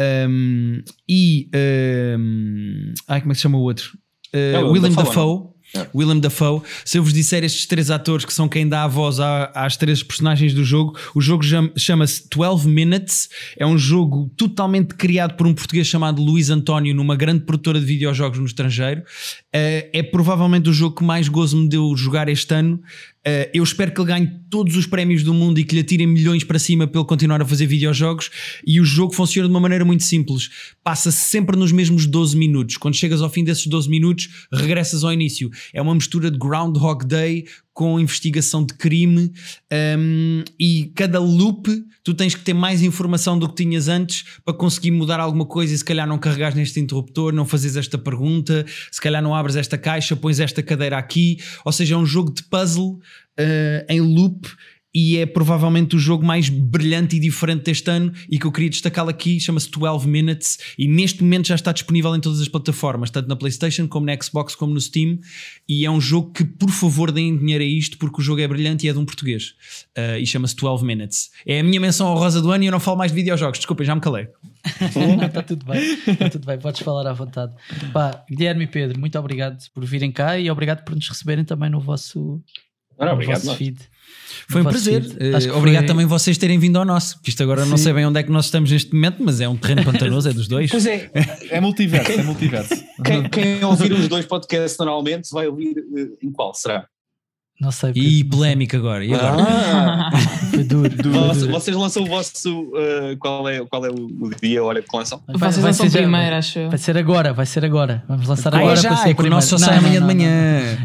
[SPEAKER 4] e como é que se chama o outro? Willem Dafoe. Willem Dafoe. Se eu vos disser estes 3 atores que são quem dá a voz às 3 personagens do jogo, o jogo chama-se 12 Minutes. É um jogo totalmente criado por um português chamado Luís António, numa grande produtora de videojogos no estrangeiro. É provavelmente o jogo que mais gozo me deu jogar este ano. Eu espero que ele ganhe todos os prémios do mundo e que lhe atirem milhões para cima para ele continuar a fazer videojogos. E o jogo funciona de uma maneira muito simples, passa-se sempre nos mesmos 12 minutos. Quando chegas ao fim desses 12 minutos, regressas ao início. É uma mistura de Groundhog Day com investigação de crime, e cada loop tu tens que ter mais informação do que tinhas antes para conseguir mudar alguma coisa, e se calhar não carregares neste interruptor, não fazes esta pergunta, se calhar não abres esta caixa, pões esta cadeira aqui. Ou seja, é um jogo de puzzle em loop, e é provavelmente o jogo mais brilhante e diferente deste ano e que eu queria destacá-lo aqui. Chama-se 12 Minutes e neste momento já está disponível em todas as plataformas, tanto na PlayStation como na Xbox como no Steam, e é um jogo que, por favor, deem dinheiro a isto porque o jogo é brilhante e é de um português, e chama-se 12 Minutes. É a minha menção honrosa do ano e eu não falo mais de videojogos, desculpem, já me calei.
[SPEAKER 1] Está tudo bem, podes falar à vontade. Guilherme e Pedro, muito obrigado por virem cá e obrigado por nos receberem também no vosso,
[SPEAKER 3] obrigado,
[SPEAKER 1] feed.
[SPEAKER 4] Foi um prazer. Obrigado também vocês terem vindo ao nosso, que isto agora não sei bem onde é que nós estamos neste momento, mas é um terreno pantanoso, é dos dois.
[SPEAKER 3] Pois é.
[SPEAKER 5] É multiverso.
[SPEAKER 3] Quem ouvir os dois podcasts normalmente vai ouvir em qual será?
[SPEAKER 1] Não sei.
[SPEAKER 4] E polémica agora. E agora?
[SPEAKER 1] Foi duro.
[SPEAKER 3] Vocês lançam o vosso. Qual é o dia, a hora que lançam?
[SPEAKER 2] Vocês lançam primeiro, acho eu.
[SPEAKER 1] Vai ser agora. Vamos lançar agora.
[SPEAKER 4] Já,
[SPEAKER 1] para ser
[SPEAKER 4] o nosso só sai amanhã de manhã.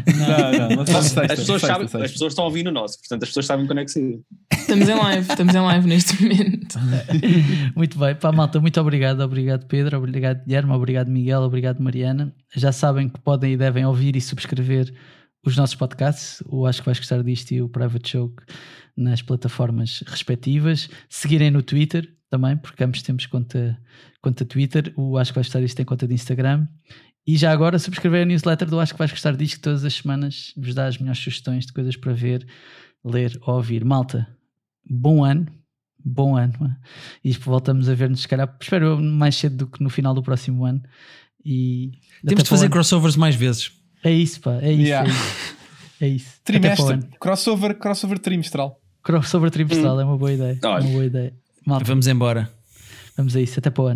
[SPEAKER 3] As pessoas estão a ouvir no nosso, portanto as pessoas sabem quando é que sair.
[SPEAKER 2] Estamos em live neste momento.
[SPEAKER 1] Muito bem, malta, muito obrigado. Obrigado, Pedro. Obrigado, Guilherme. Obrigado, Miguel. Obrigado, Mariana. Já sabem que podem e devem ouvir e subscrever os nossos podcasts, o Acho que Vais Gostar Disto e o Private Joke nas plataformas respectivas. Seguirem no Twitter também, porque ambos temos conta Twitter. O Acho que Vais Gostar Disto tem conta de Instagram. E já agora subscrever a newsletter do Acho que Vais Gostar Disto, que todas as semanas vos dá as melhores sugestões de coisas para ver, ler ou ouvir. Malta, bom ano. E voltamos a ver-nos, se calhar, espero eu, mais cedo do que no final do próximo ano. E
[SPEAKER 4] temos de fazer crossovers mais vezes.
[SPEAKER 1] É isso, pá, é isso.
[SPEAKER 5] Yeah.
[SPEAKER 1] É isso.
[SPEAKER 5] Trimestre, crossover trimestral.
[SPEAKER 1] Crossover trimestral é uma boa ideia. Uma boa ideia. Malta,
[SPEAKER 4] vamos embora.
[SPEAKER 1] Vamos a isso, até para o ano.